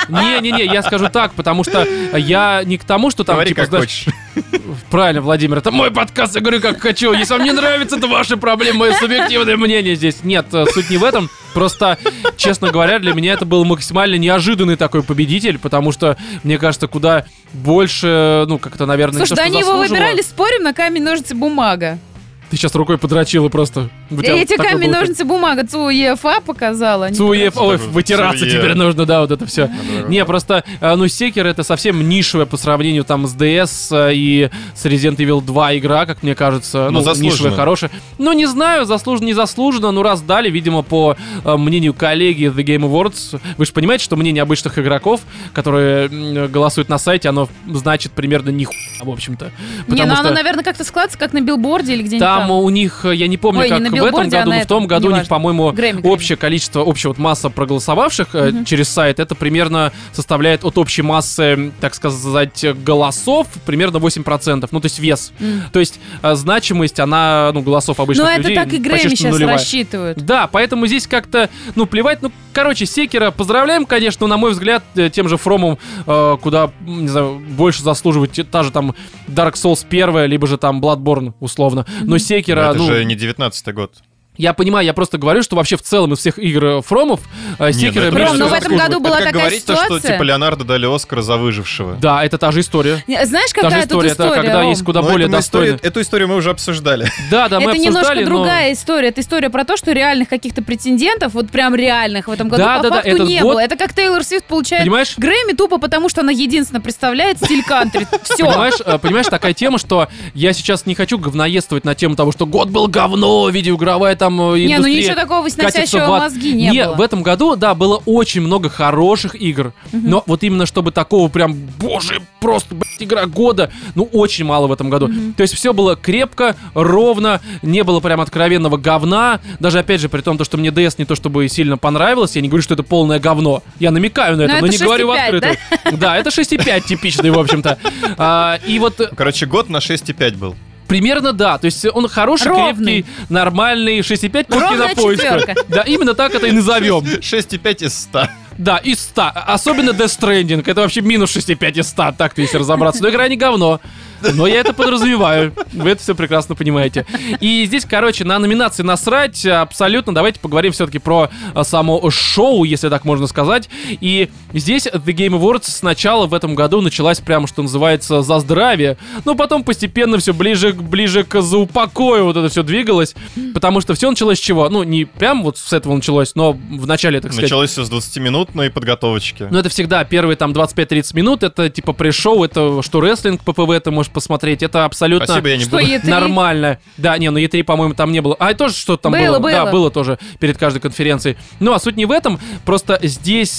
[SPEAKER 1] Не-не-не, я скажу так, потому что я не к тому, что там,
[SPEAKER 3] говори,
[SPEAKER 1] типа,
[SPEAKER 3] как
[SPEAKER 1] знаешь...
[SPEAKER 3] хочешь.
[SPEAKER 1] Правильно, Владимир, это мой подкаст, я говорю, как хочу. Если вам не нравится, это ваши проблемы, мое субъективное мнение здесь. Нет, суть не в этом. Просто, честно говоря, для меня это был максимально неожиданный такой победитель, потому что, мне кажется, куда больше, ну, как-то, наверное,
[SPEAKER 2] слушай, да они его выбирали, спорим, на камень, ножницы, бумага.
[SPEAKER 1] Ты сейчас рукой подрочила просто.
[SPEAKER 2] Я тебе камень, ножницы, бумага ЦУ ЕФА показала.
[SPEAKER 1] ЦУ ЕФА, ой, вытираться теперь нужно, да, вот это все. Не, просто, ну, Секиро это совсем нишевая по сравнению там с DS и с Resident Evil 2 игра, как мне кажется. Ну, нишевая, хорошая. Ну, не знаю, заслуженно, не заслуженно, но раз дали, видимо, по мнению коллеги The Game Awards. Вы же понимаете, что мнение обычных игроков, которые голосуют на сайте, оно значит примерно нихуя, в общем-то.
[SPEAKER 2] Не, ну оно, наверное, как-то складывается, как на билборде или где-нибудь
[SPEAKER 1] там у них, я не помню, как в этом году, но в том году у них, по-моему, общее количество, общая вот масса проголосовавших через сайт, это примерно составляет от общей массы, так сказать, голосов примерно 8%, ну, то есть вес. То есть значимость, она, ну, голосов обычных людей
[SPEAKER 2] почти нулевая. Ну, это так и Грэмми сейчас рассчитывают.
[SPEAKER 1] Да, поэтому здесь как-то, ну, плевать, ну, короче, Секиро поздравляем, конечно, но, на мой взгляд, тем же Фромом, куда, не знаю, больше заслуживает та же там Dark Souls 1, либо же там Bloodborne, условно, но Секиро,
[SPEAKER 3] это же не 19-й год.
[SPEAKER 1] Я понимаю, я просто говорю, что вообще в целом из всех игр Фромов Секиро...
[SPEAKER 2] Ром, но в этом году была такая
[SPEAKER 3] говорить
[SPEAKER 2] ситуация...
[SPEAKER 3] что типа Леонардо дали Оскар за выжившего.
[SPEAKER 1] Да, это та же история.
[SPEAKER 2] Знаешь, какая тут история,
[SPEAKER 1] это когда
[SPEAKER 2] Ром?
[SPEAKER 1] есть куда более достойная...
[SPEAKER 3] Эту историю мы уже обсуждали.
[SPEAKER 1] Да, мы обсуждали,
[SPEAKER 2] это немножко другая история. Это история про то, что реальных каких-то претендентов, вот прям реальных в этом году по факту не было. Это как Тейлор Свифт получает Грэмми тупо потому, что она единственно представляет стиль кантри. Все.
[SPEAKER 1] Понимаешь, такая тема, что я сейчас не хочу говноедствовать на тему того, что год был говно, видеоигровая там индустрия.
[SPEAKER 2] Ничего такого сносящего мозги не было.
[SPEAKER 1] В этом году, да, было очень много хороших игр. Но вот именно чтобы такого прям, боже, просто, блядь, игра года, ну, очень мало в этом году. То есть все было крепко, ровно, не было прям откровенного говна. Даже, опять же, при том, что мне DS не то чтобы сильно понравилось, я не говорю, что это полное говно. Я намекаю на это, но не говорю в открытую. Да, это 6,5 типичный, в общем-то. И вот...
[SPEAKER 3] Короче, год на 6,5 был.
[SPEAKER 1] Примерно, да. То есть он хороший,
[SPEAKER 2] ровный,
[SPEAKER 1] крепкий, нормальный, 6,5 по кинопоиску. Да, именно так это и назовем.
[SPEAKER 3] 6,5 из 100.
[SPEAKER 1] Да, из 100. Особенно Death Stranding. Это вообще минус 6,5 из 100, так-то если разобраться. Но игра не говно. Но я это подразумеваю. Вы это все прекрасно понимаете. И здесь, короче, на номинации насрать абсолютно. Давайте поговорим все-таки про само шоу, если так можно сказать. И здесь The Game Awards сначала в этом году началась прямо, что называется, за здравие. Но потом постепенно все ближе к заупокою вот это все двигалось. Потому что все началось с чего? Ну, не прям вот с этого началось, но в начале, так сказать.
[SPEAKER 3] Началось все с 20-минутной подготовочки.
[SPEAKER 1] Ну, это всегда первые там 25-30 минут. Это типа пресс-шоу, это что рестлинг, ППВ, ты можешь посмотреть, это абсолютно
[SPEAKER 3] спасибо, я не буду.
[SPEAKER 1] Нормально. Да, не, ну E3, по-моему, там не было. А тоже что-то там было. Да, было тоже перед каждой конференцией. Ну, а суть не в этом. Просто здесь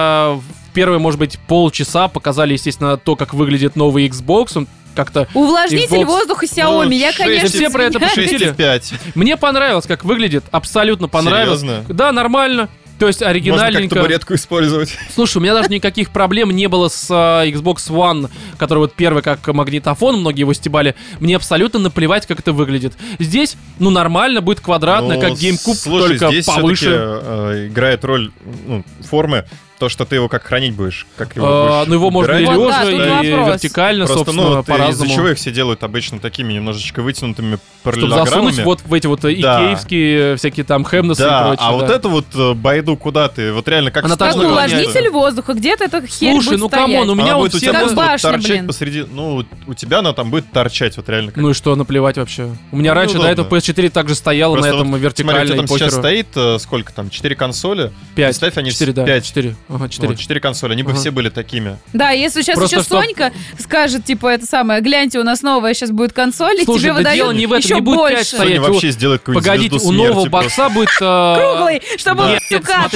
[SPEAKER 1] первые, может быть, полчаса показали, естественно, то, как выглядит новый Xbox. Он как-то...
[SPEAKER 2] Увлажнитель
[SPEAKER 1] Xbox...
[SPEAKER 2] воздуха Xiaomi, я, конечно,
[SPEAKER 1] все про это пошутили.
[SPEAKER 3] 6,5.
[SPEAKER 1] Мне понравилось, как выглядит. Абсолютно понравилось.
[SPEAKER 3] Серьезно?
[SPEAKER 1] Да, нормально. То есть оригинальненько.
[SPEAKER 3] Можно как табуретку использовать.
[SPEAKER 1] Слушай, у меня даже никаких проблем не было с Xbox One, который вот первый как магнитофон, многие его стебали. Мне абсолютно наплевать, как это выглядит. Здесь, ну, нормально, будет квадратно, как GameCube, только
[SPEAKER 3] здесь
[SPEAKER 1] повыше.
[SPEAKER 3] Играет роль формы. То, что ты его как хранить будешь, как его будешь.
[SPEAKER 1] Ну, его можно и лежа, и вертикально,
[SPEAKER 3] просто,
[SPEAKER 1] собственно, по-разному.
[SPEAKER 3] Из-за чего их все делают обычно такими немножечко вытянутыми
[SPEAKER 1] параллелограммами. Чтобы засунуть вот в эти вот икеевские всякие там хемнесы и прочее.
[SPEAKER 3] А вот это вот байду куда ты? Вот реально как...
[SPEAKER 2] Как увлажнитель воздуха, где-то эта херь
[SPEAKER 1] будет стоять. Слушай, ну камон, у меня вот все...
[SPEAKER 2] Как башня,
[SPEAKER 3] торчать посреди... Ну, у тебя она там будет торчать, вот реально.
[SPEAKER 1] Ну и что, наплевать вообще? У меня раньше до этого PS4 также стояла на этом вертикальной покеру.
[SPEAKER 3] Смотри, у тебя там сейчас стоит, сколько там, 4 консоли?
[SPEAKER 1] 5.
[SPEAKER 3] Представь, они
[SPEAKER 1] 4, да.
[SPEAKER 3] 5.
[SPEAKER 1] 4. Ага, 4
[SPEAKER 3] консоли, они бы все были такими.
[SPEAKER 2] Да, если сейчас
[SPEAKER 1] просто
[SPEAKER 2] еще Сонька скажет, типа, это самое, гляньте, у нас новая сейчас будет консоль, и тебе выдают
[SPEAKER 1] не в этом,
[SPEAKER 2] еще
[SPEAKER 1] не будет
[SPEAKER 2] больше.
[SPEAKER 1] 5 стоять.
[SPEAKER 3] Вообще сделает какую-нибудь
[SPEAKER 1] погодите, у нового бокса будет...
[SPEAKER 2] Круглый, чтобы он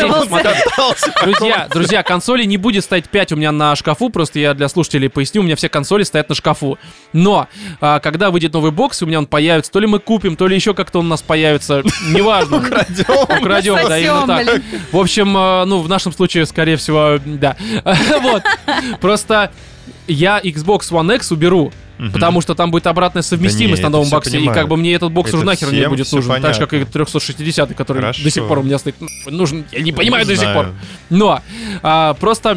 [SPEAKER 2] укатывался.
[SPEAKER 1] Друзья, консоли не будет стоять 5 у меня на шкафу, просто я для слушателей поясню, у меня все консоли стоят на шкафу. Но, когда выйдет новый бокс, у меня он появится, то ли мы купим, то ли еще как-то он у нас появится, неважно. Украдем, да, именно так. В общем, ну, в нашем случае, скорее всего, да. Вот. Просто я Xbox One X уберу, потому что там будет обратная совместимость на новом боксе, и как бы мне этот бокс уже нахер не будет нужен, так же, как и 360, который до сих пор у меня стоит нужен, я не понимаю до сих пор. Но просто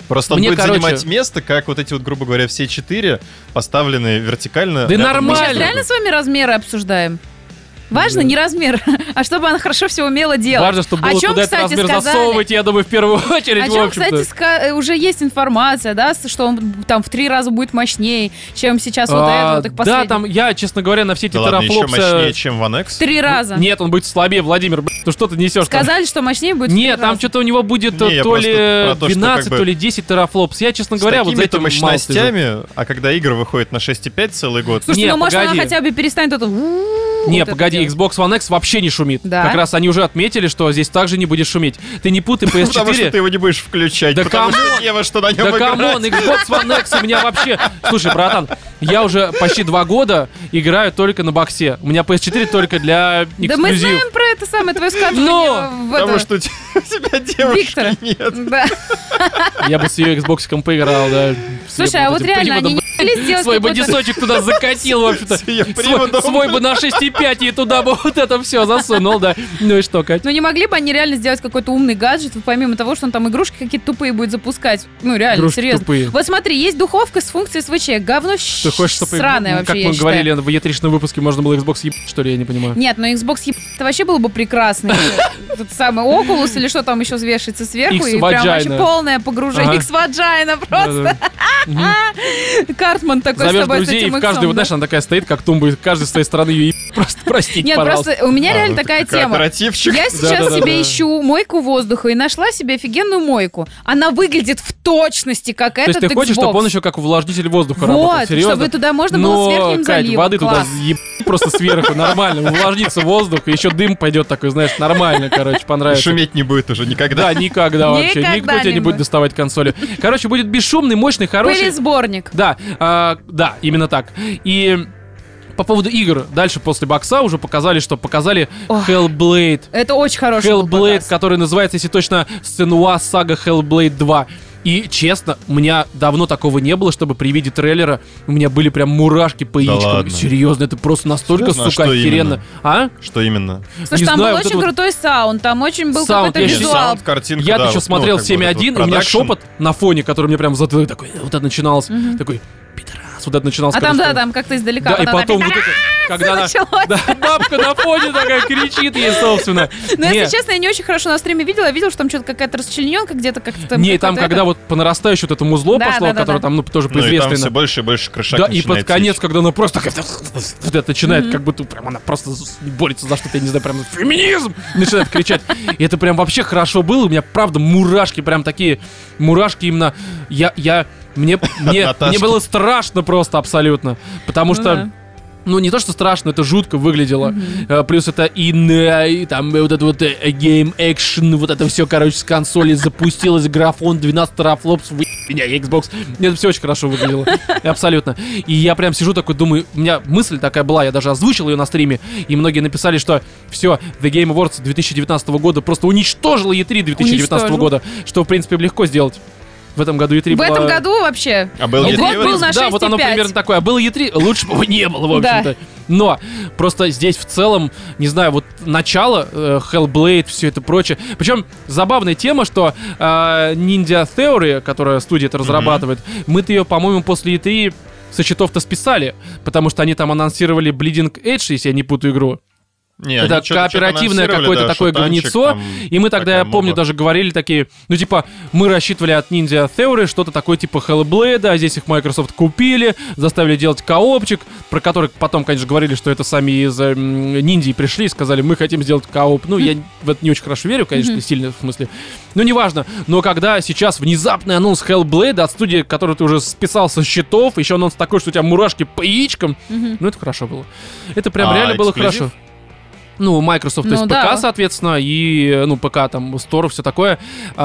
[SPEAKER 3] Просто он будет занимать место, как вот эти вот, грубо говоря, все 4 поставленные вертикально.
[SPEAKER 1] Да нормально.
[SPEAKER 2] Мы сейчас реально с вами размеры обсуждаем? Важно не размер, а чтобы она хорошо все умела делать.
[SPEAKER 1] Важно, чтобы было куда этот размер засовывать, я думаю, в первую очередь.
[SPEAKER 2] О чем, кстати, уже есть информация, да, что он там в 3 раза будет мощнее, чем сейчас вот этот их последний.
[SPEAKER 1] Да, там я, честно говоря, на все эти терафлопсы...
[SPEAKER 3] еще мощнее, чем One X?
[SPEAKER 2] 3 раза.
[SPEAKER 1] Нет, он будет слабее, Владимир, ну что ты несешь?
[SPEAKER 2] Сказали, что мощнее будет.
[SPEAKER 1] Нет, там что-то у него будет то ли 12, то ли 10 терафлопс. Я, честно говоря, вот за этим
[SPEAKER 3] мощностями, а когда игры выходят на 6,5 целый год...
[SPEAKER 2] Слушайте, ну может она хотя бы перестанет это...
[SPEAKER 1] Не, погоди, Xbox One X вообще не шумит. Да? Как раз они уже отметили, что здесь также не будет шуметь. Ты не путай PS4.
[SPEAKER 3] Потому что ты его не будешь включать. Да потому что не во что на нем играть.
[SPEAKER 1] Да камон, Xbox One X у меня вообще... Слушай, братан, я уже почти 2 года играю только на боксе. У меня PS4 только для эксклюзив.
[SPEAKER 2] Да мы знаем про это самое твое скатывание.
[SPEAKER 3] Потому что у тебя девушки нет.
[SPEAKER 2] Да.
[SPEAKER 1] Я бы с ее Xbox'иком поиграл, да.
[SPEAKER 2] Слушай, а вот реально они не могли сделать...
[SPEAKER 1] Свой бы дисочек туда закатил, в общем-то. Свой бы на 6,5 и туда бы вот это все засунул, да. Ну и что, Кать?
[SPEAKER 2] Ну не могли бы они реально сделать какой-то умный гаджет, помимо того, что он там игрушки какие-то тупые будет запускать? Ну реально, игрушки серьезно.
[SPEAKER 1] Тупые.
[SPEAKER 2] Вот смотри, есть духовка с функцией свечей. Говно сраное вообще,
[SPEAKER 1] как мы говорили в E3-шном выпуске, можно было Xbox ебать, что ли, я не понимаю.
[SPEAKER 2] Нет, но Xbox ебать, это вообще было бы прекрасно. Тот самый Oculus или что там еще вешается сверху, и прям вообще полное погружение. X-Vagina просто. Картман такой с тобой с этим иксом.
[SPEAKER 1] И каждый, вот знаешь, она такая стоит, как тумба, каждый с своей стороны ее просто простите,
[SPEAKER 2] нет,
[SPEAKER 1] пожалуйста.
[SPEAKER 2] Нет, просто у меня реально такая тема. Я сейчас себе ищу мойку воздуха и нашла себе офигенную мойку. Она выглядит в точности, как этот Xbox.
[SPEAKER 1] То есть ты хочешь, чтобы он еще как увлажнитель воздуха работал? Серьезно?
[SPEAKER 2] Чтобы туда можно было с верхним заливом.
[SPEAKER 1] Воды туда просто сверху, нормально. Увлажнится воздух, и еще дым пойдет такой, знаешь, нормально, короче, понравится.
[SPEAKER 3] Шуметь не будет уже никогда.
[SPEAKER 1] Да, никогда вообще. Никто тебя не будет доставать консоли. Короче, будет бесшумный, мощный, хороший.
[SPEAKER 2] Пылесборник.
[SPEAKER 1] Да, да, именно так. И... По поводу игр, дальше после бокса уже показали Hellblade.
[SPEAKER 2] Это очень хороший
[SPEAKER 1] Hellblade, который называется, если точно, Senua Saga Hellblade 2. И, честно, у меня давно такого не было, чтобы при виде трейлера у меня были прям мурашки по яичкам. Да серьезно, это просто настолько, сука, охеренно.
[SPEAKER 3] А? Что именно?
[SPEAKER 2] Слушай, там был очень крутой саунд, там очень был какой-то визуал.
[SPEAKER 1] Я еще смотрел 7.1, и у меня шепот на фоне, который мне прям затылок такой, вот это начиналось, такой... Вот это начиналось.
[SPEAKER 2] А там, да, там как-то издалека.
[SPEAKER 1] Да, и потом вот это, когда она, да, бабка на фоне такая кричит ей, собственно.
[SPEAKER 2] Но если честно, я не очень хорошо на стриме видела. Я видела, что там что-то какая-то расчлененка где-то как-то там.
[SPEAKER 1] Не, там когда вот по нарастающей вот этому узло пошло, которое там, ну, тоже
[SPEAKER 3] поизвестно. Ну, и там все больше и больше крышак
[SPEAKER 1] начинает. Да, и под конец, когда она просто вот это начинает, как будто прям она просто борется за что-то, я не знаю, прям феминизм начинает кричать. И это прям вообще хорошо было. У меня, правда, мурашки, прям такие мурашки именно. Мне было страшно просто абсолютно, потому что, ну, не то, что страшно, это жутко выглядело. Плюс это и там вот это вот game action, вот это все, короче, с консоли запустилось, графон, 12 терафлопс, меня, Xbox. Это все очень хорошо выглядело. Абсолютно. И я прям сижу такой, думаю, у меня мысль такая была, я даже озвучил ее на стриме, и многие написали, что все, The Game Awards 2019 года просто уничтожила E3 2019 года, что, в принципе, легко сделать. В этом году E3 было...
[SPEAKER 2] В этом году вообще...
[SPEAKER 3] А был E3?
[SPEAKER 2] Год был на 6,5.
[SPEAKER 1] Да, вот оно примерно такое. А был E3, лучше бы его не было, в общем-то. Но просто здесь в целом, не знаю, вот начало, Hellblade, все это прочее. Причем забавная тема, что Ninja Theory, которая студия это разрабатывает, мы-то ее, по-моему, после E3 со счетов-то списали, потому что они там анонсировали Bleeding Edge, если я не путаю игру.
[SPEAKER 3] Не,
[SPEAKER 1] это кооперативное какое-то такое говнецо. И мы тогда, я помню, даже говорили такие, ну типа, мы рассчитывали от Ninja Theory что-то такое типа Hellblade, а здесь их Microsoft купили, заставили делать коопчик, про который потом, конечно, говорили, что это сами из Ниндзя пришли и сказали, мы хотим сделать кооп. Ну, я в это не очень хорошо верю, конечно, сильно в смысле. Ну, неважно. Но когда сейчас внезапный анонс Hellblade от студии, которую ты уже списал со счетов, еще анонс такой, что у тебя мурашки по яичкам, ну, это хорошо было. Это прям реально было хорошо. Ну, Microsoft, то есть ПК, соответственно, и, ну, ПК, там, Store, все такое,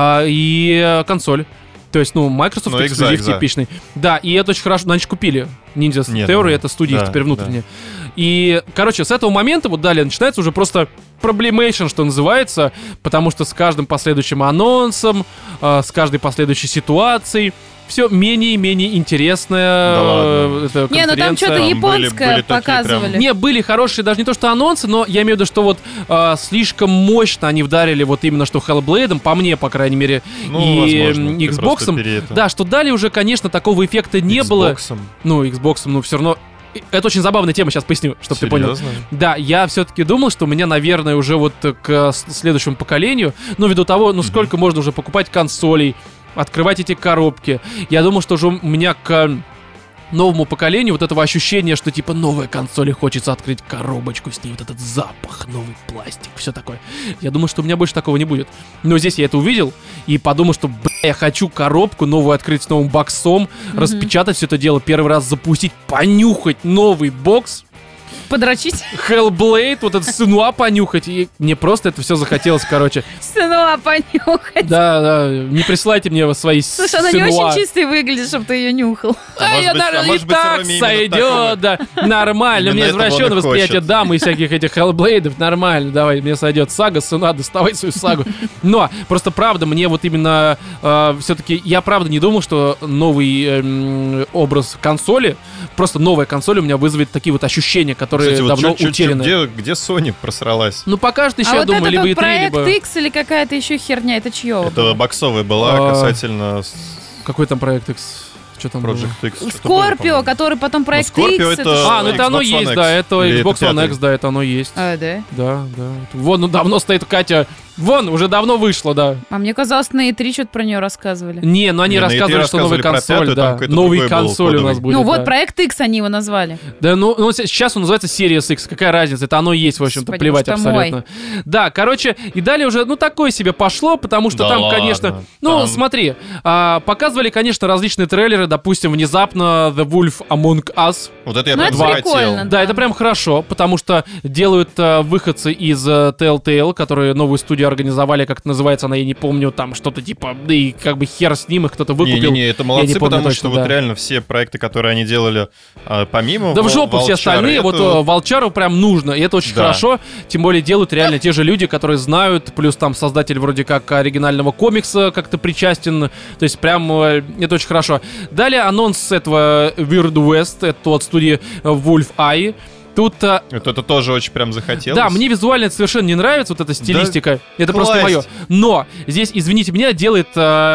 [SPEAKER 1] и консоль. То есть, ну, Microsoft эксклюзив типичный. Да, и это очень хорошо, значит, купили Ninja Theory, это студия теперь внутренняя. И, короче, с этого момента вот далее начинается уже просто проблемейшн, что называется, потому что с каждым последующим анонсом, с каждой последующей ситуацией все менее и менее интересное.
[SPEAKER 3] Да ладно.
[SPEAKER 2] Не, ну там что-то японское были показывали.
[SPEAKER 3] Прям...
[SPEAKER 1] Не, были хорошие, даже не то что анонсы, но я имею в виду, что вот слишком мощно они вдарили вот именно что Hellblade, по мне, по крайней мере, и Xbox. Да, что далее уже, конечно, такого эффекта не было. Ну, Xbox, ну, все равно... Это очень забавная тема, сейчас поясню, чтобы ты понял. Да, я все-таки думал, что у меня, наверное, уже вот к следующему поколению, ну, ввиду того, ну, сколько можно уже покупать консолей, открывать эти коробки. Я думал, что уже у меня к новому поколению вот этого ощущения, что типа новая консоль, и хочется открыть коробочку с ней, вот этот запах, новый пластик, все такое. Я думаю, что у меня больше такого не будет. Но здесь я это увидел и подумал, что, я хочу коробку новую открыть с новым боксом, распечатать все это дело, первый раз запустить, понюхать новый бокс.
[SPEAKER 2] Подрочить.
[SPEAKER 1] Hellblade, вот этот Сенуа понюхать. И мне просто это все захотелось, короче.
[SPEAKER 2] Сенуа понюхать.
[SPEAKER 1] Да, не присылайте мне свои Сенуа.
[SPEAKER 2] Слушай, она не очень чистой выглядит, чтобы ты ее нюхал.
[SPEAKER 1] Я, наверное, и так сойдет, да. Нормально, у меня извращенное восприятие дамы и всяких этих Hellblade'ов. Нормально, давай, мне сойдет сага, Сенуа, доставай свою сагу. Но, просто правда, мне вот именно все-таки, я правда не думал, что новый образ консоли, просто новая консоль у меня вызовет такие вот ощущения, которые давно утеряны.
[SPEAKER 3] Где Sony просралась?
[SPEAKER 1] Ну, покажет еще, я думаю, либо E3, либо...
[SPEAKER 2] проект X или какая-то еще херня, это чье?
[SPEAKER 3] Это боксовая была касательно...
[SPEAKER 1] Какой там проект X? Что там
[SPEAKER 3] Project X?
[SPEAKER 2] Scorpio, который потом проект X.
[SPEAKER 1] Ну это оно есть, да, это Xbox One X, да, это оно есть.
[SPEAKER 2] А, да?
[SPEAKER 1] Да. Вон, ну давно стоит Катя. Вон, уже давно вышло, да.
[SPEAKER 2] А мне казалось, на E3 что-то про нее рассказывали.
[SPEAKER 1] Не, ну они рассказывали, что новая консоль, да. Новый консоль у нас будет.
[SPEAKER 2] Ну вот, проект X они его назвали.
[SPEAKER 1] Да, ну сейчас он называется Series X, какая разница, это оно и есть, в общем-то, плевать абсолютно. Да, короче, и далее уже, ну такое себе пошло, потому что там, конечно... Ну, смотри, показывали, конечно, различные трейлеры, допустим, внезапно The Wolf Among Us.
[SPEAKER 3] Вот это я прям хотел.
[SPEAKER 1] Да, это прям хорошо, потому что делают выходцы из Telltale, которые новую студию организовали, как это называется, она, я не помню, там что-то типа, да и как бы хер с ним, их кто-то выкупил.
[SPEAKER 3] Не, это молодцы, потому что вот реально все проекты, которые они делали помимо
[SPEAKER 1] да в жопу все остальные, вот Волчару прям нужно, и это очень хорошо, тем более делают реально те же люди, которые знают, плюс там создатель вроде как оригинального комикса как-то причастен, то есть прям это очень хорошо. Далее анонс этого Weird West, это от студии Wolf Eye. Тут...
[SPEAKER 3] Это тоже очень прям захотелось.
[SPEAKER 1] Да, мне визуально это совершенно не нравится, вот эта стилистика. Да, это просто мое. Но здесь, извините меня, делает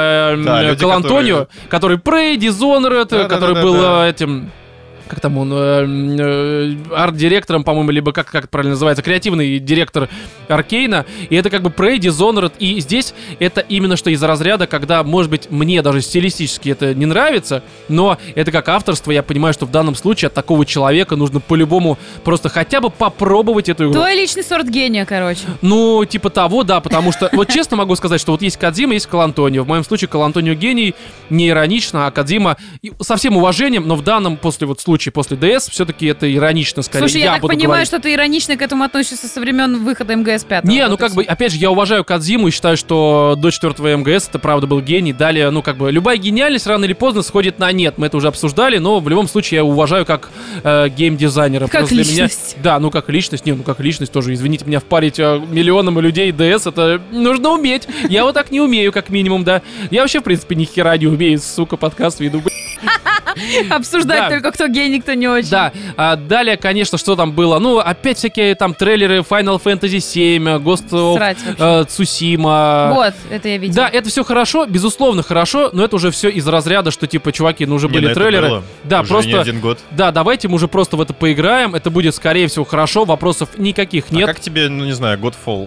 [SPEAKER 1] Кол Антонио, который Prey, Dishonored, который был этим... Как там он, арт-директором, по-моему, либо как это правильно называется, креативный директор Аркейна, и это как бы Prey, Dishonored, и здесь это именно что из разряда, когда, может быть, мне даже стилистически это не нравится, но это как авторство, я понимаю, что в данном случае от такого человека нужно по-любому просто хотя бы попробовать эту игру.
[SPEAKER 2] Твой личный сорт гения, короче.
[SPEAKER 1] Ну, типа того, да, потому что, вот честно могу сказать, что вот есть Кодзима, есть Кол Антонио. В моем случае Кол Антонио гений, не иронично, а Кодзима со всем уважением, но в данном после после DS, все-таки это иронично, скорее.
[SPEAKER 2] Слушай, я так понимаю, что ты иронично к этому относишься со времен выхода МГС 5.
[SPEAKER 1] Не, ну как бы, опять же, я уважаю Кодзиму и считаю, что до 4-го МГС это правда был гений. Далее, ну как бы, любая гениальность рано или поздно сходит на нет. Мы это уже обсуждали, но в любом случае я уважаю как геймдизайнера.
[SPEAKER 2] Как личность.
[SPEAKER 1] Да, ну как личность, ну как личность тоже. Извините меня, впарить миллионам людей DS, это нужно уметь. Я вот так не умею, как минимум, да. Я вообще, в принципе, ни хера не умею, сука, подкаст веду.
[SPEAKER 2] Обсуждать только кто гений, кто не очень.
[SPEAKER 1] Да, далее, конечно, что там было? Ну, опять всякие там трейлеры Final Fantasy 7, Ghost of Tsushima.
[SPEAKER 2] Вот, это я видел.
[SPEAKER 1] Да, это все хорошо, безусловно хорошо, но это уже все из разряда, что типа, чуваки, ну уже были трейлеры. Да,
[SPEAKER 3] уже
[SPEAKER 1] просто...
[SPEAKER 3] не один год.
[SPEAKER 1] Да, давайте мы уже просто в это поиграем, это будет, скорее всего, хорошо, вопросов никаких нет.
[SPEAKER 3] А как тебе, ну не знаю, Godfall?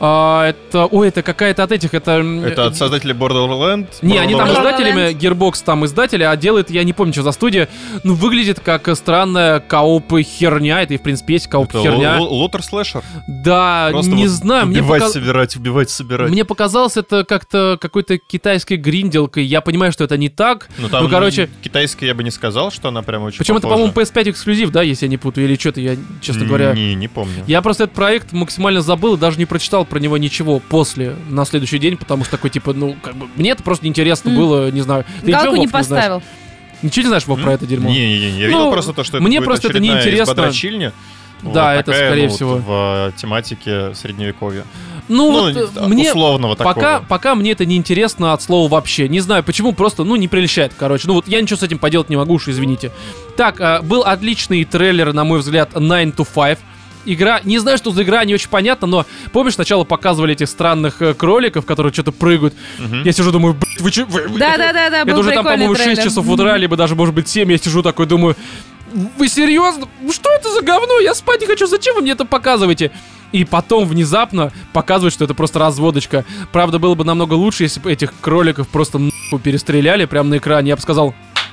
[SPEAKER 1] Это какая-то от этих, это
[SPEAKER 3] от создателей Borderlands?
[SPEAKER 1] Не, они там издателями, Gearbox там издатели, а делает, я не помню, что за студия, ну, выглядит как странная кооп-херня, это и, в принципе, есть кооп-херня.
[SPEAKER 3] Лутер-слэшер?
[SPEAKER 1] Да, просто не знаю.
[SPEAKER 3] Убивать, собирать.
[SPEAKER 1] Мне показалось это как-то какой-то китайской гринделкой, я понимаю, что это не так,
[SPEAKER 3] ну, короче... Китайская я бы не сказал, что она прям очень
[SPEAKER 1] Почему это, по-моему, PS5 эксклюзив, да, если я не путаю, или что-то, я, честно говоря...
[SPEAKER 3] Не помню.
[SPEAKER 1] Я просто этот проект максимально забыл и даже не прочитал про него ничего после, на следующий день, потому что такой, типа, ну, как бы, мне это просто неинтересно было, не знаю.
[SPEAKER 2] Галку не поставил.
[SPEAKER 1] Ничего не знаешь, Вов, про это дерьмо?
[SPEAKER 3] Не, я видел просто то, что это
[SPEAKER 1] мне просто это неинтересно.
[SPEAKER 3] бодрочильня.
[SPEAKER 1] Да, вот это такая, скорее всего.
[SPEAKER 3] В тематике средневековья.
[SPEAKER 1] Мне
[SPEAKER 3] условного такого.
[SPEAKER 1] Пока мне это не интересно от слова вообще. Не знаю почему, просто, не прельщает, короче. Я ничего с этим поделать не могу, уж извините. Так, был отличный трейлер, на мой взгляд, 9 to 5. Игра, не знаю, что за игра, не очень понятно, но помнишь, сначала показывали этих странных кроликов, которые что-то прыгают. Я сижу, думаю, вы что?
[SPEAKER 2] Да,
[SPEAKER 1] это уже там, по-моему, 6 часов утра, либо даже, может быть, 7. Я сижу такой, думаю, вы серьезно? Что это за говно? Я спать не хочу, зачем вы мне это показываете? И потом внезапно показывают, что это просто разводочка. Правда, было бы намного лучше, если бы этих кроликов просто перестреляли прямо на экране. Я бы сказал...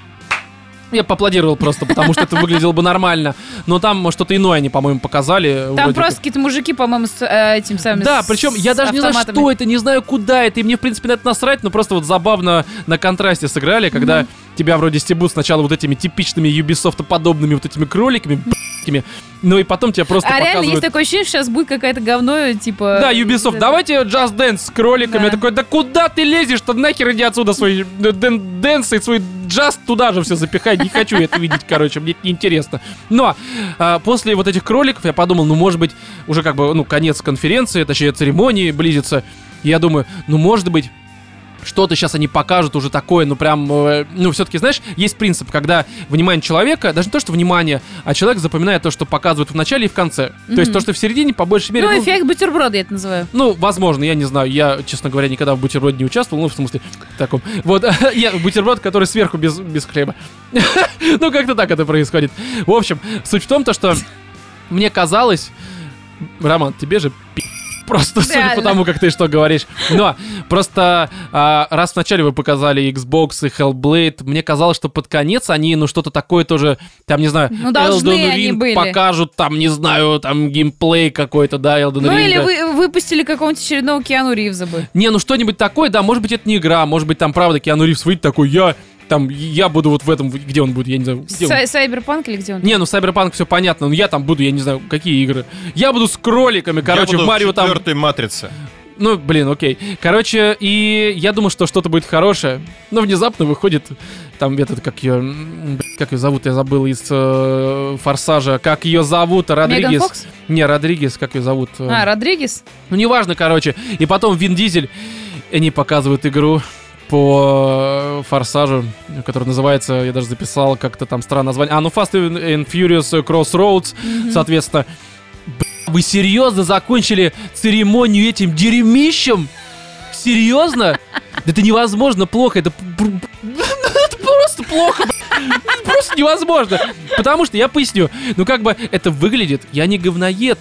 [SPEAKER 1] Я поаплодировал просто, потому что это выглядело бы нормально. Но там что-то иное они, по-моему, показали.
[SPEAKER 2] Там просто какие-то мужики, по-моему, с этим самым.
[SPEAKER 1] Да, причем я даже не знаю, что это, не знаю, куда это. И мне, в принципе, на это насрать, но просто забавно на контрасте сыграли, когда тебя вроде стебут сначала вот этими типичными Ubisoft-подобными вот этими кроликами, ну и потом тебя просто показывают...
[SPEAKER 2] реально есть такое ощущение, что сейчас будет какая-то говно, типа...
[SPEAKER 1] Да, Ubisoft, давайте Just Dance с кроликами. Я такой, да куда ты лезешь-то? Нахер иди отсюда свой дэнс и свой Just туда же все запихай. Не хочу это видеть, короче, мне это неинтересно. Но после вот этих кроликов я подумал, может быть, уже конец конференции, точнее церемонии близится. И я думаю, может быть... Что-то сейчас они покажут уже такое, все-таки, знаешь, есть принцип, когда внимание человека, даже не то, что внимание, а человек запоминает то, что показывают в начале и в конце. То есть то, что в середине, по большей мере...
[SPEAKER 2] эффект бутерброда я это называю.
[SPEAKER 1] Возможно, я не знаю, я, честно говоря, никогда в бутерброде не участвовал, в смысле, таком. Вот, я бутерброд, который сверху без хлеба. Как-то так это происходит. В общем, суть в том, что мне казалось... Роман, тебе же просто, судя по тому, как ты что говоришь. Но просто раз вначале вы показали Xbox и Hellblade, мне казалось, что под конец они, что-то такое тоже, там, не знаю,
[SPEAKER 2] Elden Ring
[SPEAKER 1] покажут, там, не знаю, там, геймплей какой-то, да, Elden Ring.
[SPEAKER 2] Или выпустили какого-нибудь очередного Киану Ривза бы.
[SPEAKER 1] Что-нибудь такое, да, может быть, это не игра, может быть, там, правда, Киану Ривз выйдет такой, я буду вот в этом, где он будет, я не знаю.
[SPEAKER 2] Сайберпанк или где он?
[SPEAKER 1] Не, Сайберпанк все понятно, но я там буду, я не знаю, какие игры. Я буду с кроликами, короче, в Марио там...
[SPEAKER 3] Я буду в 4-й матрице.
[SPEAKER 1] Окей. Короче, и я думаю, что что-то будет хорошее. Но внезапно выходит там как ее зовут, я забыл, из Форсажа. Как ее зовут? Родригес.
[SPEAKER 2] Меган Фокс?
[SPEAKER 1] Не, Родригес, как ее зовут?
[SPEAKER 2] Родригес?
[SPEAKER 1] Неважно, короче. И потом Вин Дизель, они показывают игру по Форсажу, который называется, я даже записал как-то там странное название. Fast and Furious Crossroads, соответственно. Вы серьезно закончили церемонию этим дерьмищем? Серьезно? Это невозможно плохо, это просто плохо, это просто невозможно. Потому что, я поясню, это выглядит, я не говноед,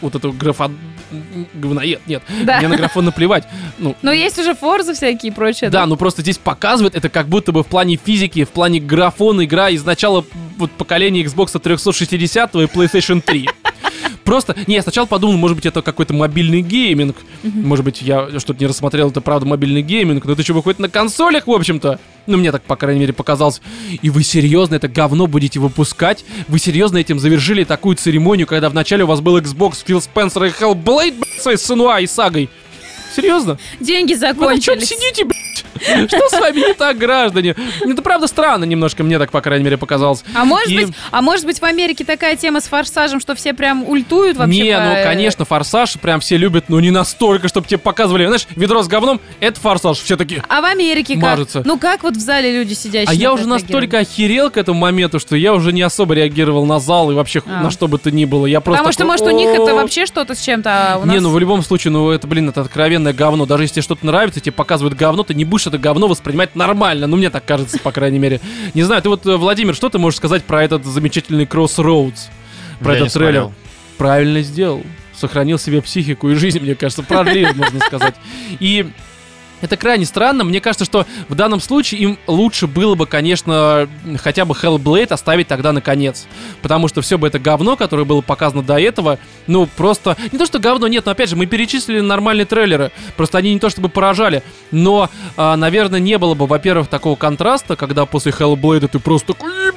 [SPEAKER 1] говноед, нет, мне на графон наплевать.
[SPEAKER 2] Но есть уже Forza всякие и прочее.
[SPEAKER 1] Да, просто здесь показывают это как будто бы в плане физики, в плане графона игра из начала поколения Xbox 360 и PlayStation 3. Просто, я сначала подумал, может быть, это какой-то мобильный гейминг. Может быть, я что-то не рассмотрел, это правда мобильный гейминг, но это еще выходит на консолях, в общем-то. Мне так, по крайней мере, показалось. И вы серьезно это говно будете выпускать? Вы серьезно этим завершили такую церемонию, когда вначале у вас был Xbox, Фил Спенсер и Hellblade, своей Сенуа и сагой? Серьезно?
[SPEAKER 2] Деньги закончились.
[SPEAKER 1] Вы на чем сидите, Что с вами не так, граждане? Это правда странно немножко, мне так, по крайней мере, показалось.
[SPEAKER 2] А может быть в Америке такая тема с Форсажем, что все прям ультуют вообще?
[SPEAKER 1] Не, конечно, Форсаж прям все любят, но не настолько, чтобы тебе показывали, знаешь, ведро с говном, это Форсаж, все такие.
[SPEAKER 2] А в Америке
[SPEAKER 1] мажутся.
[SPEAKER 2] Как? Как вот в зале люди сидящие?
[SPEAKER 1] А я уже настолько охерел к этому моменту, что я уже не особо реагировал на зал и вообще на что бы то ни было. Я просто
[SPEAKER 2] Потому что, может, у них это вообще что-то с чем-то, а у нас...
[SPEAKER 1] Не, в любом случае, это откровенное говно. Даже если тебе что-то нравится, тебе показывают говно, ты не будешь это говно воспринимать нормально. Мне так кажется, по крайней мере. Не знаю, ты Владимир, что ты можешь сказать про этот замечательный Crossroads? Про этот трейлер? Правильно сделал. Сохранил себе психику и жизнь, мне кажется. Продлил, можно сказать. И это крайне странно. Мне кажется, что в данном случае им лучше было бы, конечно, хотя бы Hellblade оставить тогда на конец. Потому что все бы это говно, которое было показано до этого, просто... Не то, что говно, нет, но опять же, мы перечислили нормальные трейлеры. Просто они не то чтобы поражали. Но, наверное, не было бы, во-первых, такого контраста, когда после Hellblade ты просто такой...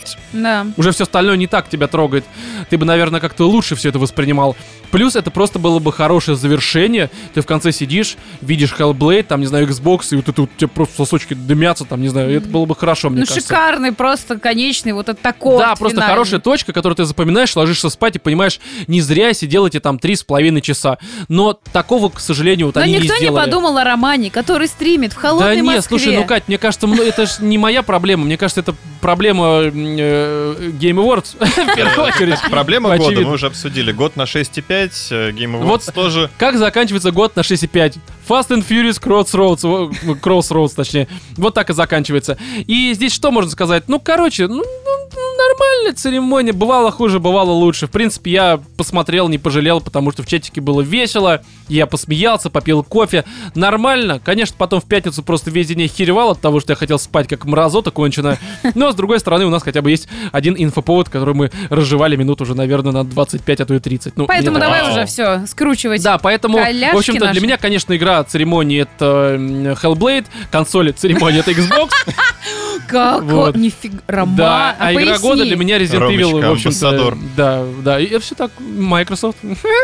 [SPEAKER 2] Да.
[SPEAKER 1] Уже все остальное не так тебя трогает. Ты бы, наверное, как-то лучше все это воспринимал. Плюс это просто было бы хорошее завершение. Ты в конце сидишь, видишь Hellblade, там, не знаю, Xbox, и вот это вот тебе просто сосочки дымятся, там, не знаю, это было бы хорошо, мне кажется.
[SPEAKER 2] Шикарный, просто конечный, вот это такой.
[SPEAKER 1] Да, просто финальный. Хорошая точка, которую ты запоминаешь, ложишься спать и понимаешь, не зря сидел эти там 3,5 часа. Но такого, к сожалению, вот они не сделали.
[SPEAKER 2] Но никто не подумал о Романе, который стримит в холодной Москве.
[SPEAKER 1] Да нет, слушай, ну, Кать, мне кажется, это же не моя проблема. Мне кажется, это проблема Game Awards, в первую очередь.
[SPEAKER 3] Проблема года мы уже обсудили. Год на 6,5. Game Awards вот тоже.
[SPEAKER 1] Как заканчивается год на 6,5? Fast and Furious Crossroads, точнее. Вот так и заканчивается. И здесь что можно сказать? Ну, короче, нормальная церемония. Бывало хуже, бывало лучше. В принципе, я посмотрел, не пожалел, потому что в чатике было весело. Я посмеялся, попил кофе. Нормально. Конечно, потом в пятницу просто весь день охеревал от того, что я хотел спать, как мразота конченая. Но, с другой стороны, у нас хотя бы есть один инфоповод, который мы разжевали минут уже, наверное, на 25, а то и 30. Ну,
[SPEAKER 2] поэтому давай уже все скручивать.
[SPEAKER 1] Да, поэтому, в общем-то,
[SPEAKER 2] наши.
[SPEAKER 1] Для меня, конечно, игра церемонии — это Hellblade, консоли церемонии — это Xbox.
[SPEAKER 2] Как? Вот. Нифига. Роман.
[SPEAKER 1] Да, а игра года для меня Resident Evil, в общем-то. Да, и все так, Microsoft.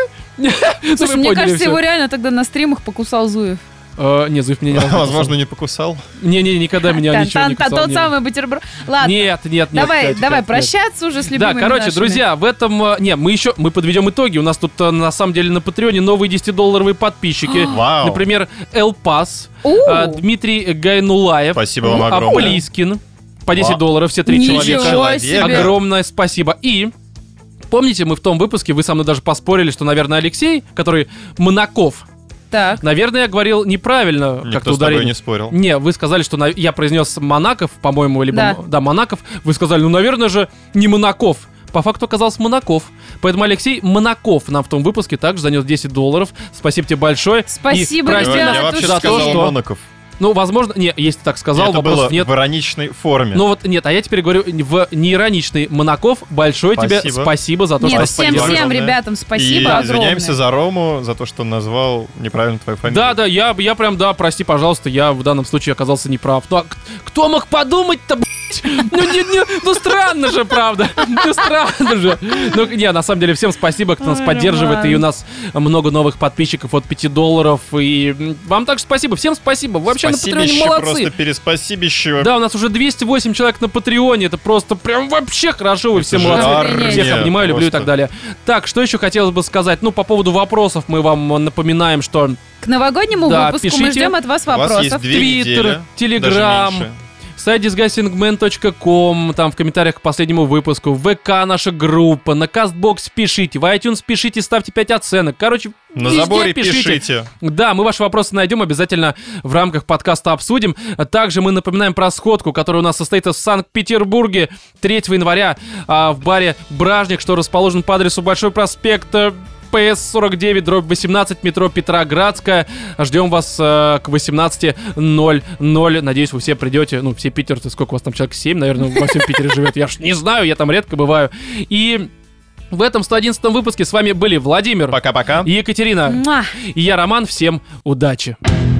[SPEAKER 2] Слушай, мне кажется, его реально тогда на стримах покусал Зуев.
[SPEAKER 1] Нет, Зуев меня не покусал.
[SPEAKER 3] Возможно, не покусал.
[SPEAKER 1] Не, никогда меня ничего не кусал.
[SPEAKER 2] Тот самый бутерброд. Ладно.
[SPEAKER 1] Нет.
[SPEAKER 2] Давай прощаться уже с любимыми
[SPEAKER 1] Да, короче,
[SPEAKER 2] нашими.
[SPEAKER 1] друзья, в этом... Не, мы подведем итоги. У нас тут, на самом деле, на Патреоне новые $10 подписчики.
[SPEAKER 3] Вау.
[SPEAKER 1] Например, Элпас, Дмитрий Гайнулаев,
[SPEAKER 3] спасибо вам огромное.
[SPEAKER 1] Плискин. По $10, все 3 человека. Огромное спасибо. И... Помните, мы в том выпуске, вы со мной даже поспорили, что, наверное, Алексей, который Монаков,
[SPEAKER 2] так.
[SPEAKER 1] Наверное, я говорил неправильно.
[SPEAKER 3] Никто с тобой не спорил.
[SPEAKER 1] Не, вы сказали, что я произнес Монаков, по-моему, либо... Да, Монаков. Вы сказали, наверное же, не Монаков. По факту оказался Монаков. Поэтому Алексей Монаков нам в том выпуске также занес $10. Спасибо тебе большое.
[SPEAKER 2] Спасибо,
[SPEAKER 1] ребята.
[SPEAKER 3] Я вообще сказал Монаков.
[SPEAKER 1] Ну, возможно, если так сказал,
[SPEAKER 3] это
[SPEAKER 1] вопросов
[SPEAKER 3] было
[SPEAKER 1] нет.
[SPEAKER 3] В ироничной форме.
[SPEAKER 1] Ну вот, нет, а я теперь говорю в неироничной. Монаков, большое тебе спасибо за то, что
[SPEAKER 2] всем ребятам спасибо огромное.
[SPEAKER 3] Извиняемся за Рому, за то, что он назвал неправильно твою фамилию.
[SPEAKER 1] Да, я прям, прости, пожалуйста, я в данном случае оказался неправ. Ну, а кто мог подумать-то, блядь? Ну, странно же, правда. Ну, странно же. Ну, не, на самом деле, всем спасибо, кто нас поддерживает. И у нас много новых подписчиков от $5. И вам также спасибо. Всем спасибо. Вообще на Патреоне молодцы.
[SPEAKER 3] Просто переспасибище.
[SPEAKER 1] Да, у нас уже 208 человек на Патреоне. Это просто прям вообще хорошо. Вы все молодцы. Всех обнимаю, люблю и так далее. Так, что еще хотелось бы сказать? Ну, по поводу вопросов мы вам напоминаем, что...
[SPEAKER 2] К новогоднему выпуску мы ждем от вас вопросов.
[SPEAKER 1] Твиттер, Телеграм, сайт disgustingman.com, там в комментариях к последнему выпуску, ВК наша группа, на Castbox пишите, в iTunes пишите, ставьте 5 оценок. Короче,
[SPEAKER 3] на заборе пишите.
[SPEAKER 1] Да, мы ваши вопросы найдем, обязательно в рамках подкаста обсудим. Также мы напоминаем про сходку, которая у нас состоится в Санкт-Петербурге 3 января в баре «Бражник», что расположен по адресу Большой проспект ПС-49/18, метро Петроградская. Ждем вас к 18:00. Надеюсь, вы все придете. Ну, все питерцы, сколько у вас там, человек 7, наверное, во всем Питере живет. Я ж не знаю, я там редко бываю. И в этом 111-м выпуске с вами были Владимир.
[SPEAKER 3] Пока-пока.
[SPEAKER 1] И Екатерина.
[SPEAKER 2] Муа.
[SPEAKER 1] И я, Роман. Всем удачи.